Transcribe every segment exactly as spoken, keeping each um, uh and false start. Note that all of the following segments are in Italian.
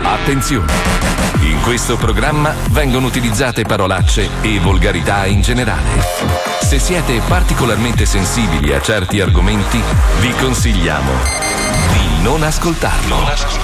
Attenzione! In questo programma vengono utilizzate parolacce e volgarità in generale. Se siete particolarmente sensibili a certi argomenti, vi consigliamo di non ascoltarlo.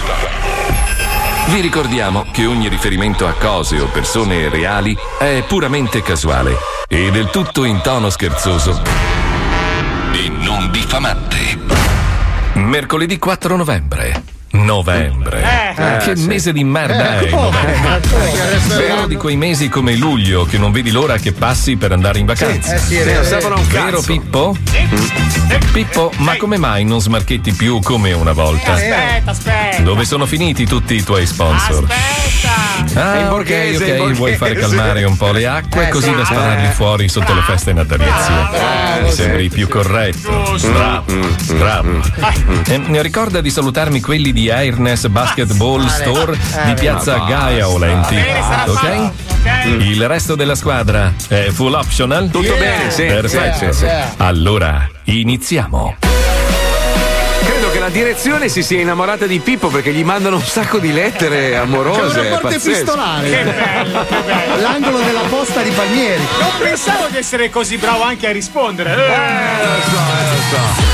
Vi ricordiamo che ogni riferimento a cose o persone reali è puramente casuale e del tutto in tono scherzoso e non diffamante. Mercoledì quattro novembre. Novembre. Eh, che sì. mese di merda Eh, è come? novembre. Spero di quei mesi come luglio che non vedi l'ora che passi per andare in vacanza. Eh sì, è vero. Servono un Vero cazzo. Pippo? Pippo, ma come mai non smarchetti più come una volta? Aspetta, aspetta. Dove sono finiti tutti i tuoi sponsor? Aspetta. Ah, È in ok, borghese, ok, in borghese. vuoi fare calmare un po' le acque Eh, così sì. da spararli Eh. fuori sotto le feste natalizie. bravo, Mi sì. sembri più corretto. Bravo, bravo. Eh, ricorda di salutarmi quelli di Airness Basketball Store di piazza ma Gaia Olenti. Ok? Il resto della squadra è full optional? Tutto bene, sì. Perfetto. Sì, sì, sì. Allora, iniziamo. Credo che la direzione si sia innamorata di Pippo perché gli mandano un sacco di lettere amorose. C'è un è rapporto pazzesco. epistolare. Che bello, che bello. L'angolo della posta di Palmieri. Non pensavo di essere così bravo anche a rispondere. Eh, lo so, lo so.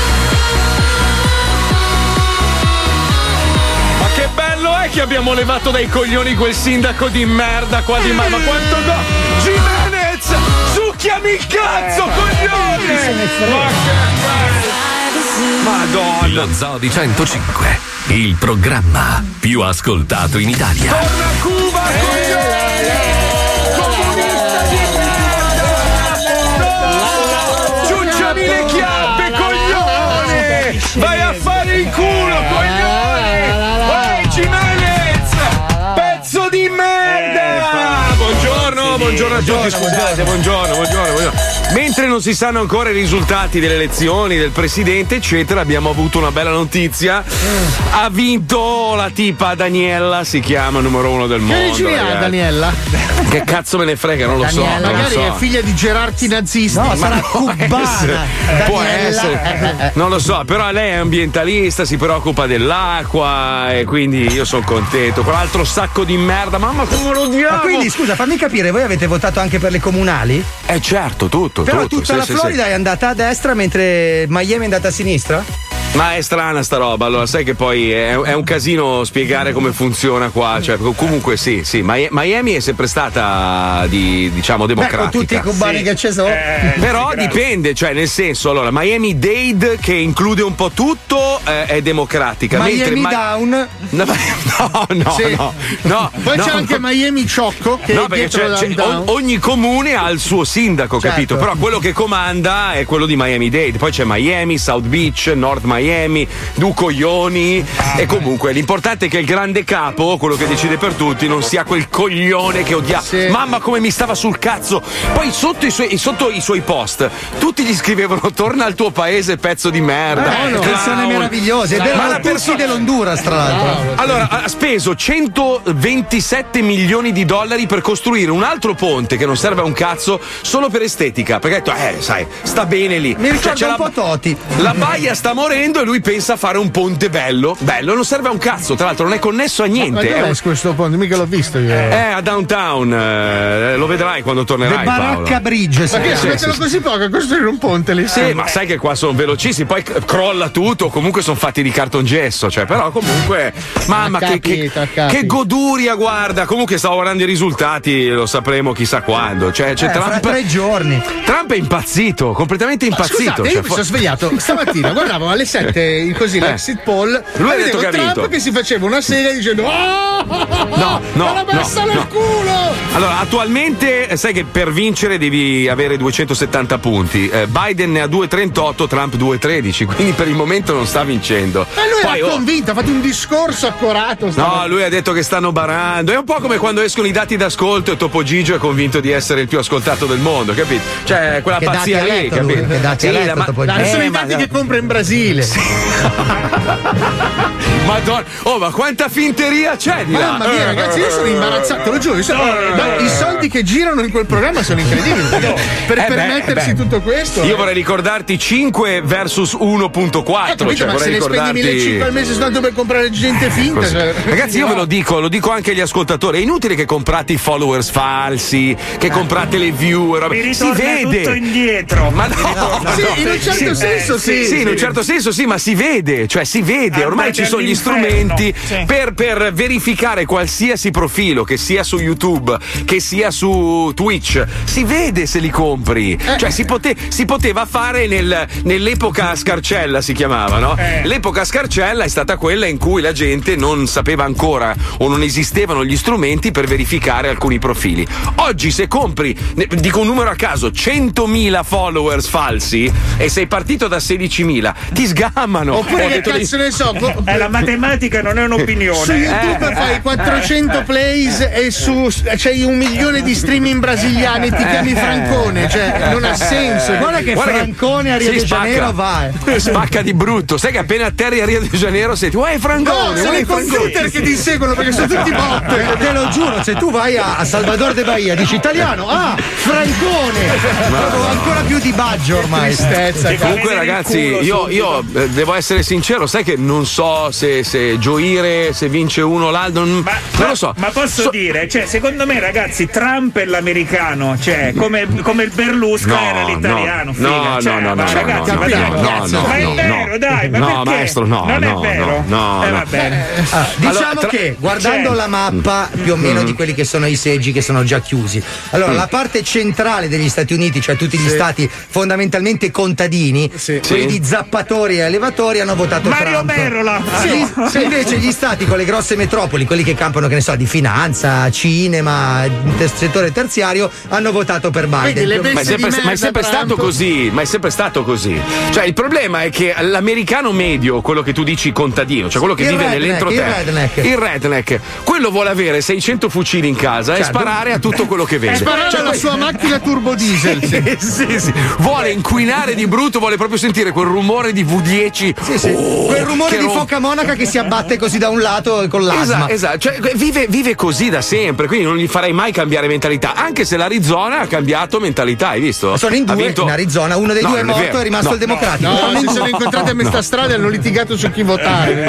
Ma che bello è che abbiamo levato dai coglioni quel sindaco di merda qua di ma, ma quanto no! Jimenez! Succhiami il cazzo, coglione! Ma che bello! Madonna! Lo Zoo di centocinque, il programma più ascoltato in Italia. Torna a Cuba, coglione! Comunista di merda! Ciucciami le chiappe, coglione! Vai a fare il culo, coglione! Vai, Jimenez! Pezzo di merda! Buongiorno, buongiorno a tutti, scusate, buongiorno, buongiorno, buongiorno. Mentre non si sanno ancora i risultati delle elezioni del presidente, eccetera, abbiamo avuto una bella notizia. Ha vinto la tipa Daniela, si chiama numero uno del Che mondo. origini ha ragazzi. Daniela? Che cazzo me ne frega, non lo so. Daniela, non lo magari so. è figlia di gerarchi nazisti. No, Ma sarà può cubana. essere. Può Daniela. essere. Non lo so, però lei è ambientalista, si preoccupa dell'acqua e quindi io sono contento. Quell'altro sacco di merda, mamma come lo odiamo. Ma quindi scusa, fammi capire, voi avete votato anche per le comunali? Eh certo, tutto. Però tutto, tutta sì, la sì, Florida sì. è andata a destra mentre Miami è andata a sinistra? Ma è strana sta roba, allora sai che poi è, è un casino spiegare come funziona qua, cioè comunque sì, sì, Mi- Miami è sempre stata di, diciamo, Beh, democratica. con tutti i cubani che ci sono. Eh, Però dipende, cioè nel senso, allora Miami-Dade che include un po' tutto eh, è democratica. mentre Miami Ma- Down. No, no, no, Sì. no, no. Poi no, c'è anche no. Miami Ciocco che No, è perché dietro c'è- c'è- downtown. o- ogni comune ha il suo sindaco, Certo. capito? Però quello che comanda è quello di Miami-Dade. Poi c'è Miami, South Beach, North Miami, due coglioni. E comunque l'importante è che il grande capo, quello che decide per tutti, non sia quel coglione che odia. Sì. Mamma come mi stava sul cazzo. Poi sotto i suoi, sotto i suoi post tutti gli scrivevano torna al tuo paese pezzo di merda. Eh, Clown. canzoni meravigliose. È vero, Ma ma la tutti persona- dell'Honduras, tra l'altro. Allora, ha speso centoventisette milioni di dollari per costruire un altro ponte che non serve a un cazzo solo per estetica. Perché ha detto, eh, sai, sta bene lì. Mi ricorda c'è un la, po' Toti. la baia sta morendo e lui pensa a fare un ponte bello. Bello, non serve a un cazzo. Tra l'altro, non è connesso a Ma niente. È dov'è un- questo ponte? Mica l'ho visto io. è a downtown. eh, lo vedrai quando The tornerai. Baracca Paolo. Bridge. si Ma che chiama. ci mettono così poco a costruire un ponte lì? Sì, ma sai che qua sono velocissimi, poi c- crolla tutto, comunque sono fatti di cartongesso, cioè, però comunque, mamma, Ha che, che, capito, ha capito. che goduria, guarda, comunque stavo guardando i risultati, lo sapremo chissà quando, cioè, c'è Eh, fra Trump, tre giorni. Trump è impazzito, completamente Ma impazzito. scusate, cioè, io mi fu- sono svegliato stamattina, guardavo alle sette così Eh. l'exit poll. Lui ha e detto vedevo che ha Trump vinto. che si faceva una sega dicendo oh, No, no, me la messa no, nel no. culo. Allora, attualmente eh, sai che per vincere devi avere duecentosettanta punti. Eh, Biden ne ha duecentotrentotto, Trump duecentotredici, quindi per il momento non sta vincendo. E lui Poi, era oh, convinto, ha fatto un discorso accorato. no, stamattina. lui ha detto che stanno barando. È un po' come quando escono i dati d'ascolto e Topo Gigio è convinto di essere il più ascoltato del mondo, capito? Cioè, quella Che dati pazzia ha lì, letto lui? capito? Che dati ha Sì, letto ma- Topo Dai, Gigio? sono eh, i ma- dati che compra in Brasile. Madonna, oh, ma quanta finteria c'è di là? Mamma mia, ragazzi, io sono imbarazzato, te lo giuro. Io sono, no, i soldi che girano in quel programma sono incredibili. Per Eh beh, permettersi eh beh. tutto questo. Io eh. vorrei ricordarti cinque versus uno virgola quattro. Capito, Cioè, ma se vorrei ne spendi ricordarti. millecinquecento al mese soltanto per comprare gente finta. Così. Cioè, Ragazzi, io no. ve lo dico, lo dico anche agli ascoltatori: è inutile che comprate i followers falsi, che comprate le view. e robe. Mi Si ritorna vede. tutto indietro. Ma no, Sì, no. in un certo Sì, senso eh, sì. Sì, in un certo senso sì, ma si vede, cioè si vede, ormai Andate ci sono gli all'inferno. strumenti Sì. per, per verificare qualsiasi profilo, che sia su YouTube, che sia su Twitch, si vede se li compri. Cioè si, pote- si poteva fare nel- nell'epoca scarcella, si chiamava, no? Eh. L'epoca scarcella è stata quella in cui la gente non sapeva ancora o non esistevano gli strumenti per verificare alcuni profili. Oggi se compri, ne- dico un numero a caso, centomila followers falsi e sei partito da sedicimila, ti sgammano. Oppure Ho che detto di- cazzo ne so, go- Eh, la matematica non è su un'opinione. YouTube Eh, fai eh, quattrocento plays e su c'hai un milione di streaming brasiliani e ti chiami Francone, cioè non ha senso. Guarda che Guarda che- Francone a Rio sì, de spacca. Janeiro va. eh. Spacca di brutto. Sai che appena atterri a Rio de Janeiro senti, uè No, Francone, sono uè i Francone. computer che ti seguono perché sono tutti bot. Te, te lo giuro, se tu vai a, a Salvador de Bahia dici italiano, ah, Francone! Proprio ancora più di Baggio ormai. Tristezza. Devi Comunque vedere il ragazzi, culo io, subito. io eh, devo essere sincero, sai che non so se, se gioire, se vince uno o l'altro, non, Ma, non lo so. ma posso So- dire, cioè, secondo me, ragazzi, Trump è l'americano, cioè, come, come il Berlusconi No, era l'italiano. no, figa. no, Cioè, no, no, ma no, ragazzi, no, ma no, dai, no, cazzo, no, ma è no, vero, no. dai, ma No, perché? maestro, no, non no, è vero? no, eh, no. va bene. Ah, diciamo Allora, tra- che guardando Cioè- la mappa più o meno di quelli che sono i seggi che sono già chiusi, allora la parte centrale degli Stati Uniti, cioè tutti gli stati fondamentalmente contadini, Sì. quelli Sì. di zappatori e allevatori hanno votato Mario Trump. Merola. Sì, se invece gli stati con le grosse metropoli, quelli che campano, che ne so, di finanza, cinema, ter- settore terziario, hanno votato per Biden. Vedi, le Ma è bestie sempre, di ma è merda, sempre Trump. stato così, ma è sempre stato così. Cioè, il problema è che l'americano medio, quello che tu dici contadino, cioè quello che Il vive redneck, nell'entroterra, il redneck. il redneck, quello vuole avere seicento fucili in casa e sparare a tutto quello che vede. Sparare Cioè, alla sua macchina turbo diesel. Sì. sì, sì. Vuole inquinare di brutto, vuole proprio sentire quel rumore di V dieci. Sì, sì. Oh, Quel rumore che di rom- foca monaca che si abbatte così da un lato con l'asma. Esatto, esatto. Cioè, vive, vive così da sempre, quindi non gli farei mai cambiare mentalità. Anche se l'Arizona ha cambiato mentalità, hai visto? Sono in Ha due vinto- in Arizona, uno dei No, due è non morto, vero. è rimasto No, il democratico. No, si sono incontrati a metà strada e hanno litigato su chi votare.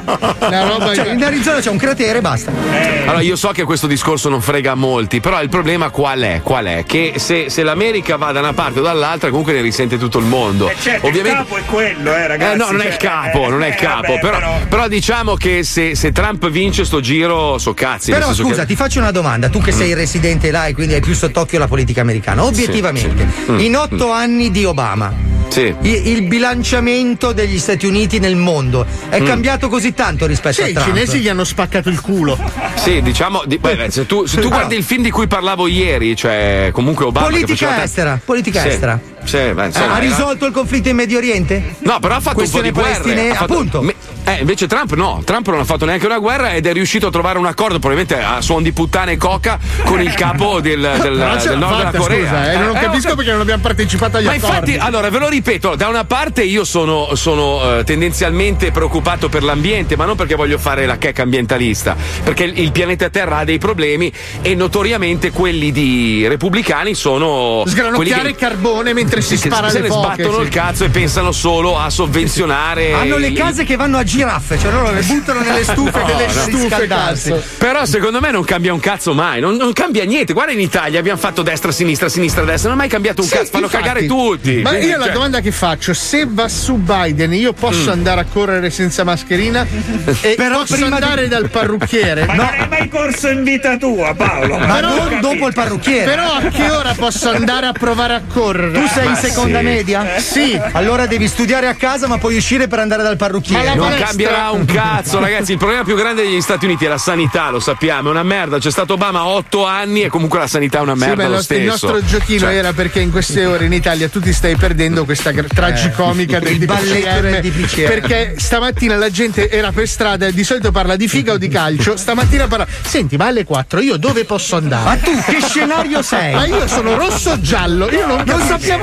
Una roba Cioè, in Arizona c'è un cratere e basta. Allora, io so che questo discorso non frega a molti, però il problema qual è? Qual è? Che se, se l'America va da una parte o dall'altra, comunque ne risente tutto il mondo. Eh, certo, il capo è quello, eh, ragazzi. Eh, no, non è il cioè, capo, eh, non è il eh, capo. vabbè, però, però- però diciamo che se, se Trump vince sto giro, so cazzi. nel Però senso scusa, che- ti faccio una domanda, tu che sei residente là e quindi hai più sott'occhio la politica americana. Obiettivamente, sì. Mm. in otto anni di Obama, Sì. i- il bilanciamento degli Stati Uniti nel mondo è Mm. cambiato così tanto rispetto Sì, a i Trump? cinesi gli hanno spaccato il culo. Sì, diciamo, di- beh, se tu, se tu guardi il film di cui parlavo ieri, cioè comunque Obama. che Politica faceva- estera, politica Sì, estera. Sì, beh, Eh, insomma, ha era- risolto il conflitto in Medio Oriente? No, però ha fatto Questione un po' di guerre. palestinese, ha fatto- appunto. Me- eh, invece Trump no, Trump non ha fatto neanche una guerra ed è riuscito a trovare un accordo, probabilmente a suon di puttane e coca, con il capo del, del, Però ce del l'ha nord della fatta, Corea. scusa, eh, non Eh, capisco ho cap- perché non abbiamo partecipato agli Ma accordi. infatti, allora ve lo ripeto, da una parte io sono, sono eh, tendenzialmente preoccupato per l'ambiente, ma non perché voglio fare la checca ambientalista, perché il, il pianeta Terra ha dei problemi e notoriamente quelli di repubblicani sono Sgranocchiare quelli che, carbone mentre si che spara se le ne foche. sbattono sì. il cazzo e pensano solo a sovvenzionare. Hanno le il- case che vanno a giraffe, cioè loro le buttano nelle stufe No, delle no. stufe, scaldarsi. cazzo. Però secondo me non cambia un cazzo mai, non, non cambia niente. Guarda in Italia abbiamo fatto destra, sinistra, sinistra, destra, non è mai cambiato un Sì, cazzo, fanno infatti. cagare tutti. Ma Quindi, io la cioè, domanda che faccio, se va su Biden, io posso Mm. andare a correre senza mascherina e Però posso prima di- andare dal parrucchiere? Ma non hai mai corso in vita tua, Paolo? Ma non ho non capito. dopo il parrucchiere. Però a che ora posso andare a provare a correre? Tu sei in Ma seconda sì. media? Sì. Allora devi studiare a casa, ma puoi uscire per andare dal parrucchiere. Ma la non palestra- cambierà un cazzo, ragazzi. Il problema più grande degli Stati Uniti è la sanità, lo sappiamo, è una merda. C'è stato Obama otto anni e comunque la sanità è una Sì, merda ma il lo nostro, il stesso. nostro giochino Cioè, era perché in queste ore in Italia tu ti stai perdendo questa gra- tragicomica del il D P C M, balletto del D P C M. perché stamattina la gente era per strada e di solito parla di figa o di calcio, stamattina parla senti ma alle quattro io dove posso Ma andare? tu che scenario sei? Ma io sono rosso o giallo, io non, Non capisco. sappiamo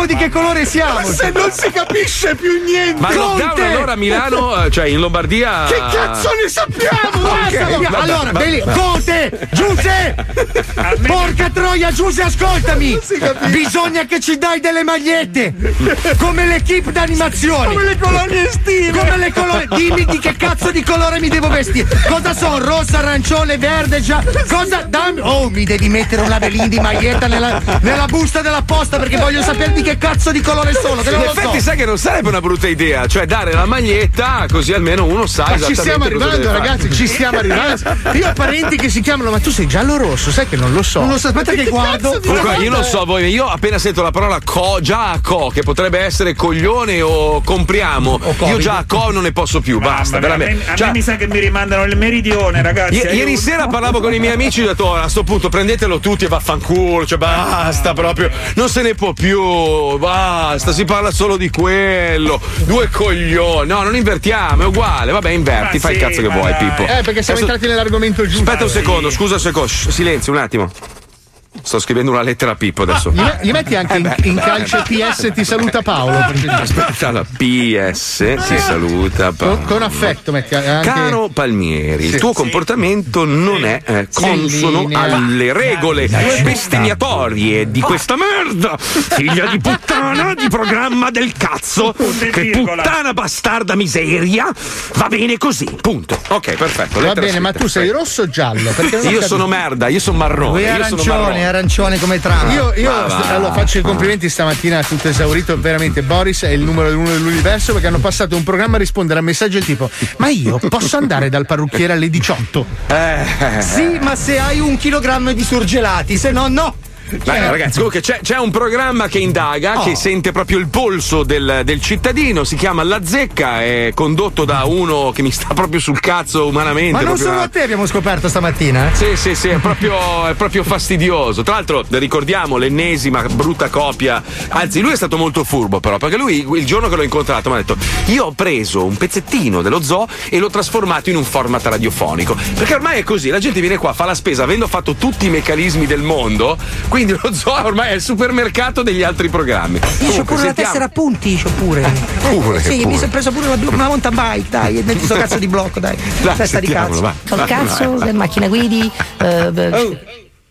di che colore siamo. Ma se non si capisce più niente. Ma il lockdown allora a Milano, cioè in Lombardia. Che cazzo ne sappiamo? Okay, Basta, allora, Beli, Conte, Giuse, porca troia, Giuse, ascoltami. Bisogna che ci dai delle magliette, come l'equipe d'animazione, come le colonie estive, come le colonie. Dimmi di che cazzo di colore mi devo vestire. Cosa sono? Rossa, arancione, verde, già. Cosa? Dammi. Oh, mi devi mettere una velina di maglietta nella, nella busta della posta perché voglio sapere di che cazzo di colore sono. Che non In lo effetti, so. sai che non sarebbe una brutta idea, cioè dare la maglietta così almeno uno sa Ma ci esattamente stiamo cosa arrivando, deve fare. ragazzi, ci stiamo arrivando. Io ho parenti che si chiamano, ma tu sei giallo rosso, sai che non lo so. Non lo so, aspetta che guardo. Comunque, io non so voi, io appena sento la parola co, già a co, che potrebbe essere coglione o compriamo, io già a co non ne posso più, basta, Mamma mia, veramente. A me, a Cioè, me mi sa che mi rimandano il meridione, ragazzi. i- ieri aiuto. sera parlavo con i miei amici e ho detto, "Oh, a sto punto prendetelo tutti e vaffanculo, cioè basta proprio, non se ne può più, basta, si parla solo di quello, due coglioni, no, non invertiamo, è uguale, vabbè inverti, Ma fai il sì, cazzo che ma vuoi, dai. Pippo. Eh, perché siamo Adesso- entrati nell'argomento giusto. Aspetta un secondo, scusa un secondo, shh, silenzio un attimo. Sto scrivendo una lettera a Pippo adesso. Gli, me- gli metti anche in, in calce P S ti saluta Paolo. perché- Aspetta, la P S ti saluta. Con, con affetto metti anche. Caro Palmieri, il Sì. tuo comportamento non è eh, consono linea. alle regole bestemmiatorie di questa merda, figlia di puttana di programma del cazzo. e Che virgola. puttana bastarda miseria. Va bene così, punto. Ok, perfetto. Va lettera bene, ma scritta. tu sei rosso o giallo? Perché non ho Io capito. sono merda, io sono marrone. Lui è io sono arancione, marrone. arancione come Trump. Io, io Ma va. allora, faccio i complimenti stamattina a tutto esaurito, veramente Boris è il numero uno dell'universo perché hanno passato un programma a rispondere a messaggi del tipo ma io posso andare dal parrucchiere alle diciotto? Eh. Sì, ma se hai un chilogrammo di surgelati, se no, no. Beh, ragazzi, comunque c'è, c'è un programma che indaga, Oh. che sente proprio il polso del, del cittadino, si chiama La Zecca, è condotto da uno che mi sta proprio sul cazzo umanamente. Ma non proprio solo una- a te abbiamo scoperto stamattina. eh? Sì, sì, sì, è proprio, è proprio fastidioso. Tra l'altro, ricordiamo l'ennesima brutta copia. Anzi, lui è stato molto furbo, però, perché lui il giorno che l'ho incontrato mi ha detto: io ho preso un pezzettino dello zoo e l'ho trasformato in un format radiofonico. Perché ormai è così, la gente viene qua, fa la spesa, avendo fatto tutti i meccanismi del mondo, quindi lo zoo ormai è il supermercato degli altri programmi. Io c'ho Comunque, pure la sentiamo- tessera a punti, c'ho pure. pure, sì, pure. mi sono preso pure la, una mountain bike, dai, e metti sto cazzo di blocco, dai. Dai, Testa di sentiamolo, cazzo. vai. Col cazzo, che macchina guidi? eh, beh,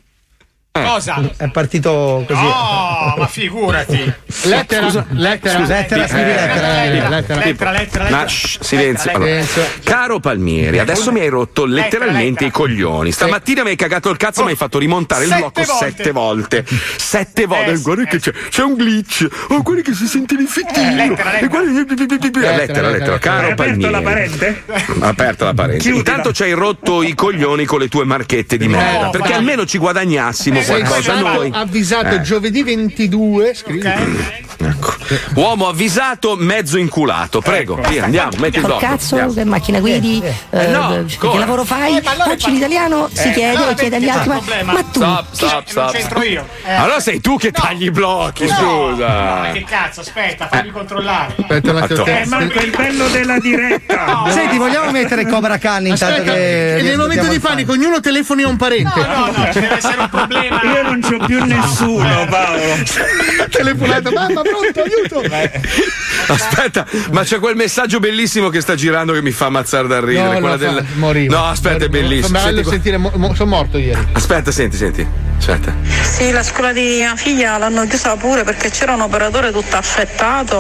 Cosa? È partito così. Oh, ma figurati. Lettera, lettera, Lettera, scrivi Eh, lettera. lettera, Lettera, lettera, lettera. Ma shh, silenzio. Allora, Silenzio. caro Palmieri, adesso mi hai rotto letteralmente lettera. i coglioni. Stamattina mi hai cagato il cazzo e mi hai fatto rimontare il Sette blocco volte. sette volte. Sette volte. Eh, guarda eh. che c'è, c'è un glitch. Oh, guarda che si sente l'infettino. lettera, lettera. E guarda- Lettera, lettera, lettera, caro Hai aperto la Palmieri. parente? Aperta la parente. Chiudila. Intanto ci hai rotto i coglioni con le tue marchette di merda. No, Perché vai. almeno ci guadagnassimo sei qualcosa stato noi. avvisato Eh. giovedì ventidue, scrivi. Ecco. Uomo avvisato, mezzo inculato. Prego, via, andiamo, metti il col blocco. cazzo, andiamo. che macchina guidi? eh, no, beh, come? che lavoro fai? Eh, ma allora Oggi fa- l'italiano si chiede, allora chiede agli vedi, altri, c'è ma, un problema. ma tu? Stop, stop, Non stop. c'entro io. Eh. Allora sei tu che tagli i blocchi, No, scusa. ma che cazzo, aspetta, fammi controllare. Aspetta un attimo. Attento. Eh, manco il bello della diretta. Senti, vogliamo mettere Cobra Khan intanto Aspetta, che. e nel momento di panico ognuno telefoni a un parente. No, no, ci deve essere un problema. Io non c'ho più nessuno, Paolo. Telefonato, mamma, pronto, aiuto. Aspetta, ma c'è quel messaggio bellissimo che sta girando che mi fa ammazzare da ridere. No, quella no, del... fa- morivo. No, aspetta, è bellissimo. Fa bello Senti- sentire, mo- mo- sono morto ieri. Aspetta, senti, senti. Aspetta. Sì, la scuola di mia figlia l'hanno chiusa pure perché c'era un operatore tutto affettato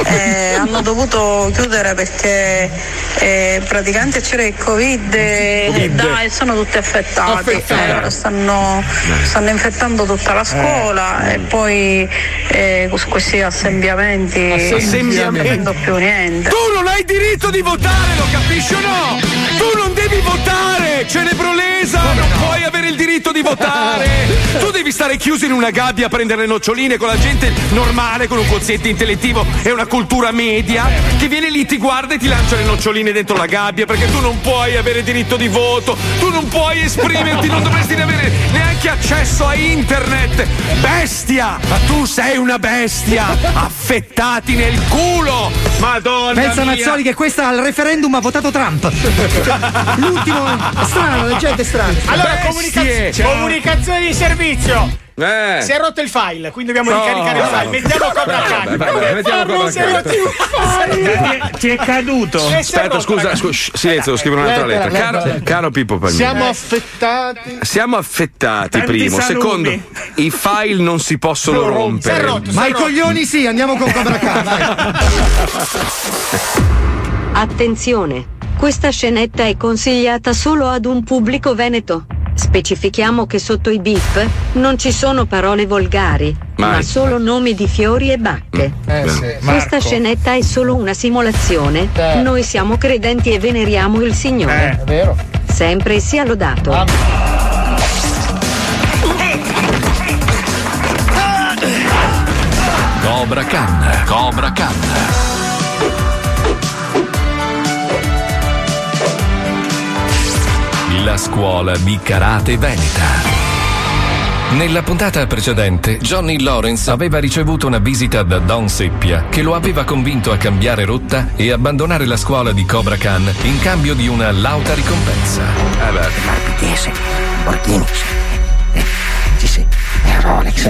e hanno dovuto chiudere perché eh, praticamente c'era il Covid e, Covid. dai, sono tutti affettati. Affettati. Eh, stanno, stanno infettando tutta la scuola e poi eh, con questi assembramenti non prendo più niente. Tu non hai diritto di votare, lo capisci o no? Tu non devi votare, cenebrolesa, non puoi avere il diritto di votare. Tu devi stare chiuso in una gabbia a prendere le noccioline con la gente normale, con un quoziente intellettivo e una cultura media, che viene lì, ti guarda e ti lancia le noccioline dentro la gabbia, perché tu non puoi avere diritto di voto, tu non puoi esprimerti, non dovresti avere neanche accesso a internet. Bestia! Ma tu sei una bestia! Affettati nel culo! Madonna Pensa mia! Mazzoli che questa al referendum ha votato Trump. L'ultimo. È strano, la gente è strana. Allora, Bestie! comunicaz- comunicazione di servizio. servizio. Eh. Si è rotto il file, quindi dobbiamo No, ricaricare il file. no. Mettiamo Cobra Khan. Vabbè, vabbè, mettiamo Cobra Si è rotto il file. Ti è caduto. Aspetta, scusa, scusa, shh, silenzio, devo scrivere un'altra lettera. Caro, caro Pippo Palmieri. Siamo affettati. Siamo affettati, Tanti primo. salumi. Secondo, i file non si possono Si è rompere. rotto, si Ma è i rotto. coglioni sì, andiamo con Cobra Khan. vai. Attenzione! Questa scenetta è consigliata solo ad un pubblico veneto. Specifichiamo che sotto i beep non ci sono parole volgari, Mai. ma solo nomi di fiori e bacche. Eh sì. Questa scenetta è solo una simulazione. Eh. Noi siamo credenti e veneriamo il Signore. È vero. Sempre sia lodato. Cobra Khan, Cobra Khan. La scuola di karate veneta. Nella puntata precedente, Johnny Lawrence aveva ricevuto una visita da Don Seppia, che lo aveva convinto a cambiare rotta e abbandonare la scuola di Cobra Khan in cambio di una lauta ricompensa. Eh beh. Marpitese, Borghini, ci sei, Rolex,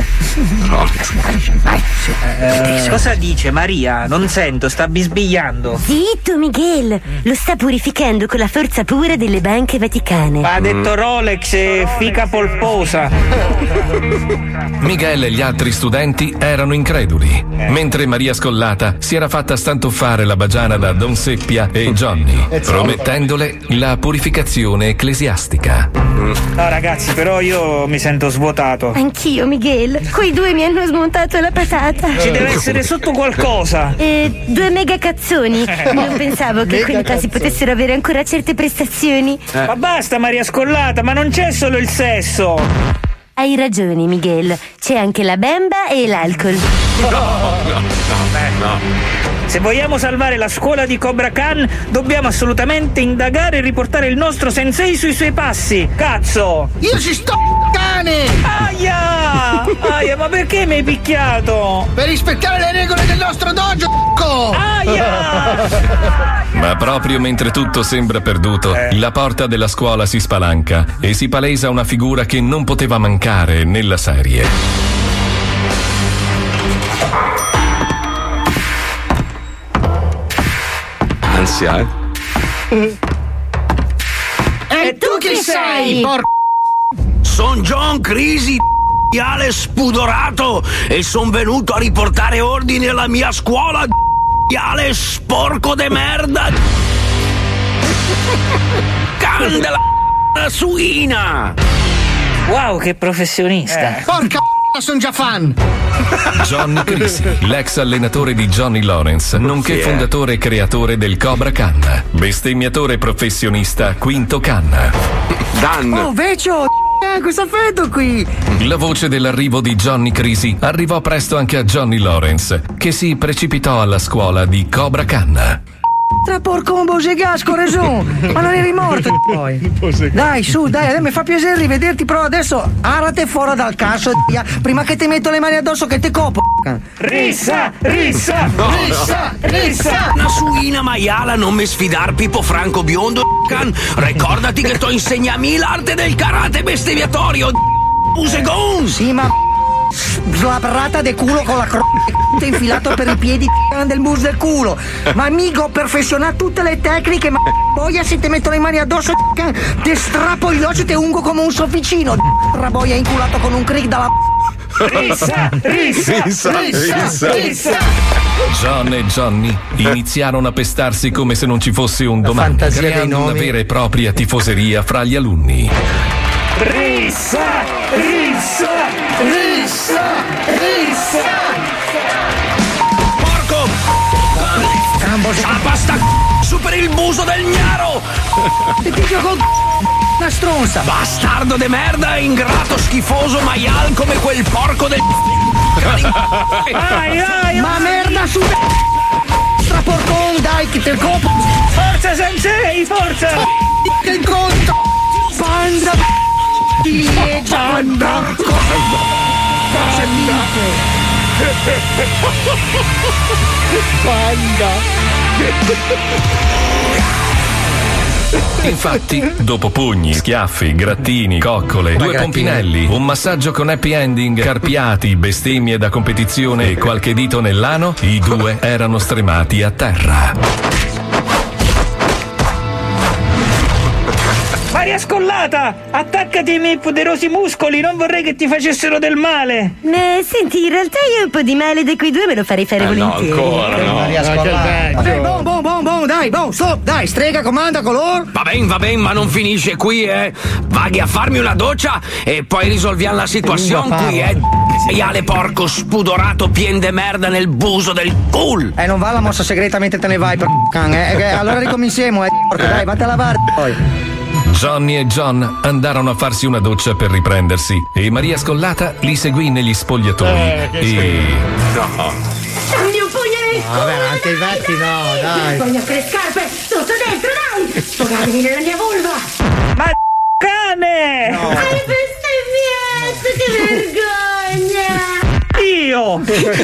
Eh, cosa dice Maria? Non sento, sta bisbigliando. Zitto Miguel, lo sta purificando con la forza pura delle banche vaticane. Ha detto Rolex e fica polposa. Miguel e gli altri studenti erano increduli, mentre Maria Scollata si era fatta stantuffare la bagiana da Don Seppia e Johnny, promettendole la purificazione ecclesiastica. No ragazzi, però io mi sento svuotato. Anch'io Miguel, quei due mi hanno smontato la patata. Ci deve essere sotto qualcosa. E due mega cazzoni. Non pensavo che in quell'età si potessero avere ancora certe prestazioni. Ma basta Maria Scollata, ma non c'è solo il sesso. Hai ragione Miguel, c'è anche la bemba e l'alcol. No, no, no. Se vogliamo salvare la scuola di Cobra Khan, dobbiamo assolutamente indagare e riportare il nostro sensei sui suoi passi. Cazzo! Io ci sto cane! Aia! Aia, ma perché mi hai picchiato? Per rispettare le regole del nostro dojo, c***o! Aia! Ma proprio mentre tutto sembra perduto, la porta della scuola si spalanca e si palesa una figura che non poteva mancare nella serie. Ansia, eh? E tu chi sei, por... Son John Crisi, d***ale spudorato, e son venuto a riportare ordine alla mia scuola, d***ale sporco de merda, candela suina. Wow, che professionista. Eh. Porca sono già fan. Johnny Crisi, l'ex allenatore di Johnny Lawrence, nonché Sì, eh. fondatore e creatore del Cobra Khan, bestemmiatore professionista Quinto Khan. Dan. Oh, Vecchio, eh, cosa fai qui? La voce dell'arrivo di Johnny Crisi arrivò presto anche a Johnny Lawrence, che si precipitò alla scuola di Cobra Khan. Tra porco un bosegasco, ragione. Ma non eri morto poi. Dai, su, dai, mi fa piacere rivederti, però adesso arate fuori dal cazzo, dia, prima che ti metto le mani addosso che ti copo. Rissa, rissa, No, rissa, rissa. Una suina maiala, non mi sfidar Pippo Franco biondo, can. Ricordati che t'ho insegnami l'arte del karate bestemmiatorio, usegon. Sì, ma slabrata de culo con la cro... ti infilato per i piedi del mus del culo. Ma amico, perfezionare tutte le tecniche, ma boia se ti metto le mani addosso ti strappo gli occhi e ti ungo come un sofficino. Raboia inculato con un crick dalla... Rissa, rissa, Rissa, rissa. rissa. John e Johnny iniziarono a pestarsi come se non ci fosse un domani, fantasia dei creando una nomi. vera e propria tifoseria fra gli alunni. Rissa, rissa, rissa, rissa. Porco! La pasta c***o su per il muso del gnaro! E ti gioco una stronza. Bastardo de merda, ingrato, schifoso, maial come quel porco del... Ai, ai, Ma merda su... Straporcon, dai, che te copo. forza sensei, forza. Che conto. Panda. Ciliegia. Panda. Cosa dite? Infatti, dopo pugni, schiaffi, grattini, coccole, due pompinelli, un massaggio con happy ending, carpiati, bestemmie da competizione e qualche dito nell'ano, i due erano stremati a terra. Maria Scollata, attaccati ai miei poderosi muscoli, non vorrei che ti facessero del male. Eh, senti, in realtà io un po' di male da quei due me lo farei fare Eh, no, volentieri. ancora, no. Maria Scollata. Vabbè, bon, bon, bon, bon, dai, bon, stop, dai, strega, comanda, color. Va ben, va ben, ma non finisce qui, eh. Vaghi a farmi una doccia e poi risolviamo la situazione qui, eh. Iale porco spudorato pien de merda nel buso del cul. Eh, non va la mossa segreta mentre te ne vai, per can, eh. eh, Allora ricominciamo, eh. Porco, dai, vatti a lavare poi. Johnny e John andarono a farsi una doccia per riprendersi e Maria Scollata li seguì negli spogliatoi Eh, che e... No. Dammi un pugno nel culo, Vabbè, anche i vecchi no, dai. voglio le scarpe, tutto dentro, dai! Sfogatemi nella mia vulva! Ma cane! No. Hai bestemmiato, che vergogna! Io!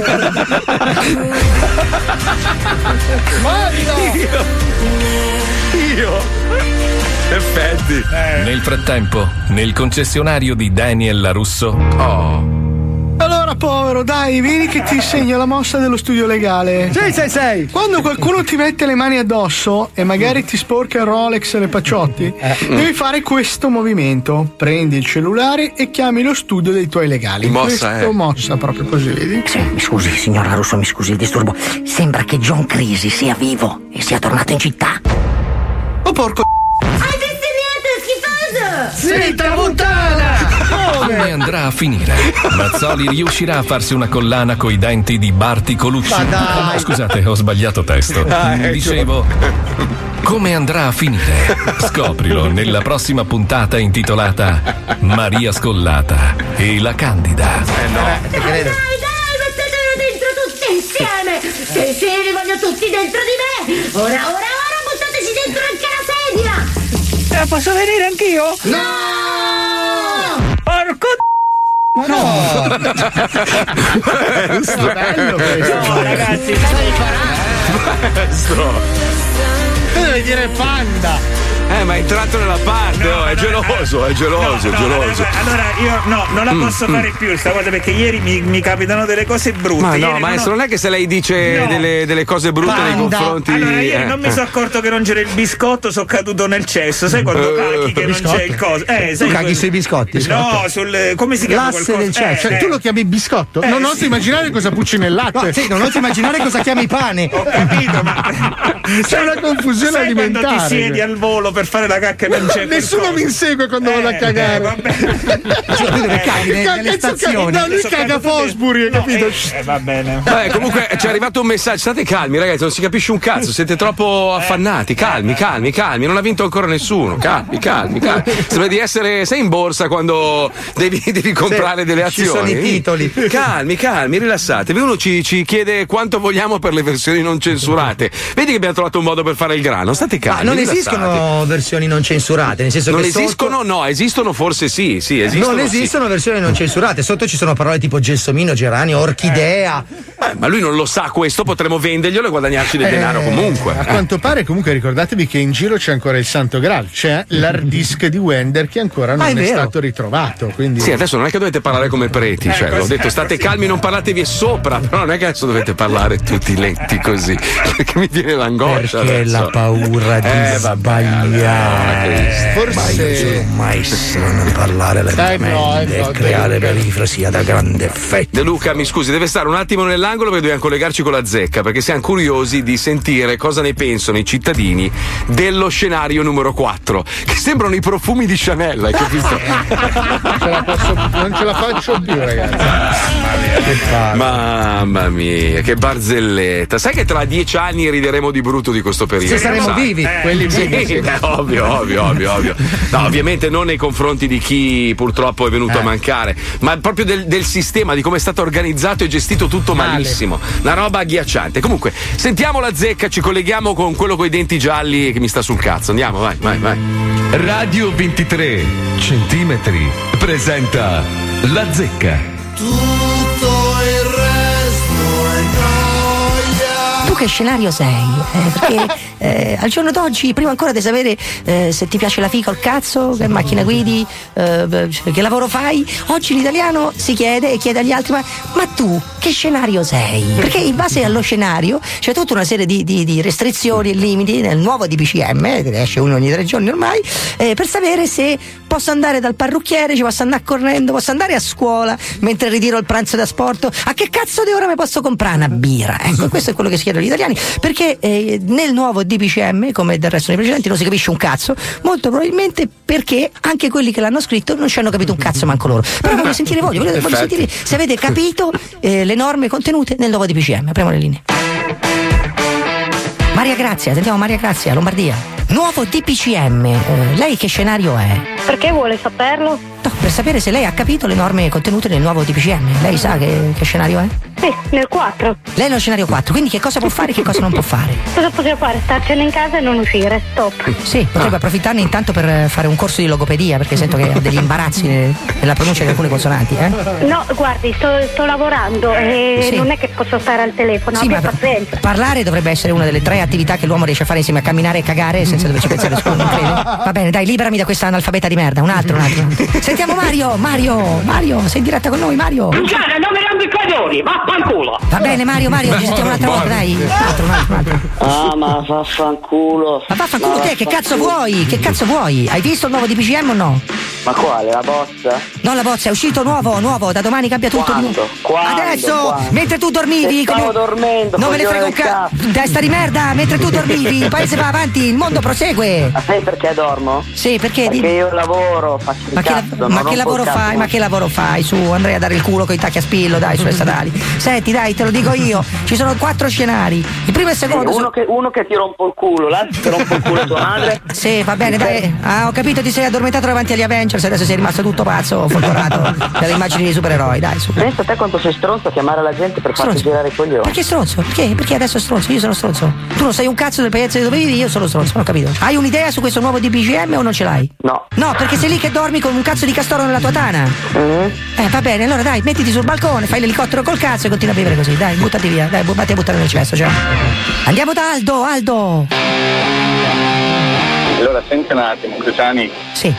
Io! Io! Effetti. Nel frattempo, nel concessionario di Daniel LaRusso. Oh. Allora, povero, dai, vieni che ti insegno la mossa dello studio legale. Sì, sei, sei. Quando qualcuno ti mette le mani addosso e magari ti sporca il Rolex e le pacciotti, Eh. devi fare questo movimento. Prendi il cellulare e chiami lo studio dei tuoi legali. Di mossa, questo eh. mossa, proprio così, vedi? Sì, mi scusi, signor LaRusso, mi scusi il disturbo. Sembra che John Crisi sia vivo e sia tornato in città. Oh, porco. Hai bestemmiato, schifoso! Zitta, puttana! Come andrà a finire? Mazzoli riuscirà a farsi una collana coi denti di Barti Colucci? Ma dai! Oh, scusate, ho sbagliato testo. Ah, ecco. Dicevo, come andrà a finire? Scoprilo nella prossima puntata intitolata Maria Scollata e la Candida. Eh no. Te credo. Dai, dai, mettetelo dentro tutti insieme! Sì, sì, li voglio tutti dentro di me! Ora, ora, ora, buttateci dentro anche la sedia! Eh, posso venire anch'io? No! Porco Ma no! Maestro. Bello questo. no, ragazzi! Maestro. Deve dire panda. Eh, ma è entrato nella parte, No, oh, è no, geloso, è geloso, no, è no, geloso. allora, allora io no, non la Mm, posso mm. fare più questa cosa perché ieri mi, mi capitano delle cose brutte. Ma no, Ieri maestro, ho- non è che se lei dice No. delle, delle cose brutte nei Panda. confronti. Allora, ieri eh, non mi eh. sono accorto che non c'era il biscotto, sono caduto nel cesso. Sai quando Eh, caghi che non biscotto? c'è il coso? Eh, Tu sai caghi quel- sui biscotti? No, sul. Come si chiama L'asse quel coso? del cesso. Cioè, Eh, tu eh. lo chiami biscotto? Eh, non oso sì. immaginare cosa pucci nel latte. No, sì, non oso immaginare cosa chiami pane. Ho capito, ma. C'è una confusione sai alimentare. quando ti siedi al volo per fare la cacca e non c'è quel Nessuno coso? mi insegue quando vado a Eh, cagare. eh, vabbè. Cioè, tu dove caghi? Ne- Ca- nelle cazzo, stazioni? ca- no, lui Sono caga caduto Fosbury, hai dentro. capito? No, eh, eh, va bene. Vabbè, comunque ci è arrivato un messaggio, state calmi ragazzi, non si capisce un cazzo, siete troppo affannati, calmi, calmi, calmi, non ha vinto ancora nessuno, calmi, calmi, calmi. Sembra di essere, sei in borsa quando devi, devi comprare delle ci azioni. sono i titoli. Calmi, calmi, rilassatevi. Uno ci, ci chiede quanto vogliamo per le versioni non censurate. Vedi che abbiamo trovato un modo per fare il grano, state Ma calmi. non rilassati. esistono versioni non censurate, nel senso Non che esistono? sotto- No, esistono forse sì, sì, esistono. non sì. esistono versioni non censurate, sotto ci sono parole tipo gelsomino, geranio, orchidea. Eh, ma lui non lo sa questo, potremmo venderglielo e guadagnarci del Eh, denaro comunque. A quanto pare, comunque, ricordatevi che in giro c'è ancora il Santo Graal, c'è l'hard disk di Wender che ancora non Ah, è è, vero. stato ritrovato. Quindi... Sì, adesso non è che dovete parlare come preti, cioè, l'ho detto state calmi, non parlatevi sopra, però non è che adesso dovete parlare tutti lenti così, perché mi viene l'angoscia. Perché adesso. la paura di Eh, vabbè, sbagliare. Forse- Ma io sono un maestro nel parlare lentamente no, eh, e no, creare dai, perifrasi da grande effetto. De Luca, mi scusi, deve stare un attimo nell'angolo perché dobbiamo collegarci con la zecca, perché siamo curiosi di sentire cosa ne pensano i cittadini dello scenario numero quattro, che sembrano i profumi di Chanel, hai capito? Ce la posso- non ce la faccio più, ragazzi. Mamma mia, che barzelletta. Sai che tra dieci anni rideremo di brutto di questo periodo? Se saremo sai? vivi. Eh, Quelli sì, vivi, sì. eh, ovvio, ovvio, ovvio, ovvio. No, ovviamente non nei confronti di chi purtroppo è venuto a mancare, ma proprio del, del sistema, di come è stato organizzato e gestito tutto Male. malissimo. Una roba agghiacciante. Comunque, sentiamo la zecca, ci colleghiamo con quello coi denti gialli che mi sta sul cazzo. Andiamo, vai, vai, vai. Radio ventitré centimetri presenta La Zecca. Tutto il resto è noia. Tu che scenario sei? Eh, perché eh, al giorno d'oggi, prima ancora di sapere eh, se ti piace la fica o il cazzo, che macchina guidi, eh, che lavoro fai, oggi l'italiano si chiede e chiede agli altri: ma, ma tu che scenario sei? Perché in base allo scenario c'è tutta una serie di, di, di restrizioni e limiti nel nuovo D P C M, che esce uno ogni tre giorni ormai, eh, per sapere se posso andare dal parrucchiere, ci posso andare correndo, posso andare a scuola mentre ritiro il pranzo da sport, a che cazzo di ora mi posso comprare una birra? Ecco, questo è quello che si chiedono gli italiani, perché eh, nel nuovo D P C M, come del resto dei precedenti, non si capisce un cazzo, molto probabilmente perché anche quelli che l'hanno scritto non ci hanno capito un cazzo manco loro. Però voglio sentire voi, voglio, voglio sentire se avete capito eh, le norme contenute nel nuovo D P C M. Apriamo le linee. Maria Grazia, sentiamo Maria Grazia, Lombardia. Nuovo D P C M, eh, lei che scenario è? Perché vuole saperlo? No, per sapere se lei ha capito le norme contenute nel nuovo D P C M. Lei sa che, che scenario è? Sì, nel quattro. Lei è nello scenario quattro, quindi che cosa può fare e che cosa non può fare? Cosa possiamo fare? Starcene in casa e non uscire, stop. Sì, potrebbe approfittarne intanto per fare un corso di logopedia, perché sento che ha degli imbarazzi nella pronuncia di alcune consonanti, eh? No, guardi, sto, sto lavorando e Sì. non è che posso stare al telefono, Sì, abbia ma pazienza. parlare dovrebbe essere una delle tre attività che l'uomo riesce a fare insieme a camminare e cagare senza doverci pensare, scusa, non crede? Va bene, dai, liberami da questa analfabeta di merda, un altro, un altro. un altro. Sentiamo Mario, Mario, Mario, sei in diretta con noi, Mario. Luciana, non mi rompi i coglioni, vaffanculo! Va bene, Mario, Mario, ci sentiamo un'altra volta, dai. Un altro, un altro, un altro. Ah, ma vaffanculo. Ma vaffanculo te, che cazzo vuoi? Che cazzo vuoi? Hai visto il nuovo D P C M o no? Ma quale, la bozza? No, la bozza è uscito nuovo, nuovo, da domani cambia tutto. Quando? Quando? Adesso, Quando? mentre tu dormivi, Stavo come... dormendo, non me ne frega coglione un del cazzo. Testa di merda, mentre tu dormivi, il paese va avanti, il mondo prosegue. Ma sai perché dormo? Sì, perché? Perché Dimmi. io lavoro, faccio il Ma che, cazzo, ma non che rompo lavoro il cazzo. fai? Ma che lavoro fai? Su, andrei a dare il culo con i tacchi a spillo, dai, sulle statali. Senti, dai, te lo dico io. Ci sono quattro scenari. Il primo e il Sì, secondo. uno, sono- che, uno che ti rompo il culo, l'altro ti rompo il culo tua madre. Sì, va bene, dai. Ah, ho capito, ti sei addormentato davanti agli Avengers, adesso sei rimasto tutto pazzo, folgorato dalle immagini dei supereroi, dai, su. Pensa a te quanto sei stronzo a chiamare la gente per farti Stronzo. girare i coglioni. Perché stronzo? Perché? Perché adesso è stronzo? Io sono stronzo. Tu non sei un cazzo del paese dove vivi, io sono stronzo, non ho capito. Hai un'idea su questo nuovo D P C M o non ce l'hai? No. No, perché sei lì che dormi con un cazzo di castoro nella tua tana. Mm-hmm. Eh, va bene, allora dai, mettiti sul balcone, fai l'elicottero col cazzo e continua a vivere così. Dai, buttati via, dai, bu- vatti a buttare nel cesso, cioè. Andiamo da Aldo, Aldo. Allora, senti un attimo, Cruciani. Sì.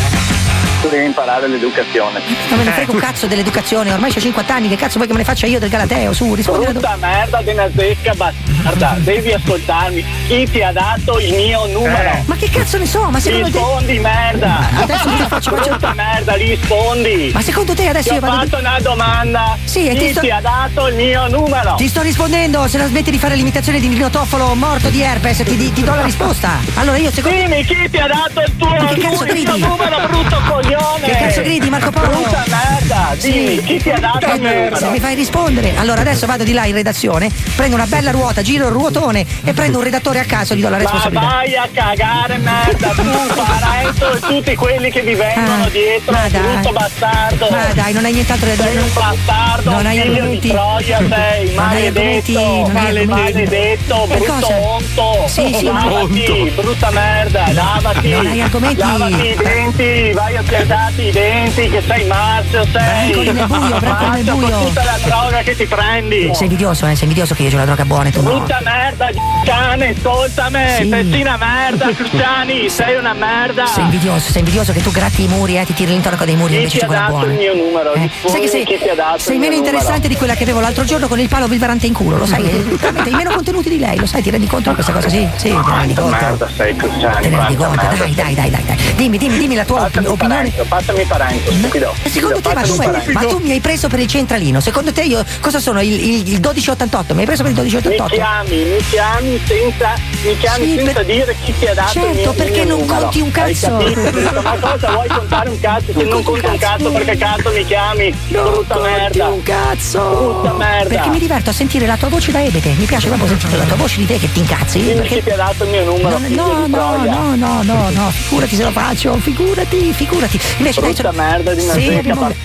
Tu devi imparare l'educazione. Non me ne frega un cazzo dell'educazione, ormai c'ho cinquanta anni, che cazzo vuoi che me ne faccia io del Galateo? Su, rispondi alla Brutta merda di una zecca bastarda, devi ascoltarmi. Chi ti ha dato il mio numero? Ma che cazzo ne so? Ma secondo te... Rispondi, merda! Adesso ti faccio- faccio- Brutta merda, rispondi! Ma secondo te adesso ti io ho vado... fatto una domanda! Sì, e Chi ti sto- ti ha dato il mio numero? Ti sto rispondendo, se non smetti di fare l'imitazione di Nino Toffolo morto di herpes, ti, ti, ti do la risposta. Allora io secondo... Dimmi chi ti ha dato il tuo Ma che cazzo il mio gridi? numero, brutto coglione! Che cazzo gridi, Marco Polo? Brutta merda! Dimmi, Sì. chi ti ha dato il mio numero? Se mi fai rispondere, allora adesso vado di là in redazione, prendo una bella ruota, giro il ruotone e prendo un redattore a caso e gli do la Ma responsabilità. vai a cagare merda, tu Parenzo e tutti quelli che vi vengono Ah, dietro, ma dai. brutto bastardo! Ma dai, non hai nient'altro da dire. Sei un bastardo, Non hai figlio argomenti. di Troia sei, Non hai argomenti, maledetto, non hai argomenti. maledetto, Per brutto cosa? onto, Sì, sì, ma- lavati, brutta merda, lavati, Non hai argomenti. lavati i denti, vai a piantarti i denti che sei Marzio, sei, Brancoli nel buio, brancoli nel Marzio con buio. tutta la droga che ti prendi. Sei invidioso, eh? Sei invidioso che io ho la droga buona e tu no. Brutta merda, cane, ascoltami, Sì. sei una merda, Cruciani, sei una merda. Sei invidioso, sei invidioso che tu gratti i muri, eh, ti tiri l'intonaco dei muri Chi invece ti c'è ha quella dato buona. il mio numero? Eh, Rispondi, sai che sei, chi ti ha dato sei il meno mio interessante numero? di quella che avevo l'altro giorno con il palo vibrante in culo, lo sai? Eh, Veramente, hai meno contenuti di lei, lo sai, ti rendi conto di questa cosa? Sì, sì, ti rendi Quanta conto. merda sei, Cruciani, Te ne rendi quanta conto, merda dai, sei. dai, dai, dai, dai. Dimmi, dimmi, dimmi la tua Passami opinione. Parenzo, passami Parenzo, stupido. Ma secondo te, ma tu, Passami ma Parenzo. tu mi hai preso per il centralino? Secondo te io cosa sono? Il, il, il dodici ottantotto? Mi hai preso per il dodici Mi ottantotto? chiami, mi chiami senza, mi chiami Sì, senza per- dire chi ti ha dato Certo, il mio, perché il mio non numero. conti un cazzo. Hai capito? Ma cosa vuoi contare un cazzo? Se non conti un cazzo, perché cazzo mi chiami? Brutta merda. un cazzo. Brutta merda. Perché mi diverto a sentire la tua voce da ebete. Mi piace proprio sentire la tua voce di te che ti incazzi. Dimmi Perché... chi ti ha dato il mio numero, No, figlio no, di no, Troia. no, no, no, no, figurati se lo faccio, figurati, figurati. Invece Brutta dai, merda di una sì, zecca abbiamo- bastarda,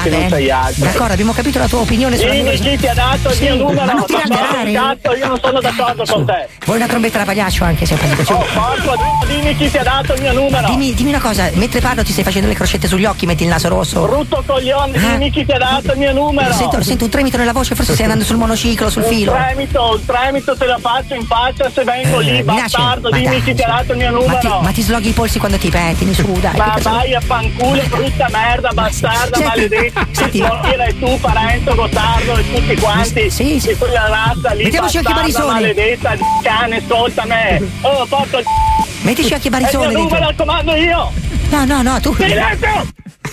che non bene. sei altro. D'accordo, abbiamo capito la tua opinione sulla Dimmi musica. chi ti ha dato il Sì, mio numero. ma non ti Ma rallegare. cazzo, io non sono d'accordo con te. Vuoi una trombetta da pagliaccio anche se ho Oh, porco, dimmi chi ti ha dato il mio numero. Dimmi, dimmi una cosa, mentre parlo ti stai facendo le crocette sugli occhi, metti il naso rosso. Brutto coglione, dimmi chi ti ha dato il mio numero. Sento, sento un tremito nella voce, forse stai andando sul monociclo, sul filo. Un tremito, un tremito te lo faccio in faccia se vengo Eh, lì, mi lasci- bastardo, ma dimmi dai, chi ti ha dato il mio Ma ti, numero. ma ti sloghi i polsi quando ti pettini, su, dai. Ma che cosa- vai a fanculo, brutta merda, bastarda, Senti, maledetta. senti. Morire tu, Parenzo, Gottardo e tutti quanti. Sì, sì. Di quella razza lì, Mettiamoci anche bastarda, Barisone. maledetta, di cane, solta me. Oh, porco. Mettici anche Barisone È il mio dentro. numero al comando io. No, no, no, tu. Silenzio!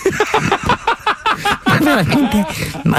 Ma veramente. Ma,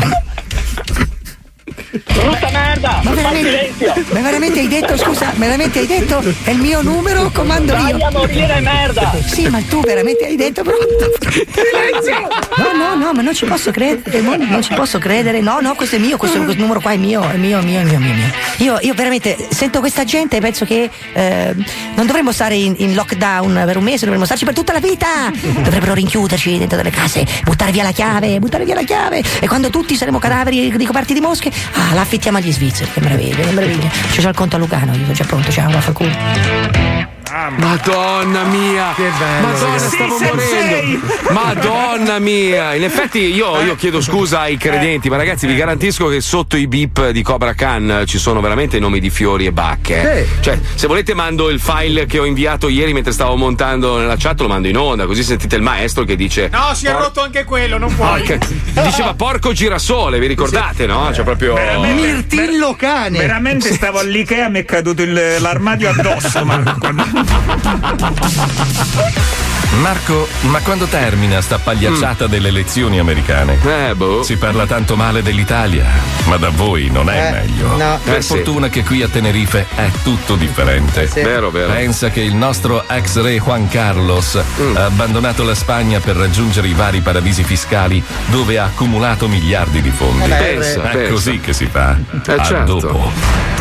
Brutta merda! ma Fa veramente. silenzio! Ma veramente hai detto, scusa, veramente hai detto? È il mio numero, comando io. Vai a morire, merda! Sì, ma tu veramente hai detto però. Silenzio! No, no, no, ma non ci posso credere, no, non ci posso credere. No, no, questo è mio, questo, questo numero qua è mio, è mio, è mio, è mio, è mio, è mio. Io, io veramente sento questa gente e penso che eh, non dovremmo stare in, in lockdown per un mese, dovremmo starci per tutta la vita. Dovrebbero rinchiuderci dentro delle case, buttare via la chiave, buttare via la chiave. E quando tutti saremo cadaveri ricoperti di mosche, ah, la affittiamo agli svizzeri, che meraviglia, che meraviglia. C'è già il conto a Lugano, io sono già pronto, ciao, vaffanculo. Madonna mia! Che bello. Madonna, Sì, stavo sensei. morendo! Madonna mia! In effetti io, io chiedo scusa ai credenti, ma ragazzi vi garantisco che sotto i beep di Cobra Khan ci sono veramente nomi di fiori e bacche. Sì. Cioè, se volete mando il file che ho inviato ieri mentre stavo montando nella chat, lo mando in onda, così sentite il maestro che dice... No, si è Por- rotto anche quello, non puoi. Porca- Diceva porco girasole, vi ricordate, no? Cioè proprio... Mirtillo cane. Veramente stavo all'Ikea, mi è caduto il- l'armadio addosso, Marco. Marco, ma quando termina sta pagliacciata delle elezioni americane? Eh, boh. Si parla tanto male dell'Italia, ma da voi non è Eh, meglio. no. Per Eh, sì. fortuna che qui a Tenerife è tutto differente. Sì. Vero, vero. Pensa che il nostro ex re Juan Carlos Mm. ha abbandonato la Spagna per raggiungere i vari paradisi fiscali dove ha accumulato miliardi di fondi. Eh beh, Pensa, è pensa. così che si fa. Eh, A certo. dopo.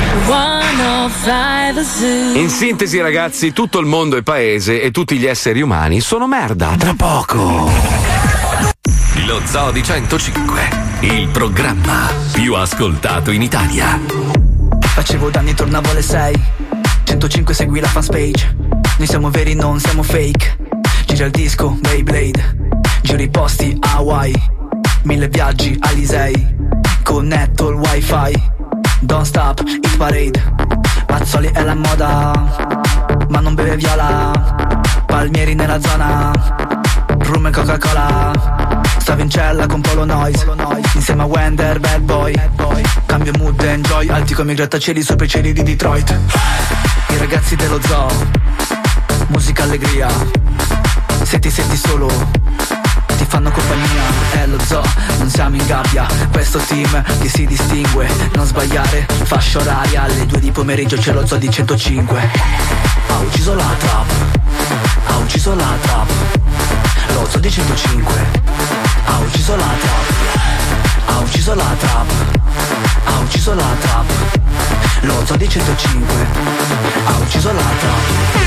In sintesi, ragazzi, tutto il mondo è paese e tutti gli esseri umani sono merda. Tra poco. Lo Zoo di centocinque, il programma più ascoltato in Italia. Facevo danni, tornavo alle sei. centocinque segui la fanpage. Noi siamo veri, non siamo fake. Gira il disco, Beyblade. Giro i posti, Hawaii. Mille viaggi, Alisei. Connetto il wifi. Don't stop, hit parade. Mazzoli è la moda, ma non beve viola. Palmieri nella zona, rum e Coca-Cola. Stavo in cella con Polo Noise, insieme a Wender, bad boy. Cambio mood, enjoy, alti come i grattacieli sopra i cieli di Detroit. I ragazzi dello zoo, musica allegria. Se ti senti solo, ti fanno compagnia. È lo zoo, non siamo in gabbia. Questo team che si distingue. Non sbagliare, fascia oraria. Alle due di pomeriggio c'è lo zoo di centocinque. Ha ucciso la trap, ha ucciso la trap. Lo zoo di centocinque. Ha ucciso la trap, ha ucciso la trap. Ha ucciso la trap. Lo zoo di centocinque. Ha ucciso la trap.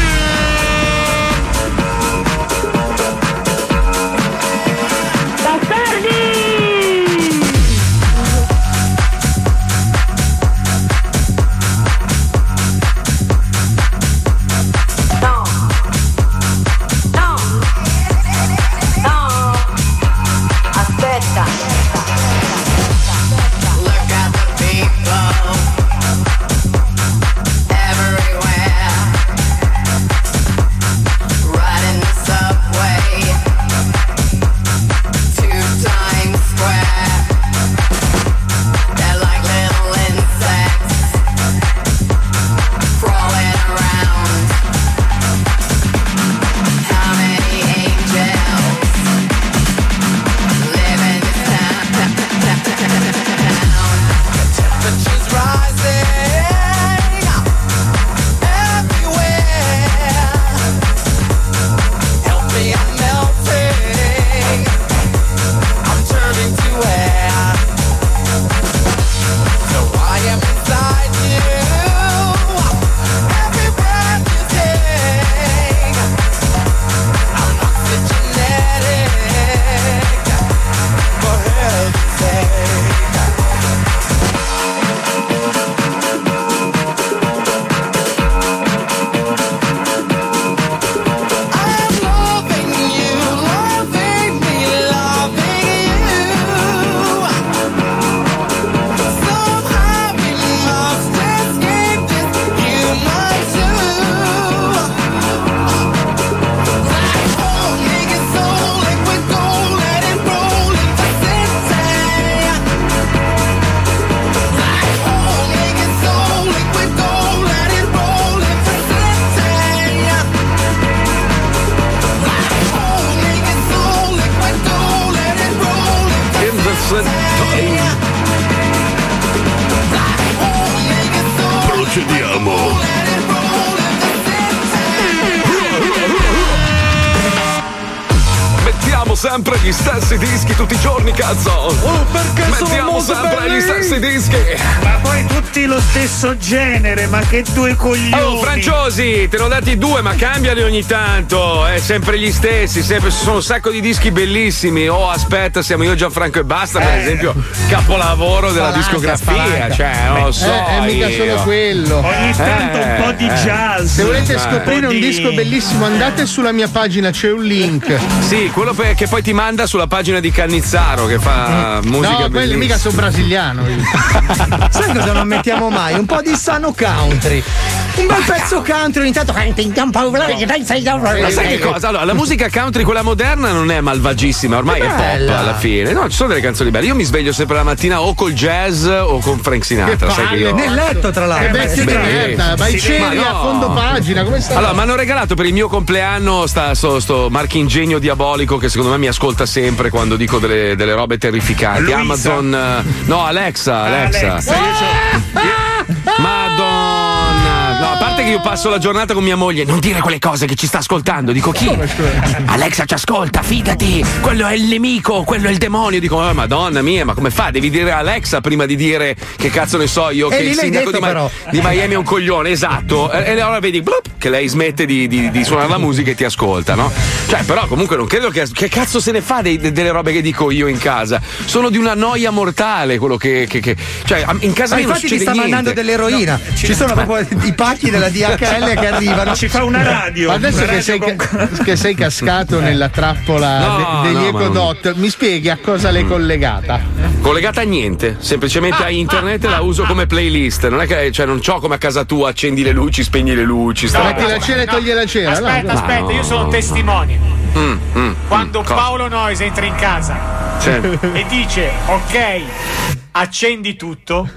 Procediamo. Mettiamo sempre gli stessi dischi tutti i giorni, cazzo! Oh, perché Mettiamo sono sempre belli. gli stessi dischi! Ma poi tutti lo stesso genere, ma che due coglioni! Oh, Franciosi, te ne ho dati due, ma cambiali ogni tanto, è sempre gli stessi, sempre, ci sono un sacco di dischi bellissimi. Oh, aspetta, siamo io, Gianfranco e Basta, per Eh. esempio, capolavoro della Spalanca, discografia, spalanca. cioè, non lo so. Eh, è mica io. solo quello. Ogni tanto un po' di eh. jazz. Se volete Eh. scoprire un di- disco bellissimo, andate sulla mia pagina, c'è un link. Sì, quello pe- che poi ti manda sulla pagina di Cannizzaro che fa musica No, quelli bellissima. mica sono brasiliano. io. Sai cosa non mettiamo mai? Un po' di sano country. Un bel pezzo country ogni tanto. Ma sai che cosa? Allora, la musica country, quella moderna, non è malvagissima, ormai È è, pop bella. alla fine. No, ci sono delle canzoni belle. Io mi sveglio sempre la mattina o col jazz o con Frank Sinatra. Che sai che io... palle. Nel letto, tra Che l'altro. vecchio di sì. merda, vai Sì, ceri ma a no. fondo pagina, come stai? Allora, mi hanno regalato per il mio compleanno sta, sto, sto marchingegno diabolico che secondo me mi ascolta sempre quando dico delle, delle robe terrificanti. Luisa. Amazon. eh, No, Alexa, Alexa. Alexa, io c'ho- Madonna! No, a parte che io passo la giornata con mia moglie, non dire quelle cose che ci sta ascoltando. Dico chi? Alexa ci ascolta, fidati, quello è il nemico, quello è il demonio. Dico, oh, madonna mia, ma come fa? Devi dire Alexa prima di dire che cazzo ne so io, E che lì il l'hai sindaco detto, di, Ma- però. di Miami è un coglione, esatto. E, e allora vedi blup, che lei smette di, di- di suonare la musica e ti ascolta, no? Cioè, però comunque non credo che. Che cazzo se ne fa dei- de- delle robe che dico io in casa? Sono di una noia mortale quello che. che- che- cioè, in casa Ma mia non infatti ti succede sta niente. mandando dell'eroina. Ci sono proprio i pacchi della D H L che arrivano. Ci fa una radio. Ma adesso una che radio sei, con- ca- che sei cascato nella trappola No, de- degli no, ma Ecodot, mi spieghi a cosa l'hai collegata? Collegata a niente, semplicemente a internet e la uso come playlist. Non è che cioè, non c'ho come a casa tua, accendi le luci, spegni le luci. sta Metti roba la qua. cera e togli la cera. Aspetta, no? aspetta, no, io sono no. testimone. Mm, mm, Quando mm, co- Paolo Noyes entra in casa Sì. e dice ok, accendi tutto,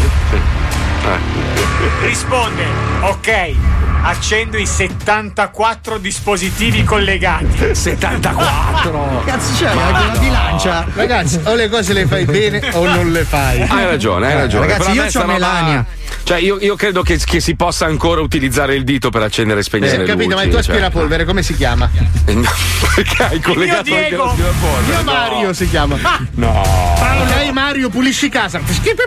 risponde ok, accendo i settantaquattro dispositivi collegati. settantaquattro Cazzo c'è anche una bilancia. Ragazzi, o le cose le fai bene o non le fai. Hai ragione, hai ragione. Ragazzi, Però a io me sta c'ho roba- Melania. Cioè, io, io credo che, che si possa ancora utilizzare il dito per accendere e spegnere Eh, le capito, luci. ma il tuo cioè. aspirapolvere come si chiama? Perché hai collegato anche Diego. l'aspirapolvere? Io Mario si chiama. No. Ok, Mario, pulisci casa.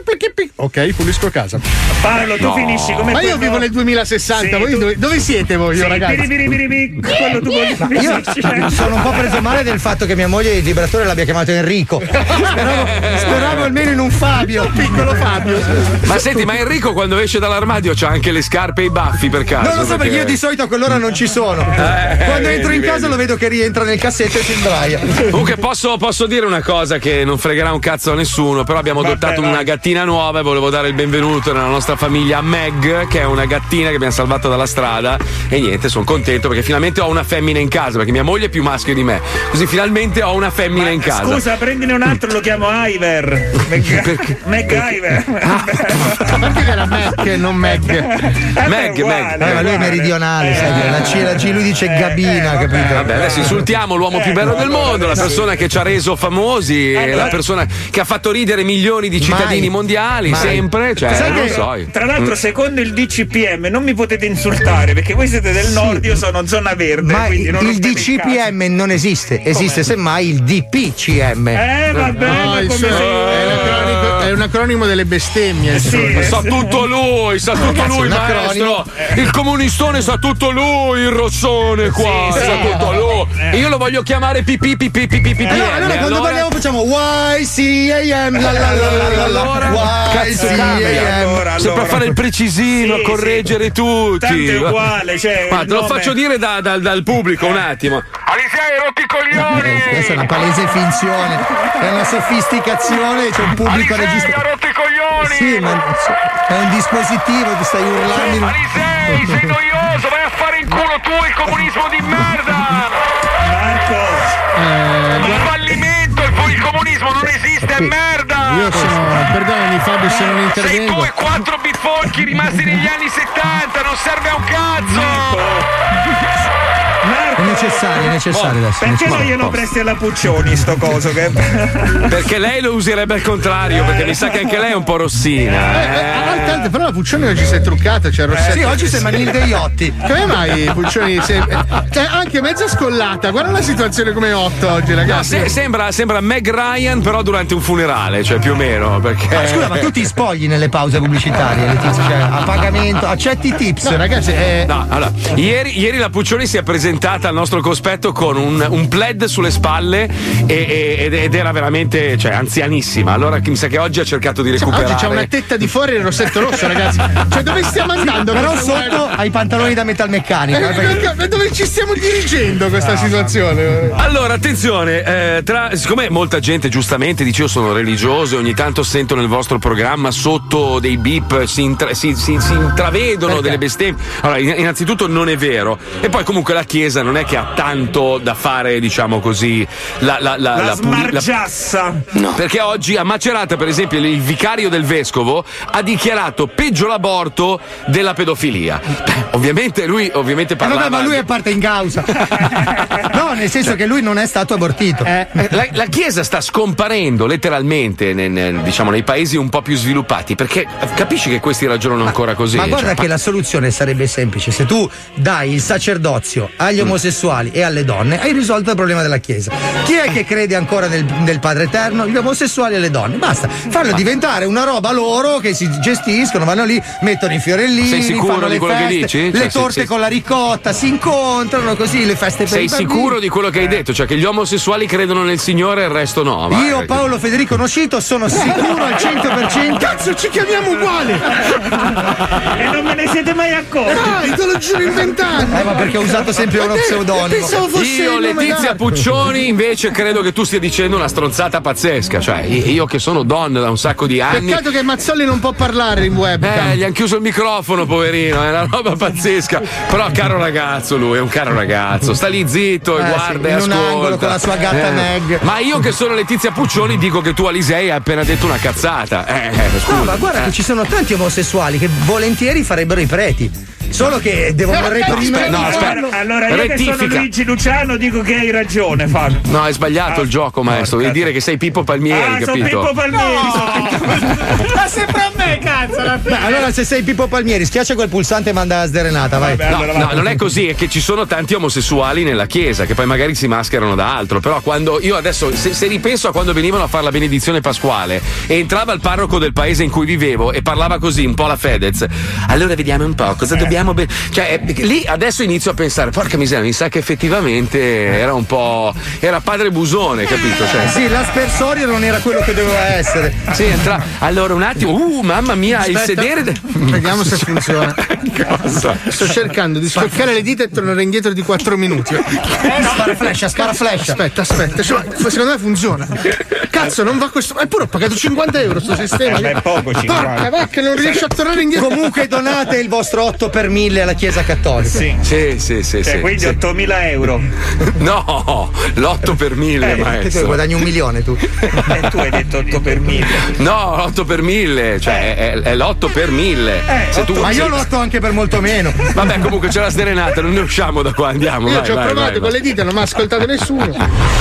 Ok, pulisco casa. Paolo, tu No. finisci come Ma io quello- vivo nel duemilasessanta, Sì, voi tu- dove, dove siete voi, Sì, ragazzi? biri, biri, biri, biri. Quello tu vuoi Io sono un po' preso male del fatto che mia moglie il vibratore l'abbia chiamato Enrico. Speravo, speravo almeno in un Fabio. Piccolo Fabio. Ma senti, ma Enrico quando esce dall'armadio c'ha anche le scarpe e i baffi per caso? Non lo so perché io di solito a quell'ora non ci sono. Quando entro in vedi, casa vedi. lo vedo che rientra nel cassetto e si sdraia. Comunque posso, posso dire una cosa che non fregherà un cazzo a nessuno, però abbiamo Vabbè, adottato vai. una gattina nuova e volevo dare il benvenuto nella nostra famiglia a Meg, che è una gattina che abbiamo salvato dalla strada e niente, sono contento perché finalmente ho una femmina in casa, perché mia moglie è più maschio di me, così finalmente ho una femmina in casa. Scusa, prendine un altro, lo chiamo Iver. Meg- MacGyver. A parte che era Mac e non Meg. Meg, Meg. Eh, ma lui è meridionale, sai, la C, la C lui dice Gabina, capito? Vabbè, adesso insultiamo l'uomo più bello del mondo, la persona che ci ha reso famosi, la persona che ha fatto ridere milioni di cittadini Mai. mondiali, Mai. sempre. Cioè, Sai non lo che- so. Tra l'altro, secondo il D C P M, non mi potete insultare perché voi siete del nord, io sono zona verde. Ma quindi non il rompete D C P M non esiste, esiste semmai il D P C M. Eh, vabbè, No, ma il come suo- si... è, l'acronico- è un acronimo delle bestemmie. Sì, Sa sì. tutto lui, sa tutto Cazzo, lui, un acronimo. maestro. Il comunistone sa tutto lui, il rossone qua, Sì, sì. sa tutto lui. E io lo voglio chiamare pipì pipì pipì pipì. Allora, allora quando parliamo facciamo Y C A M la la la la la la Allora, Y cazzo C cambia. A M. Allora, Sempre a allora. fare il precisino, Sì, a correggere tutti. Tanto è uguale, cioè, Ma il te lo nome- faccio dire da- da- dal pubblico un attimo. Alisia, hai rotto i coglioni! Questa è una palese finzione, è una sofisticazione, c'è un pubblico registrato. rotto i coglioni! Sì, ma è un dispositivo, ti stai urlando. in- Alisei, sei noioso, vai a fare in culo tu il comunismo di merda! Marco, Un fallimento, il, il comunismo non esiste, è merda! Io sono. Perdonami Fabio se non Sei tu intervengo. e quattro bifolchi rimasti negli anni settanta, non serve a un cazzo! È necessario, è necessario adesso. Perché non glielo presti alla Puccioni sto coso? Che... Perché lei lo userebbe al contrario, perché mi sa che anche lei è un po' rossina. Eh, eh. Eh, però la Puccioni oggi si è truccata, c'è Rossetto. Sì, oggi sembra Nilde Iotti. Come mai Puccioni sei, cioè, anche mezza scollata? Guarda la situazione come otto oggi, ragazzi. No, se, sembra, sembra Meg Ryan, però durante un funerale, cioè più o meno. Perché... Ma scusa, ma tu ti spogli nelle pause pubblicitarie, Letizia? Cioè, a pagamento, accetti tips. No, ragazzi, eh... no, allora, ieri, ieri la Puccioni si è presentata al nostro cospetto con un, un plaid sulle spalle e, e, ed era veramente, cioè, anzianissima. Allora mi sa che oggi ha cercato di recuperare. Oggi c'è una tetta di fuori e il rossetto rosso, ragazzi. Cioè, dove stiamo andando? Però sotto hai i pantaloni da metalmeccanico. Eh, perché... Dove ci stiamo dirigendo questa situazione? Allora, attenzione, eh, tra, siccome molta gente giustamente dice io sono religioso e ogni tanto sento nel vostro programma sotto dei beep si, intra, si, si, si intravedono perché? Delle bestemmie. Allora, innanzitutto non è vero. E poi comunque la Chiesa non è che ha tanto da fare, diciamo così, la, la, la, la, la smargiassa. La... No. Perché oggi a Macerata, per esempio, il vicario del vescovo ha dichiarato peggio l'aborto della pedofilia. Beh, ovviamente lui ovviamente parlava. Eh, vabbè, ma lui è parte in causa. No, nel senso cioè, che lui non è stato abortito. Eh, la, la Chiesa sta scomparendo letteralmente nel, nel, diciamo, nei paesi un po' più sviluppati, perché capisci che questi ragionano ancora così. Ma guarda cioè, che ma... la soluzione sarebbe semplice: se tu dai il sacerdozio agli omosessuali mm. e alle donne, hai risolto il problema della Chiesa. Chi è che crede ancora nel, nel Padre Eterno? Gli omosessuali e le donne. Basta, farlo ma... diventare una roba loro che si gestiscono, vanno lì, mettono i fiorellini. Sei sicuro di quello feste, che dici? Le cioè, torte sei, con la ricotta, si incontrano così, le feste per sei i bambini. Sei sicuro di quello che hai detto? Cioè che gli omosessuali credono nel Signore e il resto no? Vai, Io, Paolo Federico Noscito, sono sicuro al cento per cento. Cazzo, ci chiamiamo uguali! E non me ne siete mai accorti? Dai, te lo giuro inventando! Eh, ma perché ho usato sempre uno pseudonimo. Io, Letizia Puccioni, invece credo che tu stia dicendo una stronzata pazzesca. Cioè, io che sono donna da un sacco di anni. Peccato che Mazzoli non può parlare in webcam. Eh, gli hanno chiuso il microfono, poverino, è una roba pazzesca. Però caro ragazzo lui, è un caro ragazzo. Sta lì zitto e eh, guarda sì, e in ascolta. un angolo con la sua gatta eh. Meg. Ma io che sono Letizia Puccioni dico che tu Alisei hai appena detto una cazzata. Eh, scusa. No, ma guarda eh. che ci sono tanti omosessuali che volentieri farebbero i preti. Solo che devono reprimere. No, aspetta. Allora io rettifica. che sono Luigi Luciano dico che hai ragione, Fabio. No, hai sbagliato ah, il gioco, maestro. Devi dire che sei Pippo Palmieri, ah, capito? Sono Pippo Palmieri. No. Ma sempre a me, cazzo. La Beh, allora se sei Pippo Palmieri, schiaccia quel pulsante e manda la sderenata, vai. Vabbè, allora, no, no, non è così, è che ci sono tanti omosessuali nella chiesa che poi magari si mascherano da altro. Però quando io adesso, se, se ripenso a quando venivano a fare la benedizione pasquale e entrava il parroco del paese in cui vivevo e parlava così un po' la Fedez, allora vediamo un po' cosa dobbiamo. Be- cioè, lì adesso inizio a pensare, porca miseria, mi sa che effettivamente era un po'. Era padre Busone, capito? Cioè, sì, l'aspersorio non era quello che doveva essere. Sì, entra. Allora, un attimo, uh, mamma mia, aspetta, il sedere. De- Vediamo se funziona. Cosa? Sto cercando di scioccare le dita e tornare indietro di quattro minuti. Eh, spara flash, spara flash. Aspetta, aspetta, cioè, secondo me funziona. Cazzo, non va questo. Eppure ho pagato cinquanta euro sto sistema. Ma è poco, cinquanta. Porca vacca, non riesco a tornare indietro. Comunque donate il vostro otto per mille alla Chiesa Cattolica. Sì, sì, sì, sì. Cioè, sì quindi sì. ottomila euro. No, l'otto per mille, eh, maestro. Tu guadagni un milione tu. Eh, tu hai detto otto per mille. No, l'otto per mille, cioè eh. è, è l'otto per mille. Eh, Se tu, ma io l'otto anche per molto meno. Vabbè, comunque c'è la sderenata, non ne usciamo da qua, andiamo. Io vai, ci ho vai, provato vai, con vai. le dita, non mi ha ascoltato nessuno.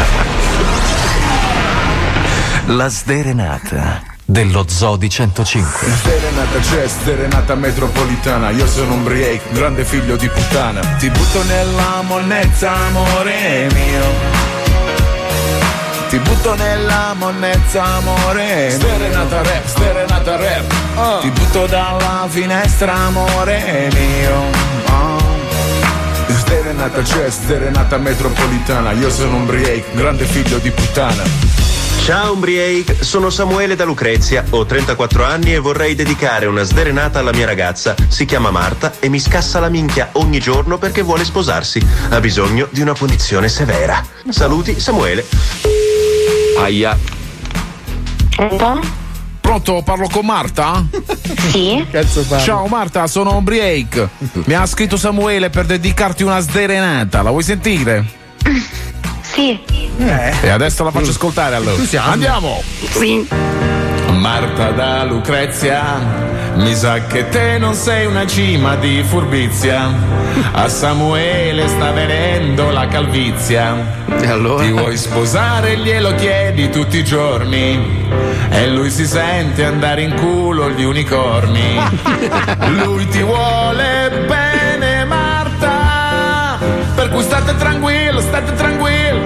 La sderenata dello Zoo di centocinque. Sderenata c'è, sderenata metropolitana. Io sono un break, grande figlio di puttana. Ti butto nella monnezza, amore mio. Ti butto nella monnezza, amore mio. Sderenata rap, sderenata rap. Oh. Ti butto dalla finestra, amore mio. Oh. Sderenata c'è, sderenata metropolitana. Io sono un break, grande figlio di puttana. Ciao Umbriake, sono Samuele da Lucrezia, ho trentaquattro anni e vorrei dedicare una sderenata alla mia ragazza. Si chiama Marta e mi scassa la minchia ogni giorno perché vuole sposarsi. Ha bisogno di una punizione severa. Saluti, Samuele. Aia. Pronto? Pronto, parlo con Marta? Sì. Cazzo parlo? Ciao Marta, sono Umbriake. Mi ha scritto Samuele per dedicarti una sderenata, la vuoi sentire? Sì. Eh. E adesso la faccio ascoltare allora. Andiamo. Sì. Marta da Lucrezia, mi sa che te non sei una cima di furbizia. A Samuele sta venendo la calvizia. E allora? Ti vuoi sposare, glielo chiedi tutti i giorni, e lui si sente andare in culo gli unicorni. Lui ti vuole bene, Marta, per cui state tranquillo, state tranquillo,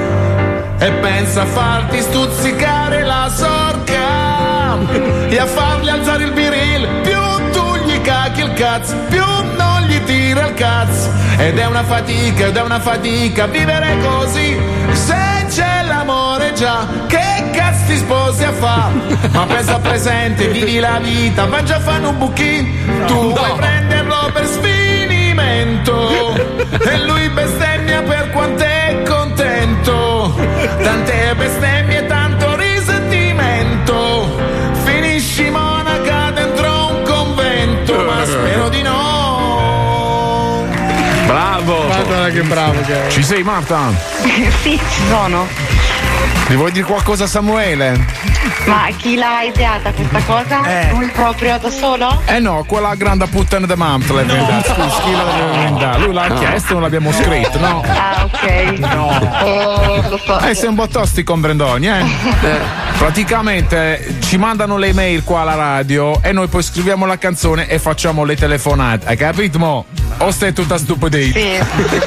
e pensa a farti stuzzicare la sorca e a fargli alzare il biril. Più tu gli cacchi il cazzo, più non gli tira il cazzo. Ed è una fatica, ed è una fatica vivere così. Se c'è l'amore già, che cazzo ti sposi a fa? Ma pensa al presente, vivi la vita, va già a fare un buchino. Tu no. vuoi prenderlo per sfinimento, e lui bestemmia per quanto è contento. Tante bestemmie, tanto risentimento, finisci monaca dentro un convento, ma spero di no. Bravo! Madonna che bravo che è. Ci sei, Marta? Sì, ci sono. Gli vuoi dire qualcosa a Samuele? Ma chi l'ha ideata questa cosa? Eh. Lui proprio da solo? Eh no, quella grande puttana di mamma te l'hai inventata. Scusa, chi l'aveva inventata? Lui l'ha chiesto, non l'abbiamo scritto, no? Ah, ok. No. Eh, lo so. Eh, sei un po' tosti con Brendoni, eh? Praticamente ci mandano le mail qua alla radio e noi poi scriviamo la canzone e facciamo le telefonate. Hai capito, mo? O stai tutta stupidita? Sì.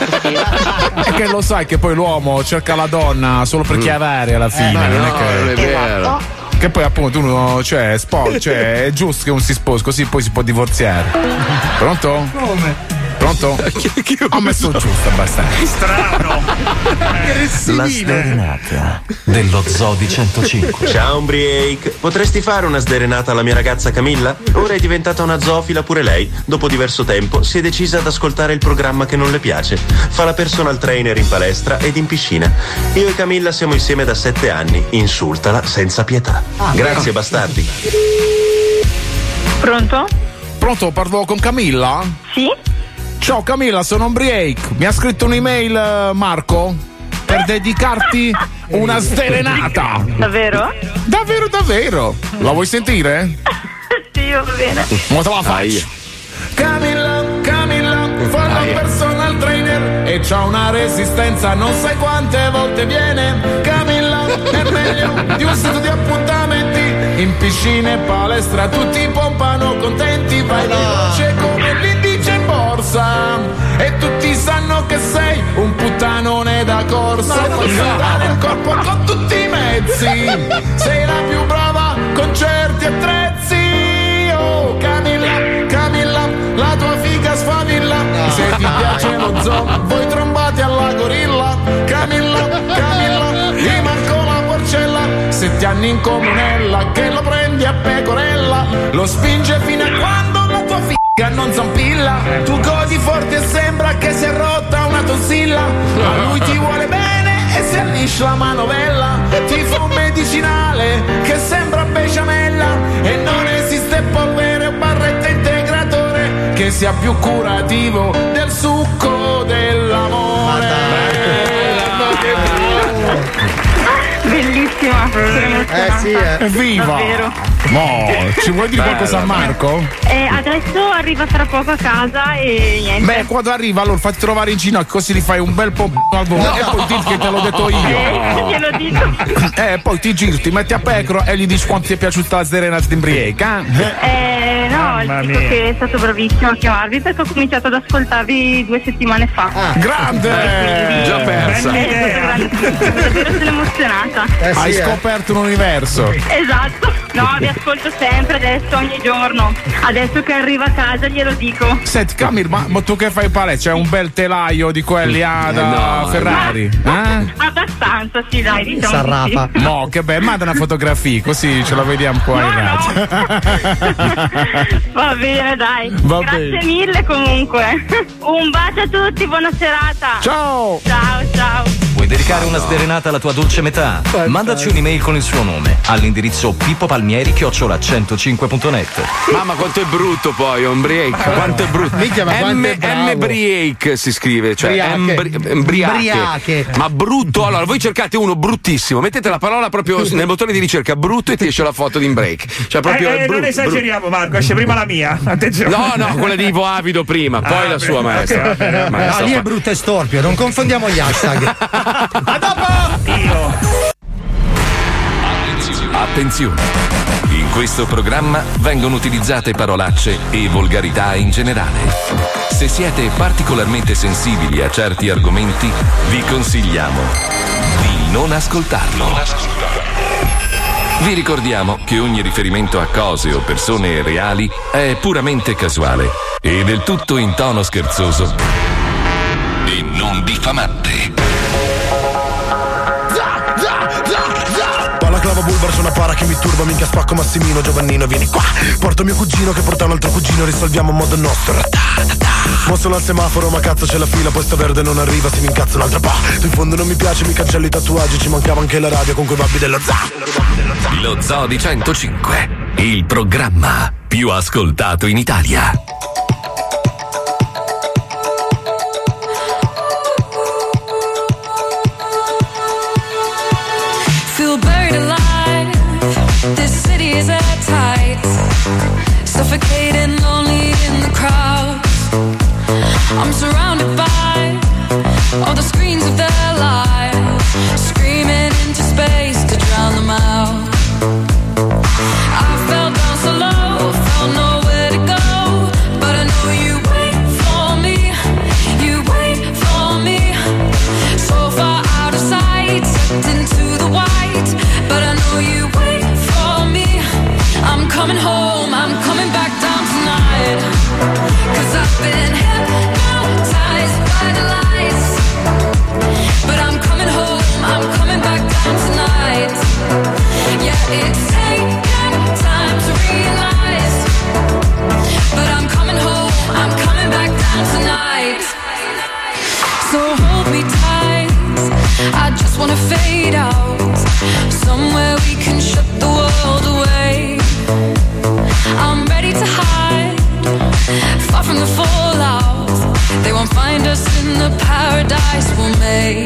È che lo sai che poi l'uomo cerca la donna solo per chiavare alla fine, Eh, non no, è che. non è vero. Che poi appunto uno, cioè, spo- cioè, è giusto che uno si sposi, così poi si può divorziare. Pronto? Come? Pronto? Ho messo giusto abbastanza. Strano. La sderenata dello Zoo di centocinque. Ciao Umbriake, potresti fare una sderenata alla mia ragazza Camilla? Ora è diventata una zoofila pure lei. Dopo diverso tempo si è decisa ad ascoltare il programma che non le piace. Fa la personal trainer in palestra ed in piscina. Io e Camilla siamo insieme da sette anni. Insultala senza pietà. Grazie bastardi. Pronto? Pronto, parlo con Camilla? Sì. Ciao Camilla, sono Umbriake. Mi ha scritto un'email Marco per dedicarti una sderenata. Davvero? Davvero, davvero. La vuoi sentire? Sì, va bene. Ma te la faccio. Camilla, Camilla, fa la personal trainer e c'ha una resistenza, non sai quante volte viene. Camilla è meglio di un sito di appuntamenti, in piscina e palestra tutti pompano contenti. Vai veloce come l'indice in borsa e tutti sanno che sei un puttanone da corsa. Puoi dare il corpo con tutti i mezzi, sei la più brava con certi attrezzi. Oh Camilla, Camilla, la tua figa sfavilla. Se ti piace lo zoo, voi trombate alla gorilla. Camilla, Camilla, di Marco la porcella. Sette anni in comunella, che lo prendi a pecorella. Lo spinge fino a quando la tua figa non zampilla. Tu godi forte e sembra che si è rotta una tonsilla. A lui ti vuole bene e si alliscia la manovella. Ti fa un medicinale che sembra besciamella. E non esiste polvere o barretta integratore che sia più curativo del succo dell'amore. Bellissima. Eh sì, eh. Evviva! Davvero. No, ci vuoi dire Bella, qualcosa a Marco? Eh, adesso arriva tra poco a casa e niente. Beh, quando arriva allora fatti trovare in ginocchio, così gli fai un bel po' al volo no. E poi dici che te l'ho detto io. Eh, glielo dico. Eh, poi ti giri, ti metti a pecora e gli dici quanto ti è piaciuta la sderenata di Umbriake, eh? Eh, no, dico che è stato bravissimo a chiamarvi perché ho cominciato ad ascoltarvi due settimane fa. Ah, grande! Quindi, già persa. Eh, davvero sono emozionata. Eh sì, Hai eh. scoperto un universo. Esatto. No, vi ascolto sempre adesso, ogni giorno. Adesso che arriva a casa glielo dico. Senti Camille, ma, ma tu che fai palestra? C'è un bel telaio di quelli ah, da no, Ferrari? Eh? Abbastanza, sì, dai, diciamo. S'arrapa. Sì. No, che bello, manda una fotografia così ce la vediamo qua No, in radio. Va bene, dai. Va Grazie bene. mille comunque. Un bacio a tutti, buona serata. Ciao! Ciao, ciao. Vuoi dedicare dedicare una sderenata alla tua dolce metà? Mandaci un'email con il suo nome all'indirizzo pippopalmieri chiocciola centocinque punto net. Mamma quanto è brutto poi, Ombriake, quanto è brutto. Minchia, ma quanto è bravo. M Briake si scrive, cioè Briache. Embriache. Ma brutto, allora voi cercate uno bruttissimo, mettete la parola proprio nel bottone di ricerca brutto e ti esce la foto di Embriake. Cioè proprio eh, eh, brutto, non esageriamo, Marco, esce prima la mia. Attenzione. No, no, quella di Ivo Avido prima, poi Ah, la beh, sua maestra. ok, vabbè, Maestra, No, lì fa- è brutto e storpio, non confondiamo gli hashtag. A dopo! Io. Attenzione! In questo programma vengono utilizzate parolacce e volgarità in generale. Se siete particolarmente sensibili a certi argomenti, vi consigliamo di non ascoltarlo. Vi ricordiamo che ogni riferimento a cose o persone reali è puramente casuale e del tutto in tono scherzoso e non diffamante. Balaclava bulbar, c'è una para che mi turba, minchia spacco Massimino, Giovannino vieni qua. Porto mio cugino che porta un altro cugino, risolviamo a modo nostro. Mo sono al semaforo ma cazzo c'è la fila, poi sta verde non arriva, se mi incazzo un'altra pa. Tu in fondo non mi piace, mi cancello i tatuaggi, ci mancava anche la radio con quei babbi dello za. Lo Zoo di centocinque, il programma più ascoltato in Italia. Feel buried alive. This city is at tight. Suffocating, lonely in the crowds. I'm surrounded by all the screens of their lives, screaming into space to drown them out. I fell down so low, found nowhere to go, but I know you wait for me, you wait for me. So far out of sight, sucked into the white, but I know you wait for me. I'm coming home, I'm coming back down tonight, 'cause I've been hypnotized by the lights. But I'm coming home, I'm coming back down tonight. Yeah, it's taken time to realize, but I'm coming home, I'm coming back down tonight. So hold me tight, I just wanna fade out, somewhere we can shut the world away. I'm ready to hide, far from the fallout. They won't find us in the paradise we'll make.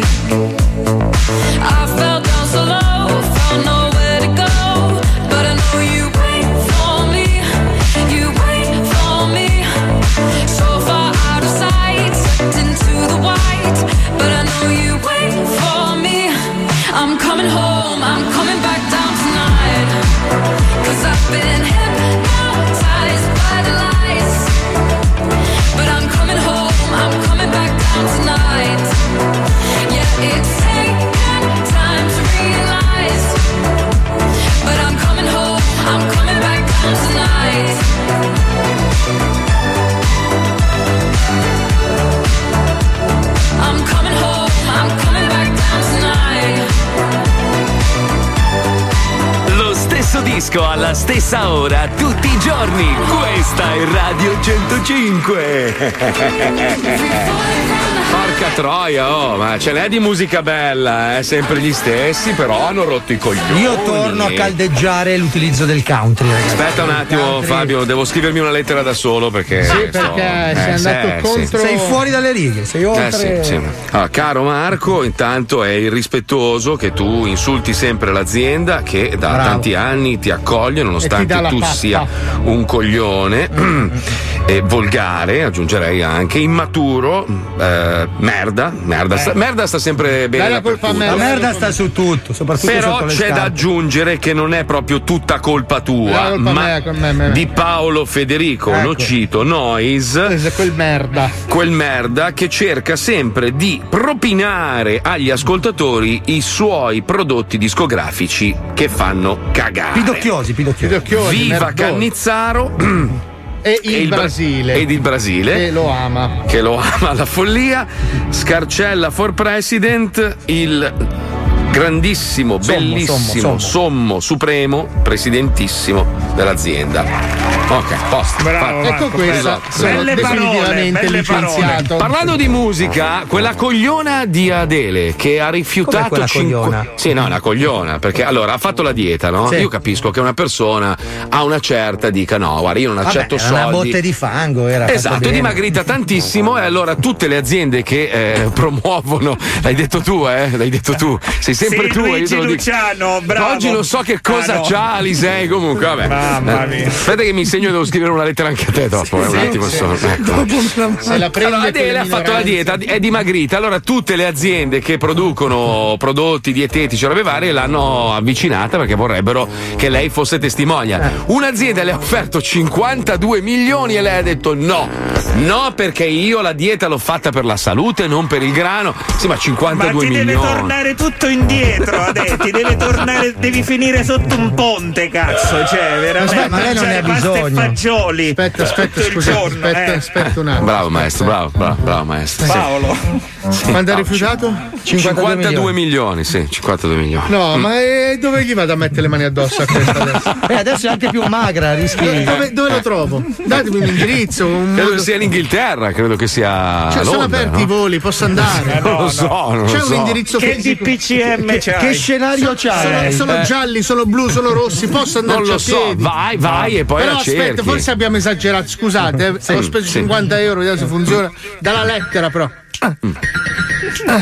I fell down so low, found nowhere to go, but I know you wait for me, you wait for me. So far out of sight, sucked into the white, but I know you wait for me. I'm coming home, I'm coming back down tonight, 'cause I've been hypnotized by the lights. But I'm coming home, I'm coming back down tonight. Yeah, it's taken time to realize, but I'm coming home, I'm coming back down tonight. I'm coming home, I'm coming back down tonight. Lo stesso disco alla stessa ora, tutti i giorni. Questa è Radio centocinque. Porca troia, oh, ma ce n'è di musica bella, eh? Sempre gli stessi, però hanno rotto i coglioni. Io torno a caldeggiare l'utilizzo del country, ragazzi. Aspetta un attimo, Country. Fabio, devo scrivermi una lettera da solo perché. Sì, sto- perché sei andato sì, contro- sì. Sei fuori dalle righe, sei Eh, oltre. sì, sì. Allora, caro Marco, intanto è irrispettoso che tu insulti sempre l'azienda che da Bravo. tanti anni ti accoglie E nonostante ti dà la tu pappa. sia un coglione e volgare, aggiungerei anche immaturo, eh, merda, merda, sta, merda sta sempre bene. Dai la colpa a dappertutto. La merda sta su tutto, soprattutto Però sotto le c'è da scarpe. aggiungere che non è proprio tutta colpa tua, La colpa ma mea, con me, me, me. di Paolo Federico, Ecco. lo cito, Noise, quel merda. quel merda che cerca sempre di propinare agli ascoltatori i suoi prodotti discografici che fanno cagare. Pidocchiosi, pidocchiosi. Pidocchiosi, Viva merdosi. Cannizzaro E il, e il Bra- Brasile. ed il Brasile. Che lo ama. Che lo ama alla follia. Scarcella for President, il grandissimo, Sommo, bellissimo, sommo, sommo, supremo, presidentissimo dell'azienda. Ok, posto. Bravo, fatto. ecco questa, sono definitivamente licenziato. Parlando di musica, quella cogliona di Adele che ha rifiutato quella cinque... cogliona? Sì, no, una cogliona, perché allora ha fatto la dieta, no? Sì. Io capisco che una persona a una certa dica no, guarda, io non accetto Vabbè, soldi. una botte di fango era. Esatto, fatta è bene. dimagrita tantissimo e allora tutte le aziende che eh, promuovono, l'hai detto tu, eh? L'hai detto tu, sei sempre Sì, tu. Luigi io te lo dico. Luciano, bravo. Oggi non so che cosa Ah, no. c'ha Alisei, comunque, vabbè. Mamma mia. Aspetta che mi segno, devo scrivere una lettera anche a te dopo, eh, un attimo sì, solo. sì. Ecco. Se la prendi Allora, con Adele le ha fatto la minoranze. dieta, è dimagrita. Allora, tutte le aziende che producono prodotti dietetici o robe varie l'hanno avvicinata perché vorrebbero che lei fosse testimonia. Un'azienda le ha offerto cinquantadue milioni e lei ha detto no, no, perché io la dieta l'ho fatta per la salute, non per il grano. Sì, ma cinquantadue Ma ti milioni. deve tornare tutto indietro adesso, ti deve tornare, devi finire sotto un ponte, cazzo, cioè veramente. Aspetta, ma lei non ne ha pasta e bisogno. fagioli. Aspetta, aspetta, tutto il scusa, giorno, aspetta, eh. aspetta un attimo. Bravo maestro, bravo, bravo, bravo maestro. Paolo. Quando ha rifiutato? cinquantadue milioni, sì, cinquantadue milioni. No, ma eh, dove gli vado a mettere le mani addosso a questa adesso? Eh, adesso è anche più magra, rischi. Dove, dove lo trovo? Datemi un indirizzo. Un Credo modo- che sia in Inghilterra, credo che sia. Cioè, a sono Londra, aperti no? i voli, posso andare? Non lo so, non C'è lo un so. indirizzo Che fisico. di P C M Che, c'hai? che scenario c'hai? Sono, sono Eh. gialli, sono blu, sono rossi, posso andarci Non lo a so, piedi? vai, vai e poi Però la aspetta, cerchi. forse abbiamo esagerato, scusate, eh, Sì, ho speso sì. cinquanta euro, vediamo se funziona. Dalla lettera però. Ah. Ah.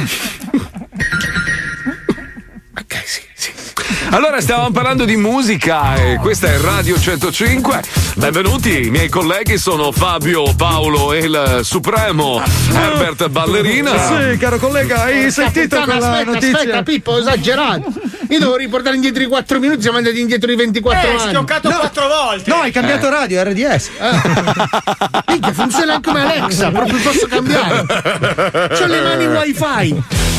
Ok, sì, sì. Allora, stavamo parlando di musica e questa è Radio centocinque. Benvenuti, i miei colleghi sono Fabio, Paolo e il supremo Herbert Ballerina. Sì, caro collega, hai sentito Puttana, quella aspetta, notizia? aspetta, Pippo, ho esagerato. Io devo riportare indietro i quattro minuti, siamo andati indietro i ventiquattro Eh, anni. schioccato No. quattro volte. No, hai cambiato radio, R D S. Minchia, funziona anche come Alexa, proprio posso cambiare. C'ho le mani wifi.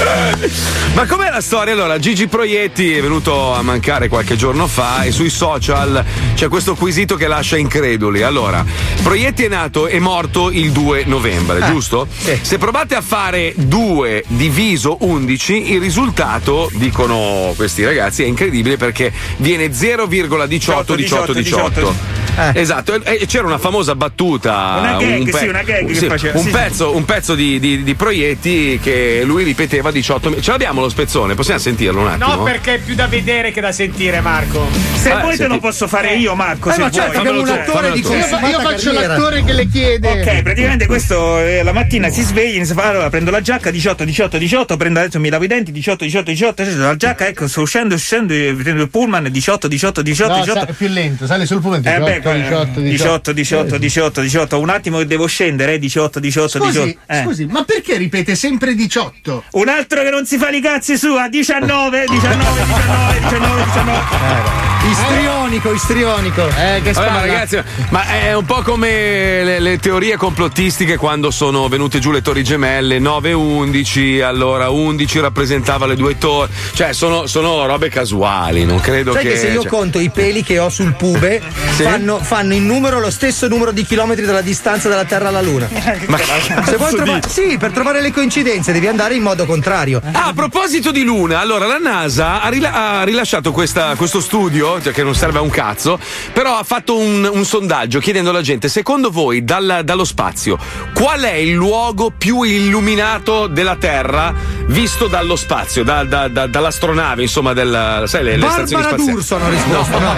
Ma com'è la storia? Allora, Gigi Proietti è venuto a mancare qualche giorno fa e sui social c'è questo quesito che lascia increduli. Allora, Proietti è nato e morto il due novembre, Eh, giusto? sì. Se provate a fare due diviso undici, il risultato, dicono questi ragazzi, è incredibile perché viene zero virgola diciotto diciotto diciotto. Eh. Esatto, e e c'era una famosa battuta, Una gag, un, sì, una gag che sì, faceva, un sì, pezzo, un pezzo di, di, di Proietti che lui ripeteva diciotto. Ce l'abbiamo lo spezzone, possiamo sentirlo un attimo? No, perché è più da vedere che da sentire, Marco. Se Vabbè, vuoi te senti- lo posso fare io, Marco, Eh, se ma vuoi. certo, abbiamo un Fammelo tu, attore di fammelo tu. Io, consumata io faccio carriera. l'attore che le chiede. Ok, praticamente questo eh, la mattina si sveglia, inizia a fare, allora prendo la giacca diciotto diciotto diciotto, prendo adesso mi lavo i denti diciotto diciotto diciotto, la giacca, ecco, sto uscendo, scendo, eh, prendo il pullman diciotto diciotto diciotto No, diciotto. sa- è più lento, sale sul punto. Eh beh, diciotto, diciotto, diciotto diciotto diciotto diciotto, un attimo che devo scendere, eh, diciotto diciotto Scusi, diciotto. Eh. scusi, ma perché ripete sempre diciotto? Un altro che non si fa i cazzi su a diciannove diciannove diciannove diciannove diciannove. Istrionico, istrionico. Eh, che Vabbè, spalla. ma ragazzi, ma è un po' come le, le teorie complottistiche quando sono venute giù le torri gemelle, nove undici, allora undici rappresentava le due torri, cioè sono, sono robe casuali, non credo Sai che... che se io cioè- conto i peli che ho sul pube, Sì? fanno, fanno in numero lo stesso numero di chilometri dalla distanza dalla Terra alla Luna. Ma che Se cazzo vuoi trova- dici? sì, per trovare le coincidenze devi andare in modo contrario. Ah, a proposito di Luna, allora la NASA ha, rila- ha rilasciato questa- questo studio, cioè che non serve a un cazzo, però ha fatto un, un sondaggio chiedendo alla gente, secondo voi dal- dallo spazio, qual è il luogo più illuminato della Terra visto dallo spazio, da- da- da- dall'astronave, insomma, del, sai, le, le stazioni Barbara spaziali? D'Urso hanno risposto. No.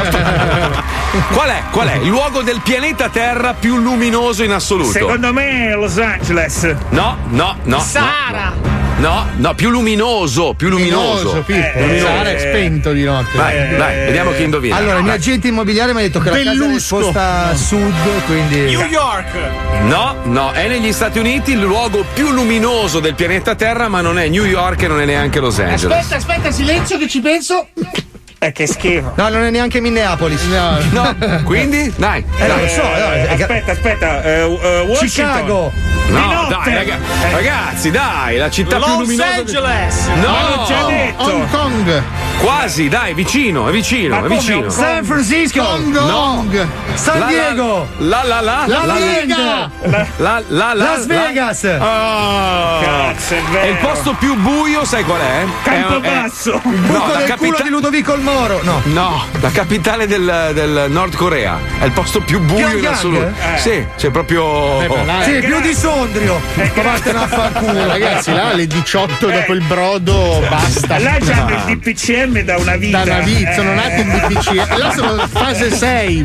Qual è? Qual è il luogo del pianeta Terra più luminoso in assoluto? Secondo me è Los Angeles. No, no, no. Sahara. No, no, no, più luminoso, più luminoso. Pippo. Eh, Il eh, Sahara è eh, spento di notte. Vai, vai, vediamo chi indovina. Allora, il mio Vai. agente immobiliare mi ha detto che la casa è Bellusco. esposta a sud, quindi. New York. No, no, è negli Stati Uniti il luogo più luminoso del pianeta Terra, ma non è New York e non è neanche Los Angeles. Aspetta, aspetta, silenzio che ci penso. Eh, che schifo. No, non è neanche Minneapolis. No, no. Quindi? Dai. Eh, dai. non lo so. Eh, No, aspetta, aspetta. eh, eh, Washington. Chicago. No, dai, raga- ragazzi, dai, la città più Los luminosa. Angeles. No, Ma l'ho già detto. Hong Kong. Quasi, dai, vicino, è vicino, Ma è come vicino. Hong San Francisco. Hong No. Kong. San La- Diego. La la la La la Lega. la la la Las Vegas. Oh. Cazzo, è vero. E il posto più buio, sai qual è? Campobasso. È- è- Buco no, la del capita- culo di Ludovico il Moro. No. No, la capitale del, del Nord Corea. È il posto più buio in Pyongyang? assoluto. Eh. Sì, c'è proprio. Eh, ma là- Sì, è più gra- di Sondrio. Ma vattene a fanculo. Ragazzi, là alle diciotto dopo il brodo basta. Là c'hanno il D P C M da una vita. Da una vita, Eh. sono nati in D P C. Là sono fase sei.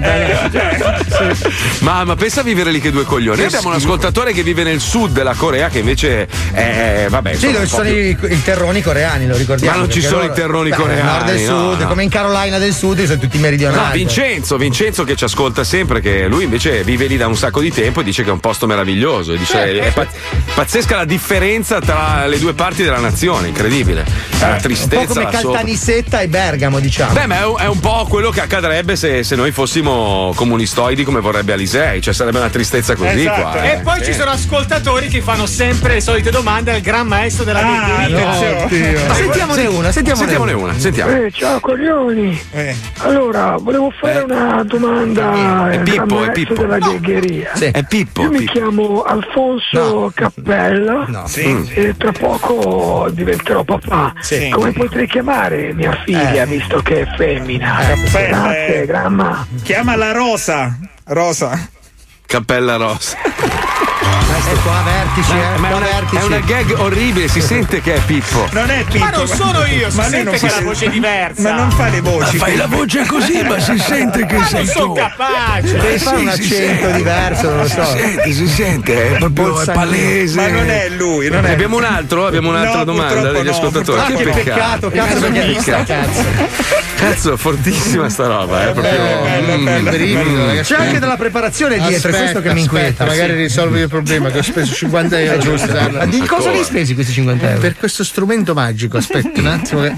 Ma, ma pensa a vivere lì che due coglioni. Noi abbiamo un ascoltatore che vive nel sud della Corea che invece è. Vabbè, Sì, insomma, dove un ci po' sono più- i, i terroni coreani, lo ricordiamo. Ma non ci perché sono loro- i terroni Beh, coreani, Nord e no, sud, no. come in Carolina del Sud, sono tutti meridionali. No, Vincenzo, Vincenzo che ci ascolta sempre, che lui invece vive lì da un sacco di tempo e dice che è un posto meraviglioso. E dice è pa- pazzesca la differenza tra le due parti della nazione, incredibile. È una Un po' tristezza come là sopra. Caltanissetta e Bergamo, diciamo. Beh, ma è un, è un po' quello che accadrebbe se, se noi fossimo comunistoidi come vorrebbe Alisei, cioè sarebbe una tristezza così Esatto. qua. E eh. poi ci sono ascoltatori che fanno sempre le solite domande al gran maestro della Ah, ghegheria. Ma sentiamone una, sentiamone, Sentiamone una, sentiamo. Eh, ciao coglioni. Allora, volevo fare una domanda È al Pippo, gran è maestro Pippo. della ghegheria. Sì. È Pippo. Io mi Pippo. chiamo Alfonso Cappella Sì. e tra poco diventerò papà. Sì. Come potrei chiamare mia figlia, visto che è femmina? Cappella, Grazie, eh. gramma. Chiamala Rosa. Rosa. Cappella rossa. Maestro, qua a vertice, Ma, eh, ma è, qua a una, vertice. è una gag orribile, si sente che è Pippo. Non è Pippo. Ma non sono io, si ma sente non che fa la le- voce è diversa. Ma non fa le voci. Fai la voce così, ma si sente che Ma sei non sono tu. capace. Devi fare un Sì, si accento sente. diverso, non lo so. Si sente, si sente, è proprio è Bolzanino. palese. Ma non è lui, non è. Abbiamo un altro? Abbiamo un'altra No, domanda purtroppo degli no, ascoltatori. Ah, che peccato, cazzo, che vista, cazzo. Cazzo, fortissima sta roba, eh, proprio. bello, Mm. bello. Brivido, ragazzi. C'è anche della preparazione dietro, Aspetta, è questo che mi inquieta. aspetta, magari risolvi il problema che ho speso cinquanta euro. giusto? Ma di cosa li hai spesi questi cinquanta euro? Per questo strumento magico, aspetta un attimo. Che...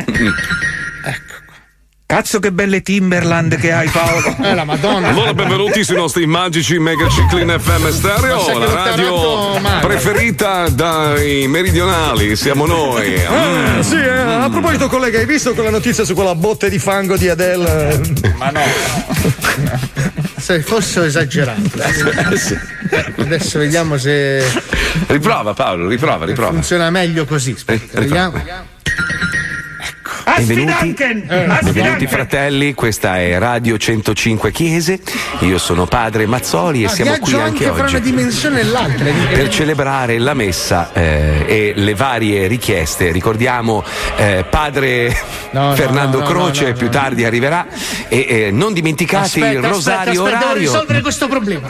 Cazzo che belle Timberland che hai, Paolo. Eh, la Madonna. Allora, benvenuti sui nostri magici Mega Ciclin F M Ma Stereo, sai che la l'ho radio tarato male. preferita dai meridionali, siamo noi. Mm. Eh, sì, eh, a proposito, collega, hai visto quella notizia su quella botte di fango di Adele? Ma no. Se forse ho esagerato. Eh, adesso vediamo se Riprova Paolo, riprova, riprova. funziona meglio così. Aspetta, Riprova. vediamo. Benvenuti, Asfidanken! benvenuti Asfidanken! fratelli, questa è Radio centocinque Chiese, io sono padre Mazzoli e Ah, siamo qui viaggio anche anche fra una oggi dimensione e l'altra. per celebrare la messa eh, e le varie richieste. Ricordiamo eh, padre No, no, Fernando no, no, Croce, no, no, più no. tardi arriverà e eh, non dimenticate Aspetta, il rosario aspetta, aspetta, devo orario. risolvere questo problema.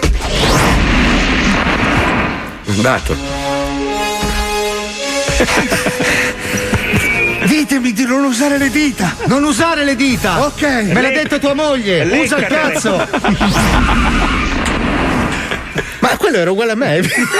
Dato. Ditemi di non usare le dita. Non usare le dita! Ok. Me l'ha detto tua moglie! Usa il Leccatele. cazzo! Ma quello era uguale a me.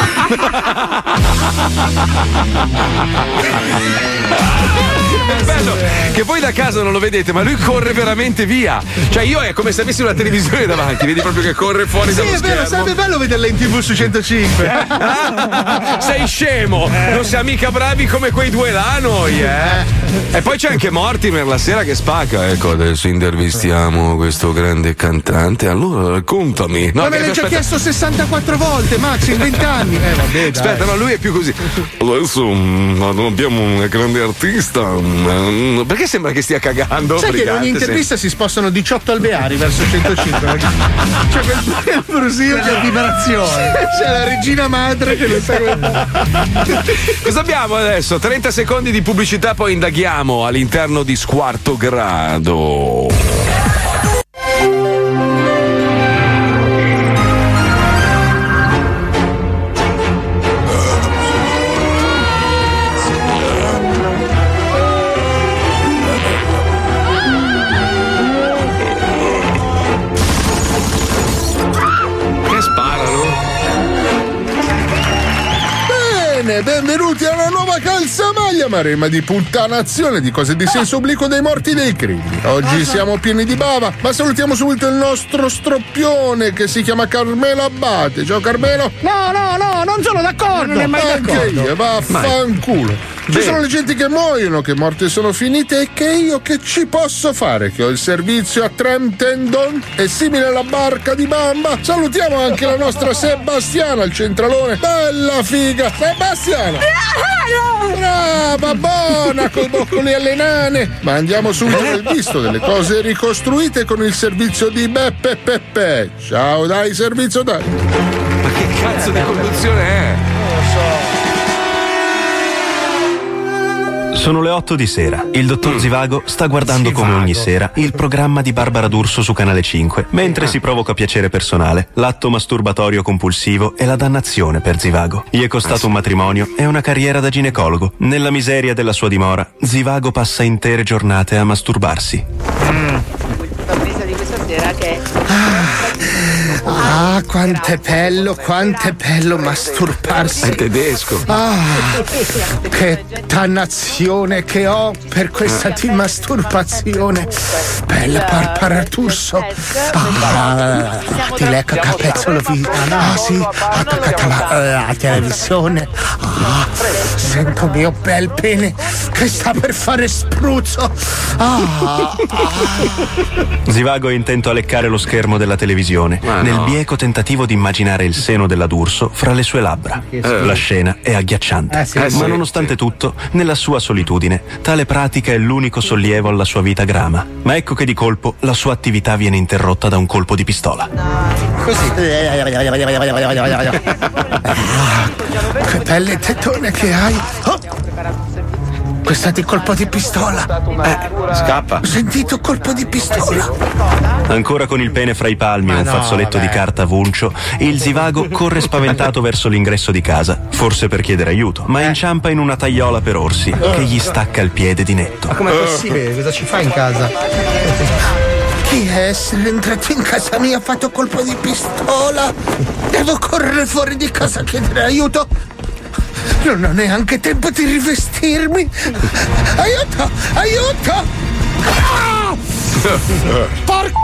È bello che voi da casa non lo vedete, ma lui corre veramente via. Cioè, io è come se avessi una televisione davanti, vedi proprio che corre fuori Sì, dallo è vero, schermo. sarebbe bello vederla in tv su centocinque. Sei scemo, non siamo mica bravi come quei due là noi, eh. E poi c'è anche Mortimer la sera che spacca. Ecco, adesso intervistiamo questo grande cantante. Allora raccontami. No, Ma me che- l'hai già aspetta. chiesto sessantaquattro volte, Max, in vent'anni. Eh, vabbè, dai. Aspetta, no, lui è più così. Adesso mm, abbiamo una grande artista. mm, Perché sembra che stia cagando? Sai che in ogni Brigante, intervista si spostano diciotto alveari verso centocinque. C'è quel, quel brusio di vibrazione. C'è la regina madre che non sa come fare. Cosa abbiamo adesso? trenta secondi di pubblicità, poi indaghiamo all'interno di Squarto Grado. Che sparano? Bene, benvenuti a una nuova calzamaglia via maremma di puttanazione, di cose di senso obliquo dei morti dei crimini. Oggi siamo pieni di bava, ma salutiamo subito il nostro stroppione che si chiama Carmelo Abbate. Ciao Carmelo. No, no, no, non sono d'accordo. Non è mai Anche d'accordo. io, vaffanculo. Ci Beh. sono le genti che muoiono, che morte sono finite, e che io che ci posso fare? Che ho il servizio a Tram Tendon? È simile alla barca di Bamba. Salutiamo anche la nostra Sebastiana, il centralone. Bella figa, Sebastiana! Brava, buona, coi boccoli alle nane. Ma andiamo subito nel visto delle cose ricostruite con il servizio di Beppe Peppe. Ciao, dai, servizio, dai. Ma che cazzo di conduzione è? Sono le otto di sera. Il dottor Zivago sta guardando come ogni sera il programma di Barbara D'Urso su Canale cinque, mentre si provoca piacere personale, l'atto masturbatorio compulsivo e la dannazione per Zivago. Gli è costato un matrimonio e una carriera da ginecologo. Nella miseria della sua dimora, Zivago passa intere giornate a masturbarsi. La presa di questa sera che Ah, quanto è bello, quanto è bello masturbarsi. È tedesco. Ah, che dannazione che ho per questa di masturbazione. Bella Barbara D'Urso. Ah, ti lecca capezzolo vi. Ah, sì, attaccata alla, alla televisione. Ah, sento mio bel pene che sta per fare spruzzo. Ah, Zivago è intento a leccare lo schermo della televisione, Ma nel no. bieco tentativo di immaginare il seno della D'Urso fra le sue labbra. Eh. La scena è agghiacciante, Eh sì, ma eh sì, nonostante tutto, nella sua solitudine, tale pratica è l'unico sollievo alla sua vita grama. Ma ecco che di colpo la sua attività viene interrotta da un colpo di pistola. così. Ah, che belle tettone che hai. Oh, questa di colpo di pistola. Eh, scappa. Ho sentito colpo di pistola. Ancora con il pene fra i palmi e un no, fazzoletto vabbè. di carta vuncio, il Zivago corre spaventato verso l'ingresso di casa, forse per chiedere aiuto, ma inciampa in una tagliola per orsi che gli stacca il piede di netto. Ma com'è possibile? Cosa ci fa in casa? Chi è essere entrato in casa mia ha fatto colpo di pistola? Devo correre fuori di casa a chiedere aiuto. Non ho neanche tempo di rivestirmi. Aiuto! Aiuto! Ah! Porca!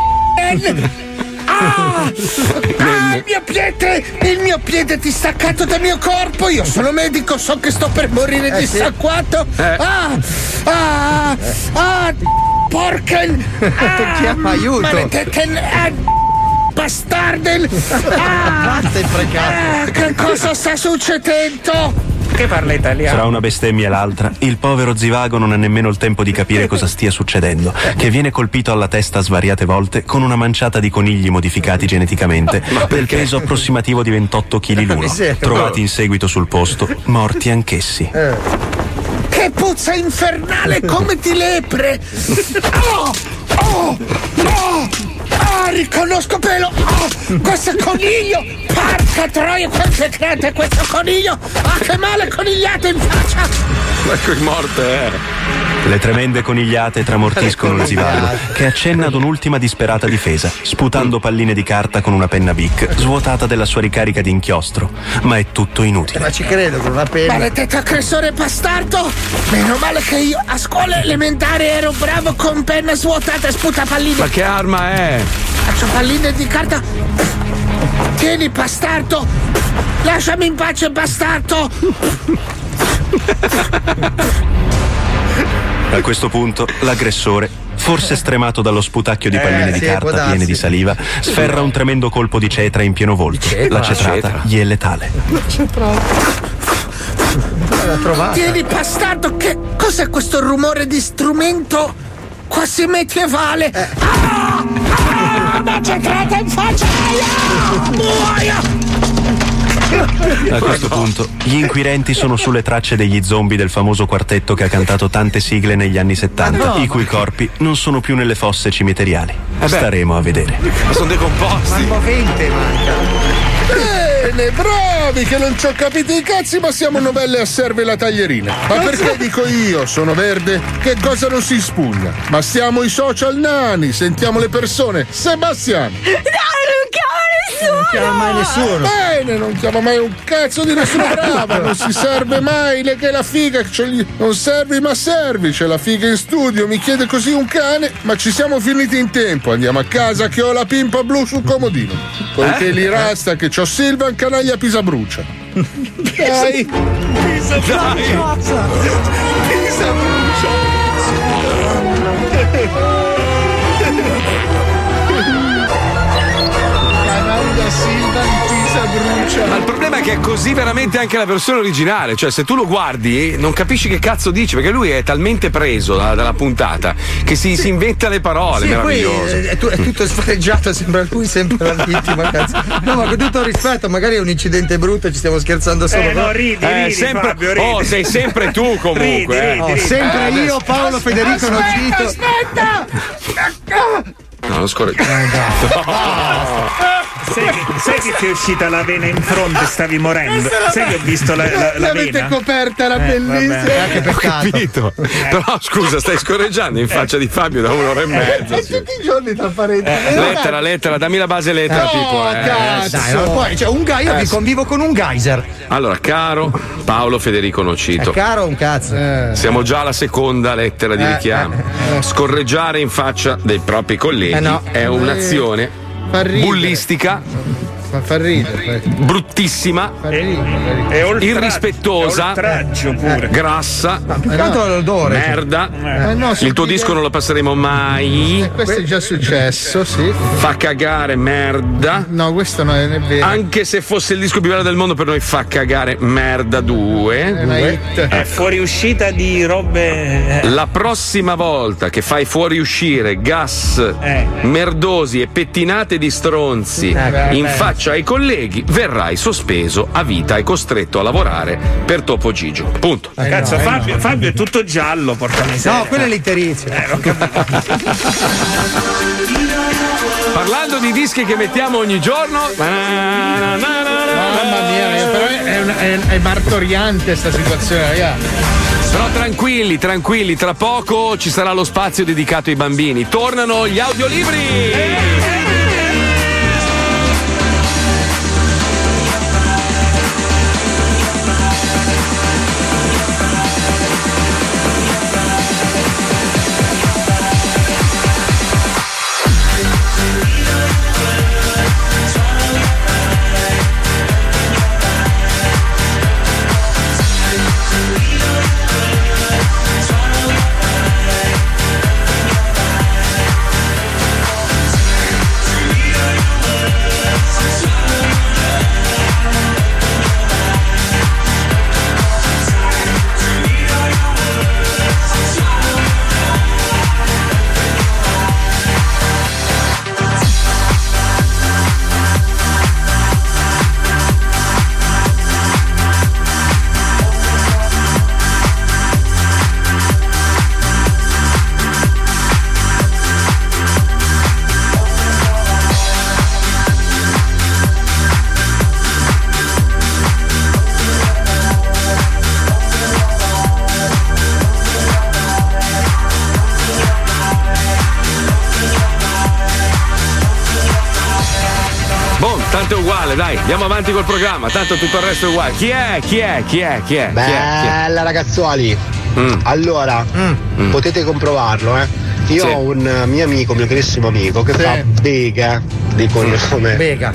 Ah! Ah, il mio piede! Il mio piede è distaccato dal mio corpo! Io sono medico, so che sto per morire Eh, dissacquato! sì. Eh. Ah! Ah! Ah! Porca! Ah! Chiama aiuto! Maledette! Ah! Bastarden! Ah! Basta imprecato! Ah, che cosa sta succedendo? Che parla italiano? Fra una bestemmia e l'altra, il povero Zivago non ha nemmeno il tempo di capire cosa stia succedendo, che viene colpito alla testa svariate volte con una manciata di conigli modificati geneticamente del peso approssimativo di ventotto chili l'uno, Miseria. trovati in seguito sul posto, morti anch'essi. Che puzza infernale come di lepre! Oh! Oh! Oh! Ah, riconosco pelo! Oh, questo è coniglio! Porca troia, quanto è grande questo coniglio! Ah, che male conigliato in faccia! Ma che morte è? Le tremende conigliate tramortiscono il Zivago, che accenna ad un'ultima disperata difesa, sputando palline di carta con una penna Bic, svuotata della sua ricarica di inchiostro. Ma è tutto inutile. Ma ci credo, con una penna. Maledetto aggressore bastardo! Meno male che io a scuola elementare ero bravo con penna svuotata e sputapalline. Ma che arma è? Faccio palline di carta. Tieni, bastardo! Lasciami in pace, bastardo! A questo punto, l'aggressore, forse stremato dallo sputacchio di palline Eh, di sì, può carta darsi. piene di saliva, sferra un tremendo colpo di cetra in pieno volto. cetra? La cetrata Cetra. gli è letale. L'ha trovata. Tieni, bastardo, che cos'è questo rumore di strumento quasi medievale? Ah! Ah! Una cetrata in faccia! Ah! Muoio! A questo punto, gli inquirenti sono sulle tracce degli zombie del famoso quartetto che ha cantato tante sigle negli anni settanta, i cui corpi non sono più nelle fosse cimiteriali. Staremo a vedere. Ma sono decomposti. Movente manca. Bene, bravi, che non ci ho capito i cazzi, ma siamo novelle a serve la taglierina. Ma perché dico io, sono verde? Che cosa non si spugna? Ma siamo i social nani, sentiamo le persone. Sebastiano! No, Luca, ma Non chiama mai nessuno. Bene, non chiama mai un cazzo di nessuno, brava, non si serve mai, le che la figa, c'è gli- non servi ma servi, c'è la figa in studio, mi chiede così un cane, ma ci siamo finiti in tempo, andiamo a casa che ho la pimpa blu sul comodino, poiché Eh? lì rasta che c'ho Silvan, canaglia Pisa brucia. Dai. Pisa brucia. Pisa brucia. Canaglia Silvan, Pisa brucia. Ma il problema è che è così veramente anche la versione originale, cioè se tu lo guardi non capisci che cazzo dice, perché lui è talmente preso dalla, dalla puntata che si, si inventa le parole, Sì, poi meraviglioso. è, è tu- è tutto sfreggiato, sembra lui sempre la vittima, cazzo. No, ma con tutto il rispetto, magari è un incidente brutto e ci stiamo scherzando solo. Eh, no, ridi, Eh, ridi, sempre- Fabio, ridi. oh, sei sempre tu comunque. Ridi, eh. ridi, Oh, ridi. sempre Eh, io, Paolo Federico Nocito. Aspetta! No, non scorreggiare. Sai che, sai che ti è uscita la vena in fronte e stavi morendo? Sai che ho visto la, la, la L'avete vena? coperta, era Eh, bellissima. vabbè. Che peccato. Capito? Però scusa, stai scorreggiando in faccia di Fabio da un'ora e mezza. E tutti i giorni tra parentesi. Lettera, lettera, dammi la base lettera, No, Pippo. eh. cazzo. Dai, no, poi cioè, un gai, io Eh, vi sì. convivo con un geyser. Allora, caro Paolo Federico Nocito. È caro un cazzo. Siamo già alla seconda lettera di Eh, richiamo. eh, eh. Scorreggiare in faccia dei propri colleghi Eh, no. è un'azione Fa ridere. bullistica, Ma fa ridere. bruttissima, Fa ridere. È oltraggio, irrispettosa, è oltraggio pure. grassa, Più che altro l'odore. merda. Eh, no, Il tuo subito- disco non lo passeremo mai. Eh, questo è già successo, sì. Fa cagare merda. No, questo non è, non è vero. Anche se fosse il disco più bello del mondo, per noi fa cagare merda due. È una hit. È fuoriuscita di robe. La prossima volta che fai fuoriuscire gas Eh. merdosi e pettinate di stronzi Eh, in beh. faccia ai colleghi, verrai sospeso a vita e costretto a lavorare per Topo Gigio. Punto. Cazzo, Fabio, Fabio è tutto giallo, porca miseria. No, quello è l'itterizio. Eh, non capisco. Parlando di dischi che mettiamo ogni giorno. Mamma mia, però è, una- è, è martoriante sta situazione, ragazzi. Però tranquilli, tranquilli, tra poco ci sarà lo spazio dedicato ai bambini. Tornano gli audiolibri! Tanto è uguale, dai, andiamo avanti col programma, tanto tutto il resto è uguale. Chi è? Chi è? Chi è? Chi è? Chi è? Chi è? Bella ragazzuoli. Mm. Allora, potete comprovarlo, eh. Io Sì. ho un mio amico, mio carissimo amico, che fa Bega di cognome. Bega.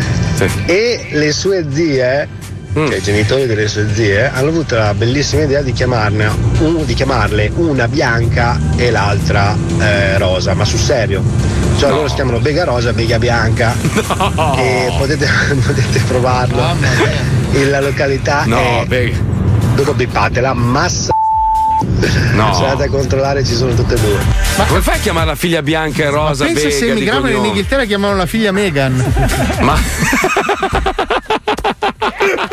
E le sue zie, cioè i genitori delle sue zie, hanno avuto la bellissima idea di chiamarne un- di chiamarle una bianca e l'altra eh, rosa, ma sul serio. Cioè loro si chiamano Bega Rosa e Bega Bianca. E potete, potete provarlo. E la località No, è. Bega. Dopo bippatela, Massa. No. Se andate a controllare ci sono tutte e due. Ma come fai a chiamare la figlia bianca e rosa? Pensa Bega, se di emigravano in cognome? Inghilterra chiamavano la figlia Meghan. Ma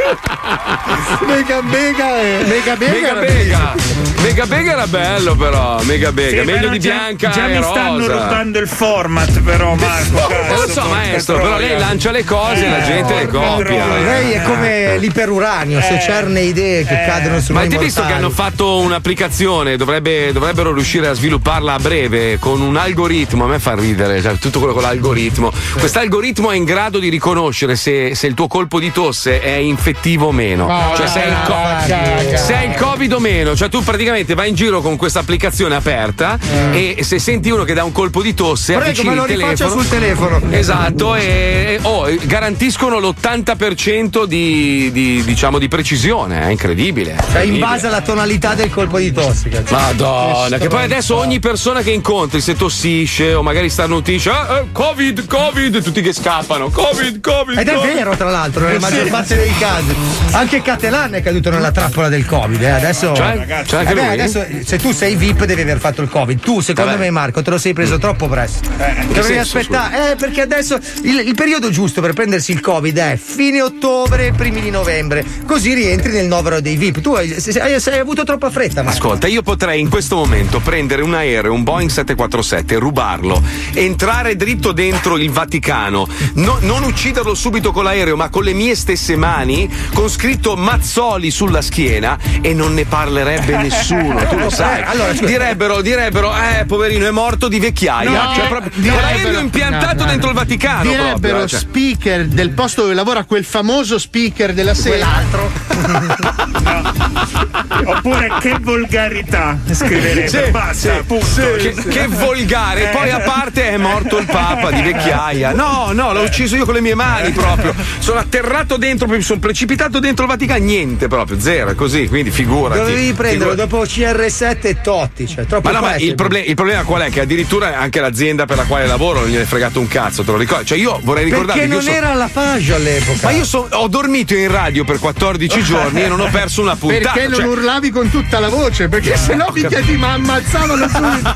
Mega Bega e Mega Bega Mega Bega Mega Bega era bello però Mega Bega sì, meglio di già, Bianca già e mi rosa. stanno rubando il format però Marco non lo so maestro però lei lancia le cose e la gente le copia lei è come l'iperuranio se cerne idee che Eh. cadono su Ma noi avete visto che hanno fatto un'applicazione? Dovrebbe, dovrebbero riuscire a svilupparla a breve con un algoritmo. A me fa ridere, cioè, tutto quello con l'algoritmo. Quest'algoritmo è in grado di riconoscere se, se il tuo colpo di tosse è infettivo o meno. No, cioè, se è, il co- se è il Covid o meno. Cioè, tu praticamente vai in giro con questa applicazione aperta e se senti uno che dà un colpo di tosse, Prego, avvicini me lo il telefono. rifaccia sul telefono. Esatto, e, e oh, garantiscono l'ottanta per cento di, di diciamo di precisione. È incredibile. Cioè, in base alla tonalità del colpo di tosse. cazzo. Madonna, che poi adesso ogni persona che incontri, se tossisce o magari starnutisce, ah, eh, Covid, Covid, tutti che scappano, Covid, Covid. Ed è Covid. vero, tra l'altro, nella Sì. maggior parte dei casi. Anche Catelan è caduto nella trappola del Covid. Eh. Adesso, Cioè? C'è anche Eh beh, lui? adesso, se tu sei V I P, devi aver fatto il Covid. Tu, secondo Vabbè. me, Marco, te lo sei preso troppo presto. che Dovevi senso, aspettare. Eh, perché adesso il, il periodo giusto per prendersi il Covid è fine ottobre, primi di novembre. Così rientri nel novero dei V I P. Tu hai, se- hai, hai avuto troppa fretta, Marco. Ascolta, io potrei in questo momento prendere un aereo, un Boeing sette quattro sette, rubarlo, entrare dritto dentro il Vaticano, no- non ucciderlo subito con l'aereo, ma con le mie stesse mani, con scritto Mazzoli sulla schiena e non ne parlerebbe nessuno, tu lo sai. Allora, scusa. direbbero, direbbero, eh, poverino, è morto di vecchiaia. No, cioè, proprio, con direbbero- l'aereo impiantato no, no, dentro no. il Vaticano. Direbbero proprio, eh, cioè. speaker del posto dove lavora quel famoso speaker della sera. oppure che volgarità scriverebbe Sì, basta sì, punto sì, che, che volgare. E poi a parte è morto il Papa di vecchiaia. No, no, l'ho ucciso io con le mie mani proprio. Sono atterrato dentro, mi sono precipitato dentro il Vaticano. Niente proprio, zero, è così. Quindi figurati. Dovevi prenderlo Figurati. dopo C R sette e Totti. Cioè, troppo Ma no, ma presto. il, proble- il problema qual è? Che addirittura anche l'azienda per la quale lavoro non gliene è fregato un cazzo, te lo ricordi? Cioè, io vorrei ricordarvi Perché che non io so- era alla Page all'epoca. Ma io so- ho dormito in radio per quattordici giorni e non ho perso una puntata. Perché non cioè- urlavi con tutta la voce? Perché sennò mica ti ma- ammazzavano subito.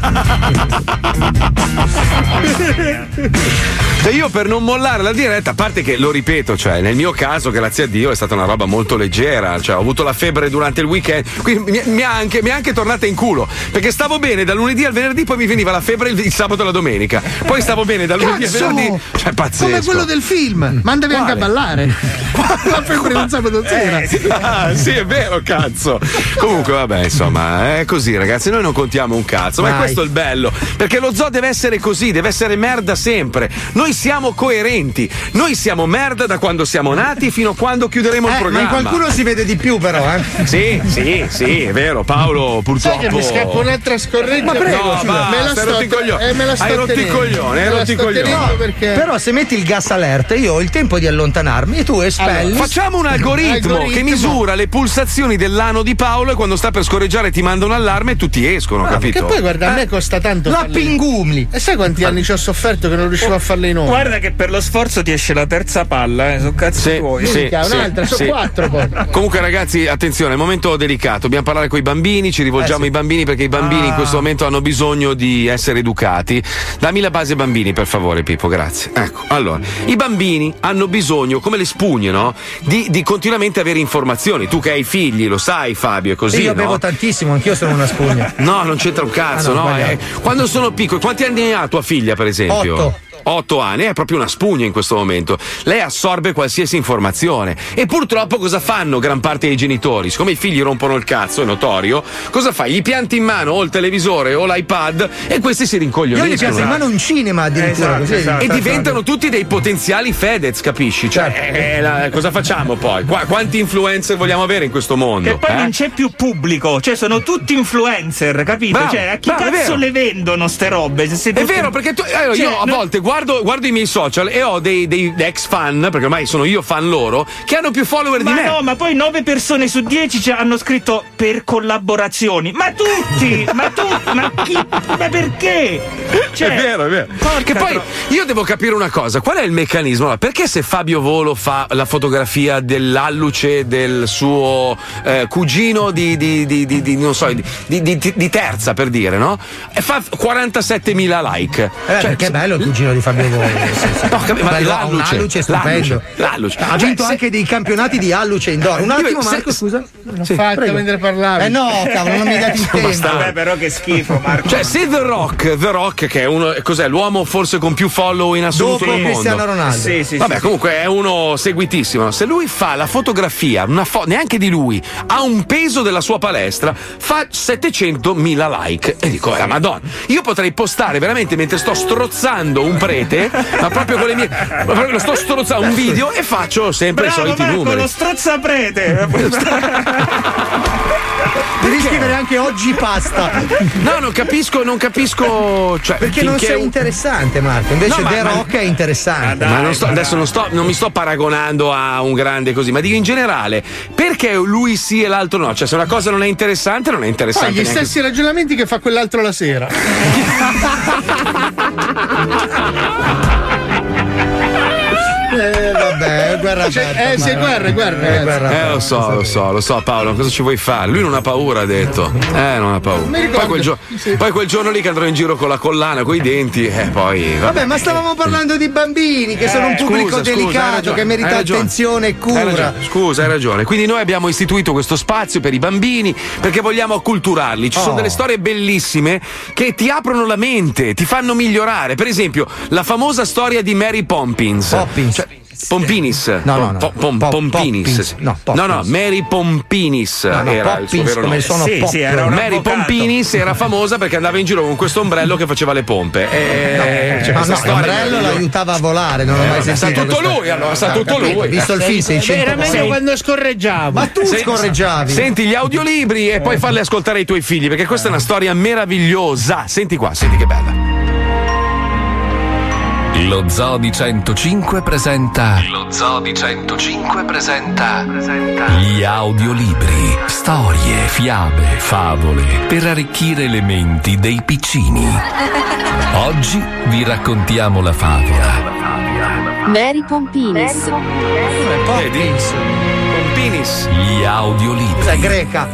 Cioè io per non mollare la diretta, a parte che lo ripeto, cioè nel mio caso, grazie a Dio, è stata una roba molto leggera, cioè ho avuto la febbre durante il weekend, quindi mi, mi ha anche, mi è anche tornata in culo, perché stavo bene dal lunedì al venerdì, poi mi veniva la febbre il, il sabato e la domenica, poi stavo bene dal lunedì al Cazzo! venerdì, cioè pazzesco. Come quello del film, ma andavi anche a Quale? ballare. La febbre del sabato sera. Eh, ah, sì, è vero, cazzo. Comunque, vabbè, insomma, è così, ragazzi. Noi non contiamo un cazzo, ma Mai. questo è il bello. Perché lo zoo deve essere così, deve essere merda sempre. Noi siamo coerenti. Noi siamo merda da quando siamo nati fino a quando chiuderemo il Eh, ma programma. in qualcuno si vede di più, però, eh. Sì, sì, sì, è vero, Paolo, purtroppo. Sai che mi scappa un'altra scorreggia? Ma prego, No, scusa, basta, me la hai sto, rotto i coglioni. eh, me la sto Hai rotto i tenendo. coglioni, hai Me la rotto i sto coglioni. tenendo perché Però se metti il gas alert, io ho il tempo di allontanarmi e tu espelli. Allora, Facciamo un algoritmo, Algoritmo. che misura le pulsazioni dell'ano di Paolo e quando sta per scorreggiare ti manda un allarme e tutti escono, Ah, capito? Che poi guarda, a me costa tanto. La farle- pingumli. E sai quanti anni ci ho sofferto che non riuscivo a farle in onda? guarda che per lo sforzo ti esce la terza palla eh, sono cazzi Sì, tuoi sì, Minchia, sì, un'altra, sono sì. quattro poi. Comunque ragazzi, attenzione, è un momento delicato, dobbiamo parlare con i bambini, ci rivolgiamo Eh, sì. ai bambini perché i bambini in Ah. questo momento hanno bisogno di essere educati. Dammi la base bambini per favore Pippo, grazie. Ecco, allora, i bambini hanno bisogno, come le spugne, no? Di, di continuamente avere informazioni. Tu che hai figli, lo sai Fabio, è così, Io no? bevo tantissimo, anch'io sono una spugna. No, non c'entra un cazzo, Ah, no, no? sbagliato. eh. Quando sono piccoli, quanti anni ha tua figlia, per esempio? Otto. Otto anni, è proprio una spugna in questo momento. Lei assorbe qualsiasi informazione. E purtroppo cosa fanno gran parte dei genitori? Siccome i figli rompono il cazzo, è notorio, cosa fai? Gli pianti in mano o il televisore o l'iPad e questi si Io rincoglioniscono. gli piazzo in mano un cinema addirittura. Esatto, così. esatto. E diventano tutti dei potenziali Fedez, capisci? Cioè, eh, la- cosa facciamo poi? Qua- quanti influencer vogliamo avere in questo mondo? che poi eh? non c'è più pubblico, cioè sono tutti influencer, capito? Bravo, cioè a chi bravo, è cazzo vero. le vendono ste robe? Se sei È tutti- vero, perché tu, allora, Cioè, io a no- volte guardo, guardo i miei social e ho dei, dei ex fan, perché ormai sono io fan loro, che hanno più follower Ma di me. no, ma poi nove persone su dieci ci hanno scritto per collaborazioni. Ma tutti! ma tu, ma chi? Ma perché? Cioè, è vero, è vero. porca Che poi tro- io devo capire una cosa: qual è il meccanismo? Allora, perché se Fabio Volo fa la fotografia dell'alluce del suo eh, cugino di, di, di, di, di- non so, di, di, di- di terza, per dire, no? E fa quarantasettemila like. Eh, perché è bello il cugino di Fabio Fabio Volo. Sì, sì. No, cap- ma Bello, l'Alluce, un Alluce stupendo. l'Alluce, l'Alluce. Ha Cioè, vinto se- anche dei campionati di Alluce indoor. Un attimo, se- Marco, scusa. Non Sì, fatta prego. mentre parlavi. Eh no, cavolo, non mi hai dato il tempo. Vabbè, però che schifo, Marco. Cioè, se The Rock, The Rock, che è uno, cos'è, l'uomo forse con più follow in assoluto Dopo nel mondo. Cristiano Ronaldo. Sì, sì, Vabbè, sì. comunque è uno seguitissimo. Se lui fa la fotografia, una fo- neanche di lui, ha un peso della sua palestra, fa settecentomila like. E dico, eh, madonna, io potrei postare veramente mentre sto strozzando un prete, ma proprio con le mie. Ma proprio lo sto strozzando un video e faccio sempre Bravo, i soliti Marco, numeri. lo strozzaprete. Devi scrivere anche oggi pasta. No, non capisco, non capisco. Cioè, Perché non finché sei un- interessante, Marco. Invece No, ma- The ma- Rock è interessante. Ma non sto- adesso non, sto, non mi sto paragonando a un grande così, ma dico in generale, perché lui sì e l'altro no? Cioè, se una cosa non è interessante, non è Fai interessante. gli neanche- stessi ragionamenti che fa quell'altro la sera. Eh, vabbè, è guerra Cioè, aperta. eh, sì, ma- guerra, guerra, Eh, ragazzi. guerra Eh, aperta. lo so, lo so, lo so, Paolo, cosa ci vuoi fare? Lui non ha paura, ha detto. Eh, non ha paura. Mi ricordo, Poi quel, gio- sì. poi quel giorno lì che andrò in giro con la collana, coi denti, eh, poi. Vabbè, ma stavamo parlando di bambini che sono un pubblico Scusa, scusa, hai delicato ragione, che merita hai ragione. attenzione e Hai cura. ragione, scusa, hai ragione. Quindi noi abbiamo istituito questo spazio per i bambini perché vogliamo acculturarli. Ci Oh. sono delle storie bellissime che ti aprono la mente, ti fanno migliorare. Per esempio, la famosa storia di Mary Poppins. Poppins. Cioè, Pompinis. No, no, no. Po- pom- Pop- Pompinis. Poppins. No, no, no, Poppins. Mary Pompinis No, no, era il suo Poppins, vero come nome. sono Sì, pop. sì, era un Mary avvocato. Pompinis era famosa perché andava in giro con questo ombrello che faceva le pompe. E cioè, Ma questa no, storia l'ombrello mi- l'aiutava a volare, non l'ho mai Eh, sentito. sa tutto questa- lui, allora, sa Ah, tutto capito, lui. Visto il film, sei Era meglio cento quando scorreggiavo. Ma tu Senti- scorreggiavi. Senti gli audiolibri e poi farli ascoltare ai tuoi figli, perché questa è una storia meravigliosa. Senti qua, senti che bella. Lo Zoo di centocinque presenta. Lo Zoo di centocinque presenta. Gli audiolibri. Storie, fiabe, favole per arricchire le menti dei piccini. Oggi vi raccontiamo la favola. Mary Pompinis. Vedi? Pompinis. Gli audiolibri. Questa è greca.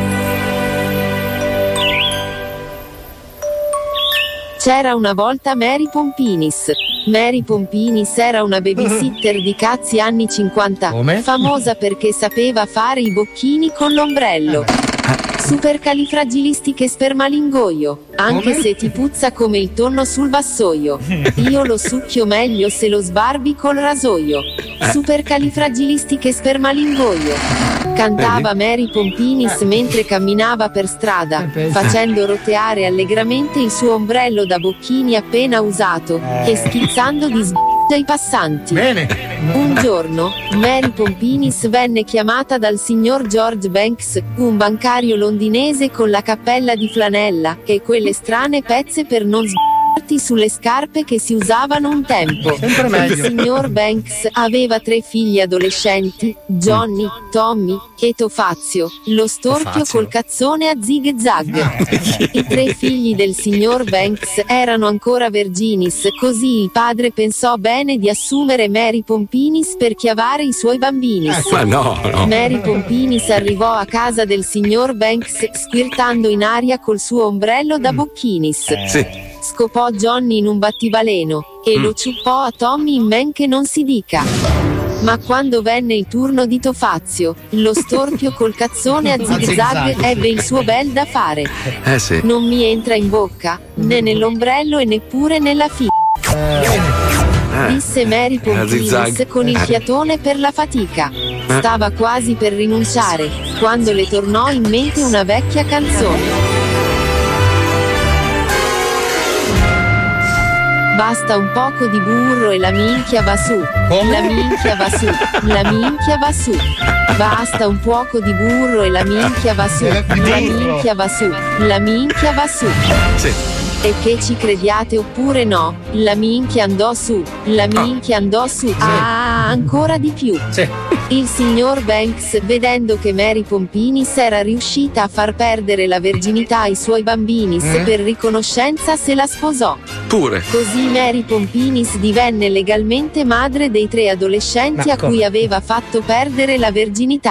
C'era una volta Mary Pompinis. Mary Pompinis era una babysitter di cazzi anni cinquanta, Come? famosa perché sapeva fare i bocchini con l'ombrello. Supercalifragilistiche spermalingoio, anche Come? se ti puzza come il tonno sul vassoio. Io lo succhio meglio se lo sbarbi col rasoio. Supercalifragilistiche spermalingoio. Cantava Mary Pompinis mentre camminava per strada, facendo roteare allegramente il suo ombrello da bocchini appena usato e schizzando di sb***o ai passanti. Bene. Un giorno, Mary Pompinis venne chiamata dal signor George Banks, un bancario londinese con la cappella di flanella e quelle strane pezze per non sb***arti sulle scarpe che si usavano un tempo. Sempre meglio. Il signor Banks aveva tre figli adolescenti, Johnny, Tommy e Tofazio, lo storpio Tofazio. col cazzone a zig e zag. I tre figli del signor Banks erano ancora verginis, così il padre pensò bene di assumere Mary Pompinis per chiavare i suoi bambini. Ma no, no. Mary Pompinis arrivò a casa del signor Banks squirtando in aria col suo ombrello da bocchinis. Sì. Scopò Johnny in un battibaleno e lo ciuppò a Tommy in men che non si dica. Ma quando venne il turno di Tofazio, lo storpio col cazzone a zig zag ebbe il suo bel da fare. Eh sì. Non mi entra in bocca, né nell'ombrello e neppure nella fi... Disse Mary Eh, zig-zag. Pompinis con il Eh. fiatone per la fatica. Stava quasi per rinunciare, quando le tornò in mente una vecchia canzone. Basta un poco di burro e la minchia va su. La minchia va su. La minchia va su. Basta un poco di burro e la minchia va su. La minchia va su. La minchia va su. Sì. E che ci crediate oppure no, la minchia andò su, la minchia andò su, ah, ancora di più. Il signor Banks, vedendo che Mary Pompinis era riuscita a far perdere la verginità ai suoi bambinis, Mm. per riconoscenza se la sposò. Pure. Così Mary Pompinis divenne legalmente madre dei tre adolescenti Ma a come? cui aveva fatto perdere la verginità.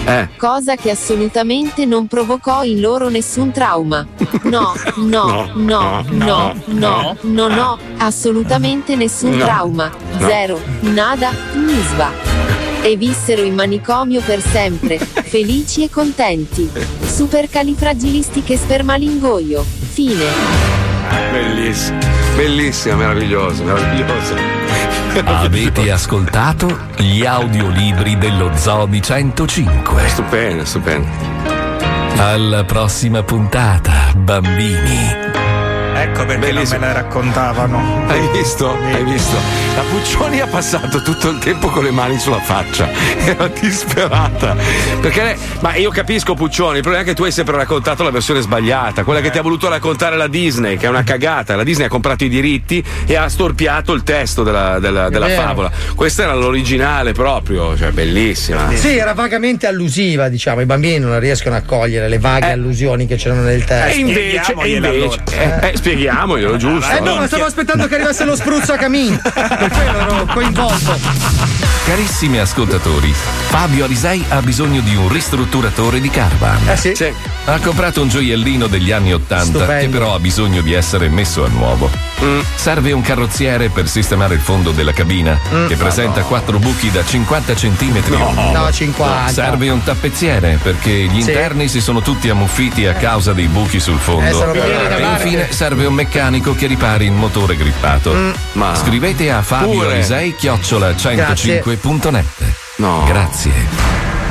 Eh. Cosa che assolutamente non provocò in loro nessun trauma. No, no, no, no, no, no, no, assolutamente nessun No. trauma. No. Zero, nada, nisva. E vissero in manicomio per sempre, felici e contenti. Supercalifragilistiche spermalingoio. Fine. Bellissimo, bellissima, meravigliosa, meravigliosa. Avete ascoltato gli audiolibri dello Zoo di centocinque. Stupendo, stupendo. Alla prossima puntata, bambini. Ecco perché Bellissimo. non me la raccontavano. Hai visto? Hai visto? La Puccioni ha passato tutto il tempo con le mani sulla faccia. Era disperata. Perché lei, ma io capisco Puccioni, il problema è che tu hai sempre raccontato la versione sbagliata, quella che ti ha voluto raccontare la Disney, che è una cagata. La Disney ha comprato i diritti e ha storpiato il testo della, della, della vero. favola. Questa era l'originale proprio, cioè bellissima. Sì, era vagamente allusiva, diciamo. I bambini non riescono a cogliere le vaghe allusioni che c'erano nel testo. E invece, e invece eh, eh, spieghiamoglielo, giusto? Eh no, ma stavo aspettando che arrivasse lo spruzzo a cammin. Per quello ero coinvolto. Carissimi ascoltatori, Fabio Alisei ha bisogno di un ristrutturatore di caravan. Eh sì. Sì. Ha comprato un gioiellino degli anni ottanta Stupendo. che però ha bisogno di essere messo a nuovo. Mm. Serve un carrozziere per sistemare il fondo della cabina, Mm. che presenta No. quattro buchi da cinquanta centimetri ognuno. No, cinquanta. Serve un tappezziere perché gli Sì. interni si sono tutti ammuffiti a causa dei buchi sul Eh, fondo. sono quelli da e Marche. infine serve un meccanico che ripari il motore grippato. Mm. Ma Scrivete a Fabio Pure. Alisei chiocciola centocinque punto net. No. Grazie.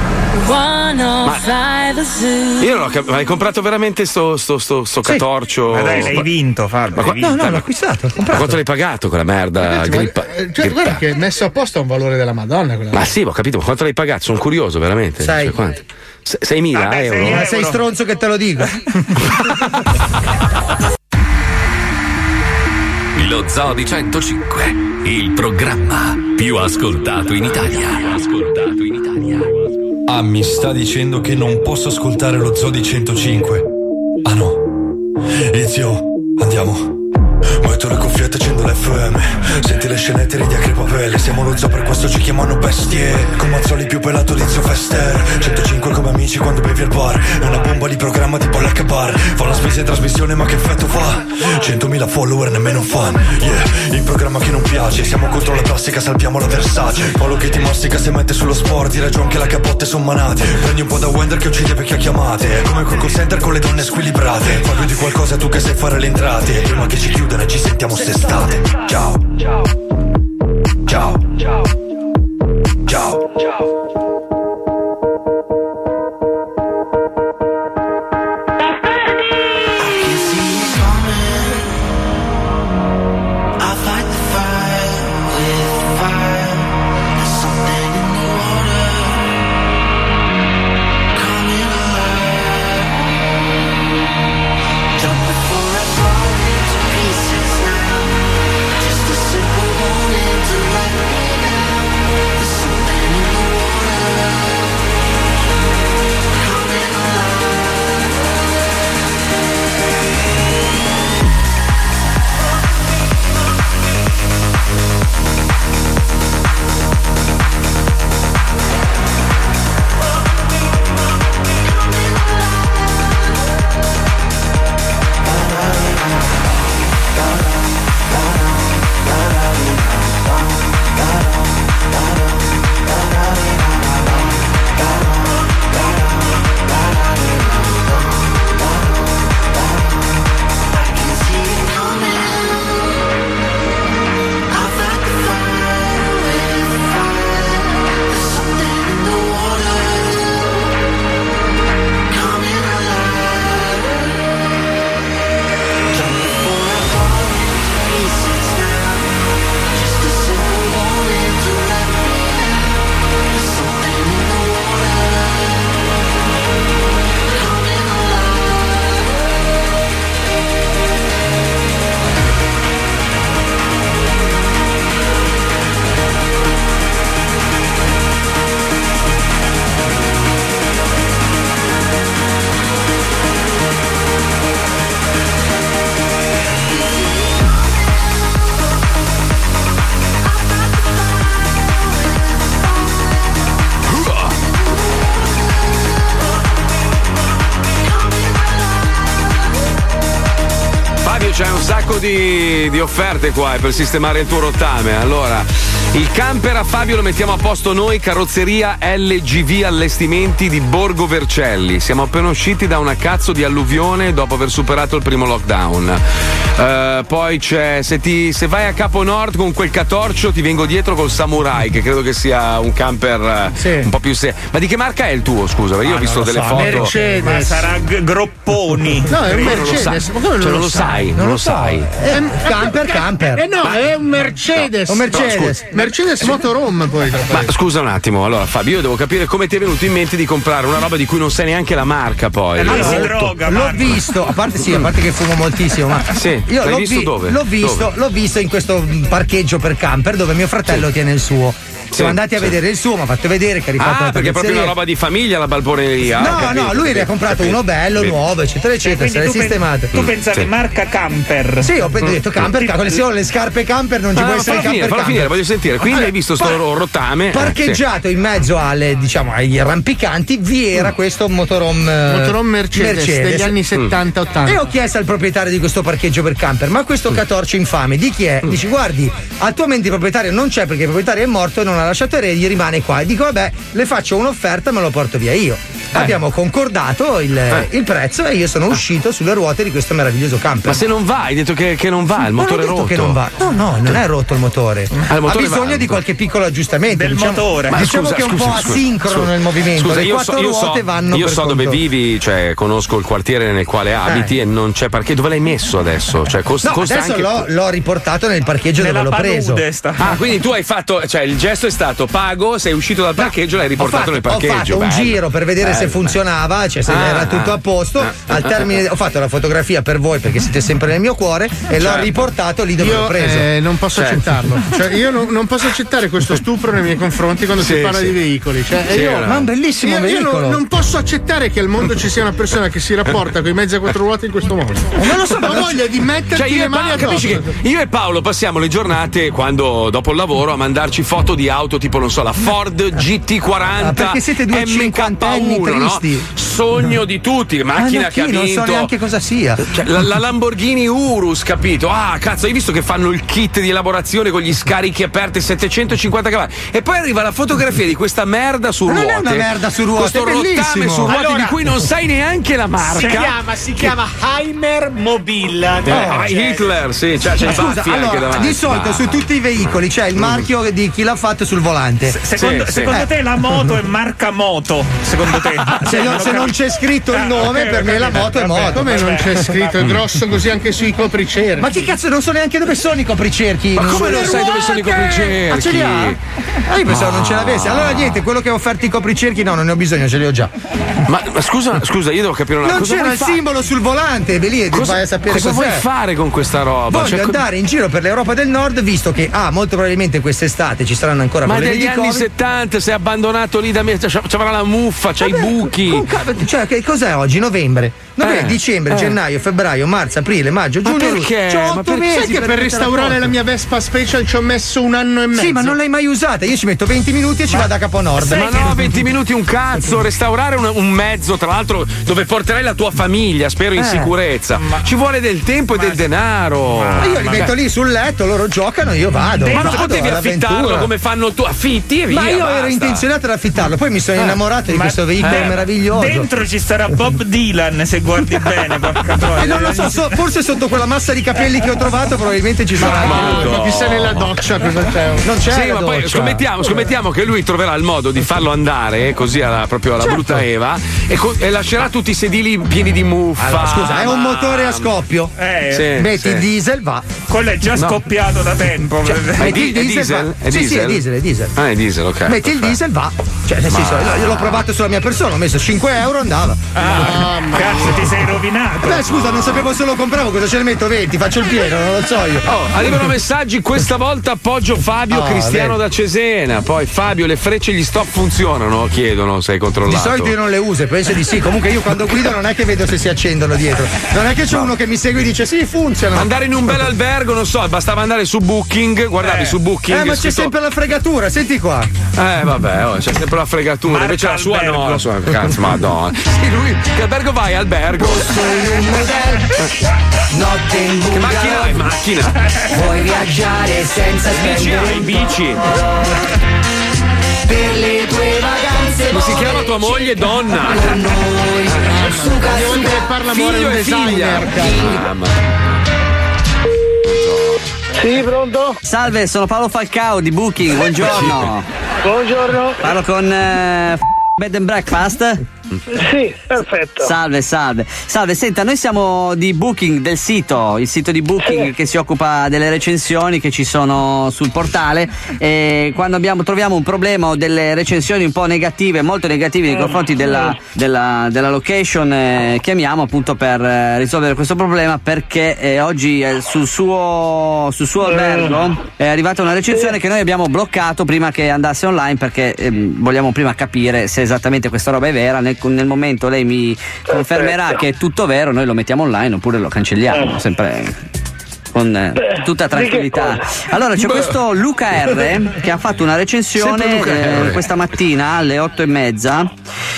Io non ho cap- ma hai comprato veramente sto, sto, sto, sto Sì. catorcio? Ma dai, l'hai vinto, Fabio. Ma qua- l'hai vinto. No, no, l'ho acquistato, l'ho Ma comprato. quanto l'hai pagato quella merda? Ragazzi, ma- grippa- eh, cioè, grippa- guarda che messo apposta ha un valore della Madonna quella. Ma sì, ho capito, ma quanto l'hai pagato? Sono curioso veramente. Sei. Cioè, quanto? Se- seimila Vabbè, euro? sei Ma sei stronzo che te lo dico. Lo Zoo di centocinque, il programma più ascoltato in Italia. Più ascoltato in Italia. Ah, mi sta dicendo che non posso ascoltare lo Zoo di centocinque? Ah no. Ezio, andiamo. Metto le cuffiette, accendo l'F M. Senti le scenette, ridi a crepapelle. Siamo lo zoo, per questo ci chiamano bestie. Con Mazzoli più pelato di Zio Fester. centocinque come amici quando bevi al bar. È una bomba di programma tipo Black Bar. Fa una spesa in trasmissione ma che effetto fa? centomila follower, nemmeno fan. Yeah, il programma che non piace. Siamo contro la plastica, salviamo la Versace. Paolo che ti mastica se mette sullo sport. Di ragione che la capotte son manate. Prendi un po' da Wender che uccide perché ha chiamate. È come quel call center con le donne squilibrate. Fa più di qualcosa tu che sai fare le entrate. Prima che ci chiudano e ci sentiamo st'estate. Ciao. Ciao. Ciao. Ciao. Ciao. Jumping for a fall into pieces now. Just a simple sacco di, di offerte qua eh, per sistemare il tuo rottame. Allora, il camper a Fabio lo mettiamo a posto noi, carrozzeria L G V Allestimenti di Borgo Vercelli. Siamo appena usciti da una cazzo di alluvione dopo aver superato il primo lockdown. Uh, poi c'è, se, ti, se vai a Capo Nord con quel catorcio ti vengo dietro col Samurai, che credo che sia un camper sì. un po' più serio. Ma di che marca è il tuo, scusa? Io ah, ho visto delle so. foto. Mercedes. Ma sarà g- Gropponi. No, è un Mercedes. Ma come non, cioè, lo, lo sai? Non, non lo sai. È un camper camper. Eh no, è un Mercedes. No. Un Mercedes. No, Mercedes Motorhome poi. Ma scusa un attimo, allora Fabio, io devo capire come ti è venuto in mente di comprare una roba di cui non sai neanche la marca poi. Allora, si droga, l'ho Marco. visto, a parte sì, a parte che fumo moltissimo, ma sì, io l'hai l'ho visto vi- dove? L'ho visto, dove? l'ho visto in questo parcheggio per camper dove mio fratello sì. tiene il suo. Siamo sì, andati a sì. vedere il suo, mi ha fatto vedere che ha rifatto ah, la perché è proprio una roba di famiglia la balboneria. No, capito, no, lui capito, ne ha comprato capito, uno bello, capito. nuovo, eccetera, eccetera. Se l'hai sistemato. Tu pensavi sì. marca camper? Sì, ho detto camper, cavolo, se ho le scarpe camper non ci ah, può essere il camper. Finire, camper. Finire, voglio sentire. Quindi allora, hai visto sto par- rottame parcheggiato eh, sì. in mezzo alle, diciamo, agli rampicanti, vi era questo motorhome motorhome Mercedes, Mercedes degli anni settanta ottanta. E ho chiesto al proprietario di questo parcheggio per camper, ma questo catorcio infame di chi è? Dici, guardi, attualmente il proprietario non c'è perché il proprietario è morto e non ha lasciato eredi, rimane qua. E dico, vabbè, le faccio un'offerta e me lo porto via io. Eh. Abbiamo concordato il, eh. il prezzo e io sono uscito sulle ruote di questo meraviglioso camper. Ma se non va, hai detto che, che non va, il motore è rotto. Che non va. No, no, non è rotto il motore. Ah, il motore ha bisogno va. di qualche piccolo aggiustamento. Del diciamo, motore. Ma diciamo scusa, che è un scusa, po' scusa, asincrono scusa, nel movimento. Scusa, le io quattro so, io ruote so, vanno io per so dove conto. vivi, cioè conosco il quartiere nel quale abiti eh. e non c'è parcheggio. Dove l'hai messo adesso? Cioè, costa, no, costa adesso anche... l'ho, l'ho riportato nel parcheggio Nella dove l'ho preso. Sta. Ah, quindi tu hai fatto, cioè il gesto è stato pago, sei uscito dal parcheggio e l'hai riportato fatto, nel parcheggio. Ho fatto bello. un giro per vedere bello, se funzionava, cioè se ah, era tutto a posto. Ah, Al termine ho fatto la fotografia per voi perché siete sempre nel mio cuore e certo. l'ho riportato lì dove io, l'ho preso. Eh, non posso certo. accettarlo. Cioè, io non, non posso accettare questo stupro nei miei confronti quando sì, si parla sì. di veicoli. Cioè, sì, io, ma è un bellissimo io, veicolo. Io non, non posso accettare che al mondo ci sia una persona che si rapporta con i mezzi a quattro ruote in questo modo. Non lo so, ma ho voglia di metterti cioè, le mani addosso. Capisci che io e Paolo passiamo le giornate quando dopo il lavoro a mandarci foto di auto tipo non so la Ford G T quaranta ah, perché siete due cinquantenni tristi, no? Sogno di tutti, macchina che ha vinto, non so neanche cosa sia, cioè, la, la Lamborghini Urus, capito? Ah, cazzo, hai visto che fanno il kit di elaborazione con gli scarichi aperti settecentocinquanta cavalli e poi arriva la fotografia di questa merda su ma ruote. Non è una merda su ruote, questo rottame su ruote allora, di cui non sai neanche la marca. Si chiama, si chiama Heimer Mobile. Eh, oh, Hitler, sì, cioè, c'è scusa, allora, di solito ah. su tutti i veicoli c'è il marchio di chi l'ha fatto sul volante. Se, secondo sì, secondo sì. te la moto è marca moto? Secondo te? Se, non, se non c'è scritto il nome, ah, okay, per me la moto è moto. Come non c'è scritto? È grosso così anche sui copricerchi. Ma che cazzo, non so neanche dove sono i copricerchi. Ma non come non sai dove sono i copricerchi? Ah, ce li ha? Ah, io pensavo ah. non ce l'avessi. Allora niente, quello che ha offerto i copricerchi no, non ne ho bisogno, ce li ho già. Ma, ma scusa, scusa, io devo capire una cosa. Non cosa c'era il fare? simbolo sul volante, beh lì cosa, vai a sapere cosa cos'è. vuoi fare con questa roba? Voglio cioè, andare in giro per l'Europa del Nord, visto che ah, molto probabilmente quest'estate ci saranno ancora ma problemi negli di anni COVID. settanta sei abbandonato lì da me, c'avrà la muffa, c'hai i buchi. Con, cioè, che cos'è oggi? Novembre. Novembre, eh, dicembre, eh. gennaio, febbraio, marzo, aprile, maggio, giugno. Ma perché? C'ho otto ma per... mesi. Sai che per, per restaurare la mia Vespa Special ci ho messo un anno e mezzo? Sì, ma non l'hai mai usata. Io ci metto venti minuti e ci ma... vado a Capo Nord. Ma no, venti minuti un cazzo. Restaurare un, un mezzo, tra l'altro, dove porterai la tua famiglia, spero in eh. sicurezza. Ma... Ci vuole del tempo ma... e del denaro. Ma io li ma... metto lì sul letto, loro giocano, io vado. Ma non vado potevi affittarlo come fanno tu, affitti e via. Ma io basta. ero intenzionato ad affittarlo, poi mi sono eh. innamorato di ma... questo veicolo eh. meraviglioso. Dentro ci sarà Bob Dylan, se guardi bene. E non lo so, so, forse sotto quella massa di capelli che ho trovato probabilmente ci sarà. Ma no, chissà nella doccia cosa c'è. Non c'è. Sì, la ma doccia. poi scommettiamo, scommettiamo che lui troverà il modo di farlo andare così alla, proprio alla certo. brutta Eva e, co- e lascerà tutti i sedili pieni di muffa. Allora, scusa, è un motore a scoppio. Eh, sì, metti sì. il diesel, va. Quello è già no. scoppiato da tempo. Cioè, ma è, metti di- il diesel, diesel? va. È sì, diesel? sì, è diesel, è diesel. Ah, è diesel, ok. Metti il diesel, va. Cioè, nel senso, io l'ho provato sulla mia persona, ho messo cinque euro, andava. Ah, oh, cazzo, ti sei rovinato. Beh, scusa, non sapevo se lo compravo, cosa ce ne metto venti, faccio il pieno, non lo so io. Oh, arrivano messaggi, questa volta appoggio Fabio oh, Cristiano beh. da Cesena. Poi Fabio, le frecce e gli stop funzionano? Chiedono se hai controllato. Di solito io non le uso, penso di sì. Comunque io quando guido non è che vedo se si accendono dietro. Non è che c'è no. uno che mi segue e dice sì, funzionano. Andare in un bel albergo, non so, bastava andare su Booking, guardavi eh. su Booking. Eh, ma scritto... c'è sempre la fregatura fregatura, senti qua. Eh vabbè, oh, c'è sempre la fregatura, Marca invece la sua albergo. no, la sua cazzo, madonna. Sì, lui, che albergo vai? Albergo. Notte in Che macchina hai? Macchina. Vuoi viaggiare senza Bici hai, bici. Per le tue vacanze. Come si chiama tua moglie? Donna. Con noi. Suga, Devo suga. parla amore Figlio un e figlia. designer. Mamma. Sì, pronto? Salve, sono Paolo Falcao di Booking, buongiorno. Buongiorno. Parlo con eh, Bed and Breakfast? Sì, perfetto. Salve, salve. Salve, senta, noi siamo di Booking, del sito, il sito di Booking sì. che si occupa delle recensioni che ci sono sul portale, e quando abbiamo, troviamo un problema o delle recensioni un po' negative, molto negative nei confronti della, della, della location, eh, chiamiamo appunto per eh, risolvere questo problema, perché eh, oggi eh, sul suo sul suo albergo è arrivata una recensione che noi abbiamo bloccato prima che andasse online, perché eh, vogliamo prima capire se esattamente questa roba è vera. Nel nel momento lei mi confermerà che è tutto vero, noi lo mettiamo online oppure lo cancelliamo, sempre con eh, tutta tranquillità. Allora c'è questo Luca R che ha fatto una recensione eh, questa mattina alle otto e mezza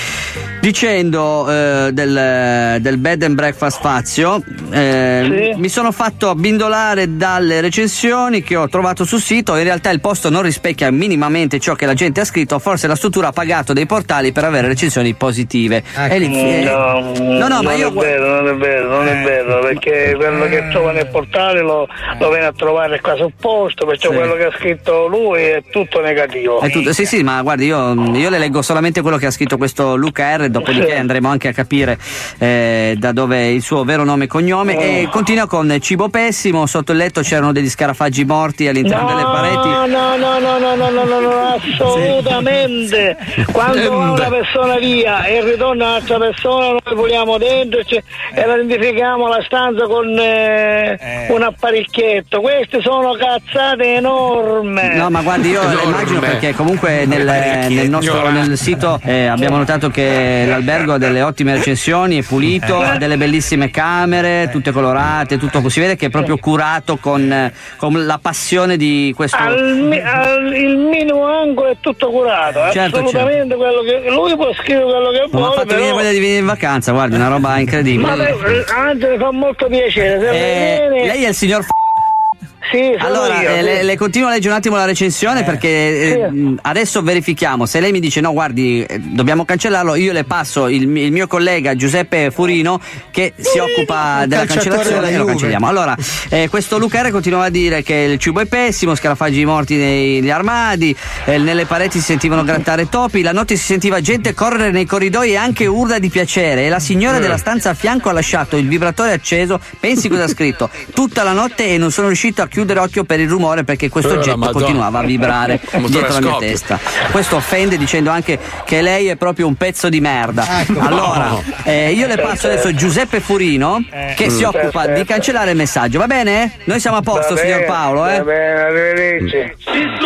dicendo eh, del, del Bed and Breakfast Fazio, eh, sì. mi sono fatto abbindolare dalle recensioni che ho trovato sul sito. In realtà il posto non rispecchia minimamente ciò che la gente ha scritto, forse la struttura ha pagato dei portali per avere recensioni positive. Ecco. E lì, eh, no, no, no, ma io non è vero, non è vero, non è vero, perché quello che trova nel portale lo, lo viene a trovare qua sul posto, perciò Sì. quello che ha scritto lui è tutto negativo. È tutto, sì, sì, ma guardi, io, io le leggo solamente quello che ha scritto questo Luca R, dopodiché Sì. andremo anche a capire eh, da dove è il suo vero nome e cognome. E continua con cibo pessimo, sotto il letto c'erano degli scarafaggi morti all'interno No, delle pareti. no, no, no, no, no, no, no, no, assolutamente. Quando va una persona via e ritorna un'altra persona, noi vogliamo dentro e la identifichiamo la stanza con eh, un apparecchietto. Queste sono cazzate enorme. No, ma guardi, io Enorme. immagino, perché comunque nel, nel nostro nel sito eh, abbiamo notato che l'albergo ha delle ottime recensioni, è pulito, ha delle bellissime camere, tutte colorate, tutto, si vede che è proprio curato con, con la passione di questo. Al, mi- al- il minimo angolo è tutto curato, Certo, assolutamente quello che lui può scrivere quello che Non mi ha vuole, fatto venire però. voglia di venire in vacanza, guardi, una roba incredibile. Ma beh, anzi, mi fa molto piacere. Se Eh, viene- lei è il signor F- Sì, sono allora io, eh, sì. le, le continuo a leggere un attimo la recensione, perché eh, mh, adesso verifichiamo. Se lei mi dice no, guardi, eh, dobbiamo cancellarlo, io le passo il, il mio collega Giuseppe Furino che si occupa della calciatore cancellazione della e lo Juve. cancelliamo. Allora, eh, questo Luca R continua a dire che il cibo è pessimo, scarafaggi morti nei- negli armadi, eh, nelle pareti si sentivano grattare topi, la notte si sentiva gente correre nei corridoi e anche urla di piacere, e la signora della stanza a fianco ha lasciato il vibratore acceso. Pensi cosa ha scritto: tutta la notte e non sono riuscito a chiudere occhio per il rumore perché questo Eh, la oggetto Madonna. continuava a vibrare Un motore dietro a la mia scoppio. testa. Questo offende dicendo anche che lei è proprio un pezzo di merda. Ecco. Allora, eh, io le passo adesso Giuseppe Furino che si Mm. occupa di Perfetto. cancellare il messaggio, va bene? Noi siamo a posto, Va signor bene, Paolo, eh? Va bene, arrivederci.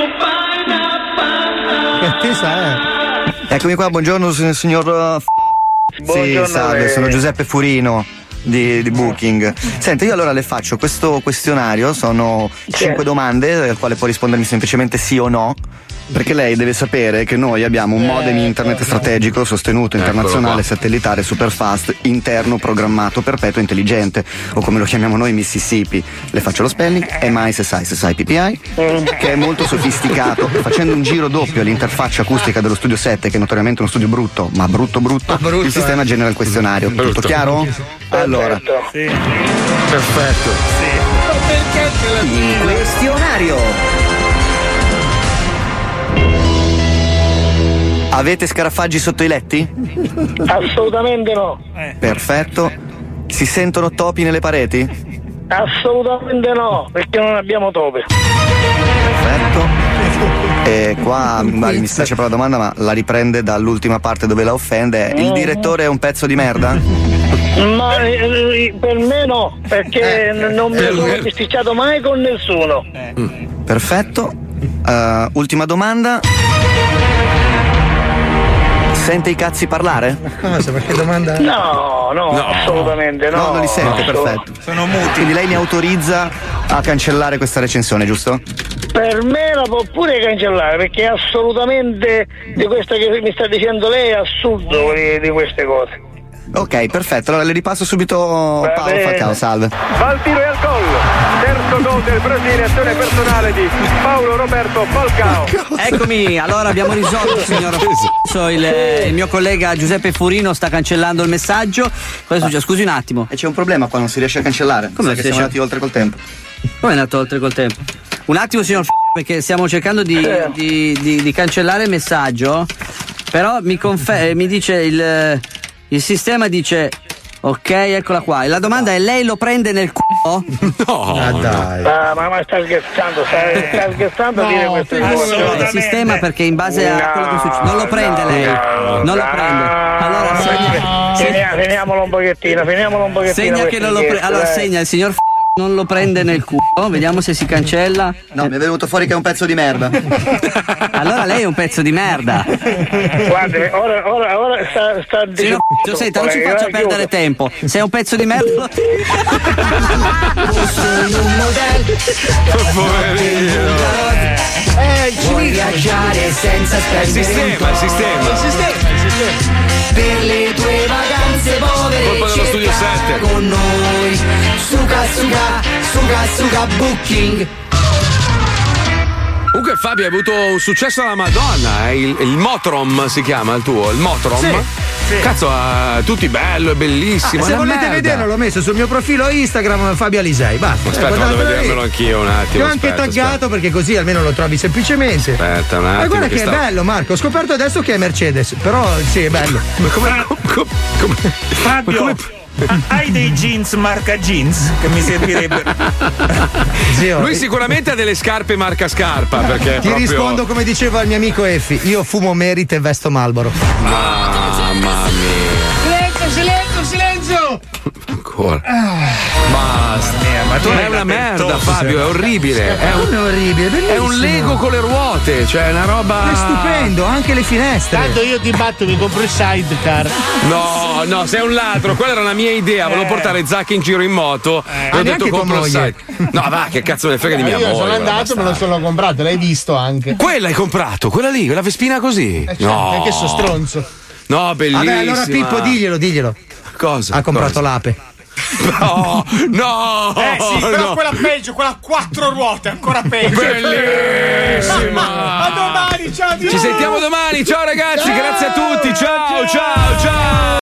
Che attesa è? Eccomi qua, buongiorno si- signor. uh, F- Buongiorno sì, salve, a lei. sono Giuseppe Furino di, di Booking. Senta, io allora le faccio questo questionario, sono cinque domande al quale può rispondermi semplicemente sì o no. Perché lei deve sapere che noi abbiamo un modem internet strategico sostenuto internazionale satellitare super fast interno programmato perpetuo intelligente, o come lo chiamiamo noi Mississippi. Le faccio lo spelling: M I S S I S S I P P I, che è molto sofisticato. Facendo un giro doppio all'interfaccia acustica dello studio sette, che è notoriamente uno studio brutto, ma brutto brutto, il sistema genera il questionario. Tutto chiaro? Allora, Perfetto. il questionario. Avete scarafaggi sotto i letti? Assolutamente no. Perfetto. Si sentono topi nelle pareti? Assolutamente no, perché non abbiamo topi. Perfetto. E qua Mari, mi spiace per la domanda, ma la riprende dall'ultima parte dove la offende. Il direttore è un pezzo di merda? Ma eh, per me no, perché n- non mi per sono me- bisticciato mai con nessuno. Perfetto. Uh, ultima domanda. Sente i cazzi parlare? Cosa? Perché domanda? No, no, No. assolutamente no. No, non li sente, No. perfetto. Sono muti. Quindi lei mi autorizza a cancellare questa recensione, giusto? per me la può pure cancellare, perché è assolutamente di questa che mi sta dicendo lei è assurdo di, di queste cose. Ok, perfetto, allora le ripasso subito Paolo Falcao, salve. Va al tiro e al gol, terzo gol del Brasile, azione personale di Paolo Roberto Falcao. Eccomi, allora abbiamo risolto, signor F***o, il, il mio collega Giuseppe Furino sta cancellando il messaggio. Cosa succede? Scusi un attimo. E c'è un problema qua, non si riesce a cancellare. Come Sai non che si siamo riesce? andati oltre col tempo. Come è andato oltre col tempo? Un attimo, signor F***o, perché stiamo cercando di, di, di, di cancellare il messaggio, però mi, confer- mi dice il... Il sistema dice ok, eccola qua. E la domanda è: lei lo prende nel culo? No, ah, dai. Ah, ma, ma sta scherzando, sta, sta scherzando a dire No, queste cose. il sistema, perché in base a quello che succede non lo prende lei, non lo prende. Allora segna, segna, finiamolo un pochettino, finiamolo un pochettino. segna che non lo prende. Allora segna, il signor F- non lo prende nel culo, vediamo se si cancella. No, mi è venuto fuori che è un pezzo di merda. Allora lei è un pezzo di merda. Guarda, ora, ora, ora sta, sta Signor F- senta, non ci faccia perdere tempo. Sei un pezzo di merda. Poverino. Eh, vuoi viaggiare senza spendere il sistema, il sistema. Il sistema, il sistema. Per le tue vacanze povere colpa dello studio sette con noi. Suga, suga, suga, suga booking. Comunque Fabio hai avuto un successo alla Madonna, eh? il, il Motrom si chiama il tuo, il Motrom. Sì, sì. Cazzo, eh, tutti bello, è bellissimo. Ah, se è una volete merda. vederlo l'ho messo sul mio profilo Instagram Fabio Alisei. Basta. Aspetta, eh, vado a guardatelo vedermelo lì. anch'io un attimo. Ti ho anche aspetta, taggato aspetta. perché così almeno lo trovi semplicemente. Aspetta un attimo. Ma guarda che, sta... è bello, Marco. Ho scoperto adesso che è Mercedes, però sì, è bello. Ma come, come, come, Fabio, come... ha- hai dei jeans marca jeans che mi servirebbero? Zio, Lui sicuramente ha delle scarpe marca scarpa perché ti proprio... rispondo come diceva il mio amico Effi. Io fumo Merit e vesto Marlboro. Mamma mia. Silenzio, silenzio, silenzio! Ancora. Basta. Ma tu è hai una la merda, pentosa. Fabio, è orribile. È un, È orribile, bellissimo. è un Lego con le ruote, cioè è una roba. È stupendo, anche le finestre. Tanto io ti batto, mi compro il sidecar. No, no, sei un ladro, quella era la mia idea, volevo Eh. portare Zacchi in giro in moto e ho Ah, detto neanche tua compro il moglie. site. No, va, che cazzo ne frega di mia io moglie. sono guarda, andato, me lo basta. sono comprato, l'hai visto anche. Quella hai comprato, quella lì, quella Vespina così. Eh, cioè, no. Perché sono stronzo. No, bellissima. Vabbè, allora Pippo, diglielo, diglielo. Cosa? Ha comprato Cosa? l'ape. No, no. Eh sì, però no. quella peggio, quella a quattro ruote, ancora peggio. Bellissima. A domani, ciao. Ci sentiamo domani, ciao ragazzi, grazie a tutti, ciao, ciao, ciao.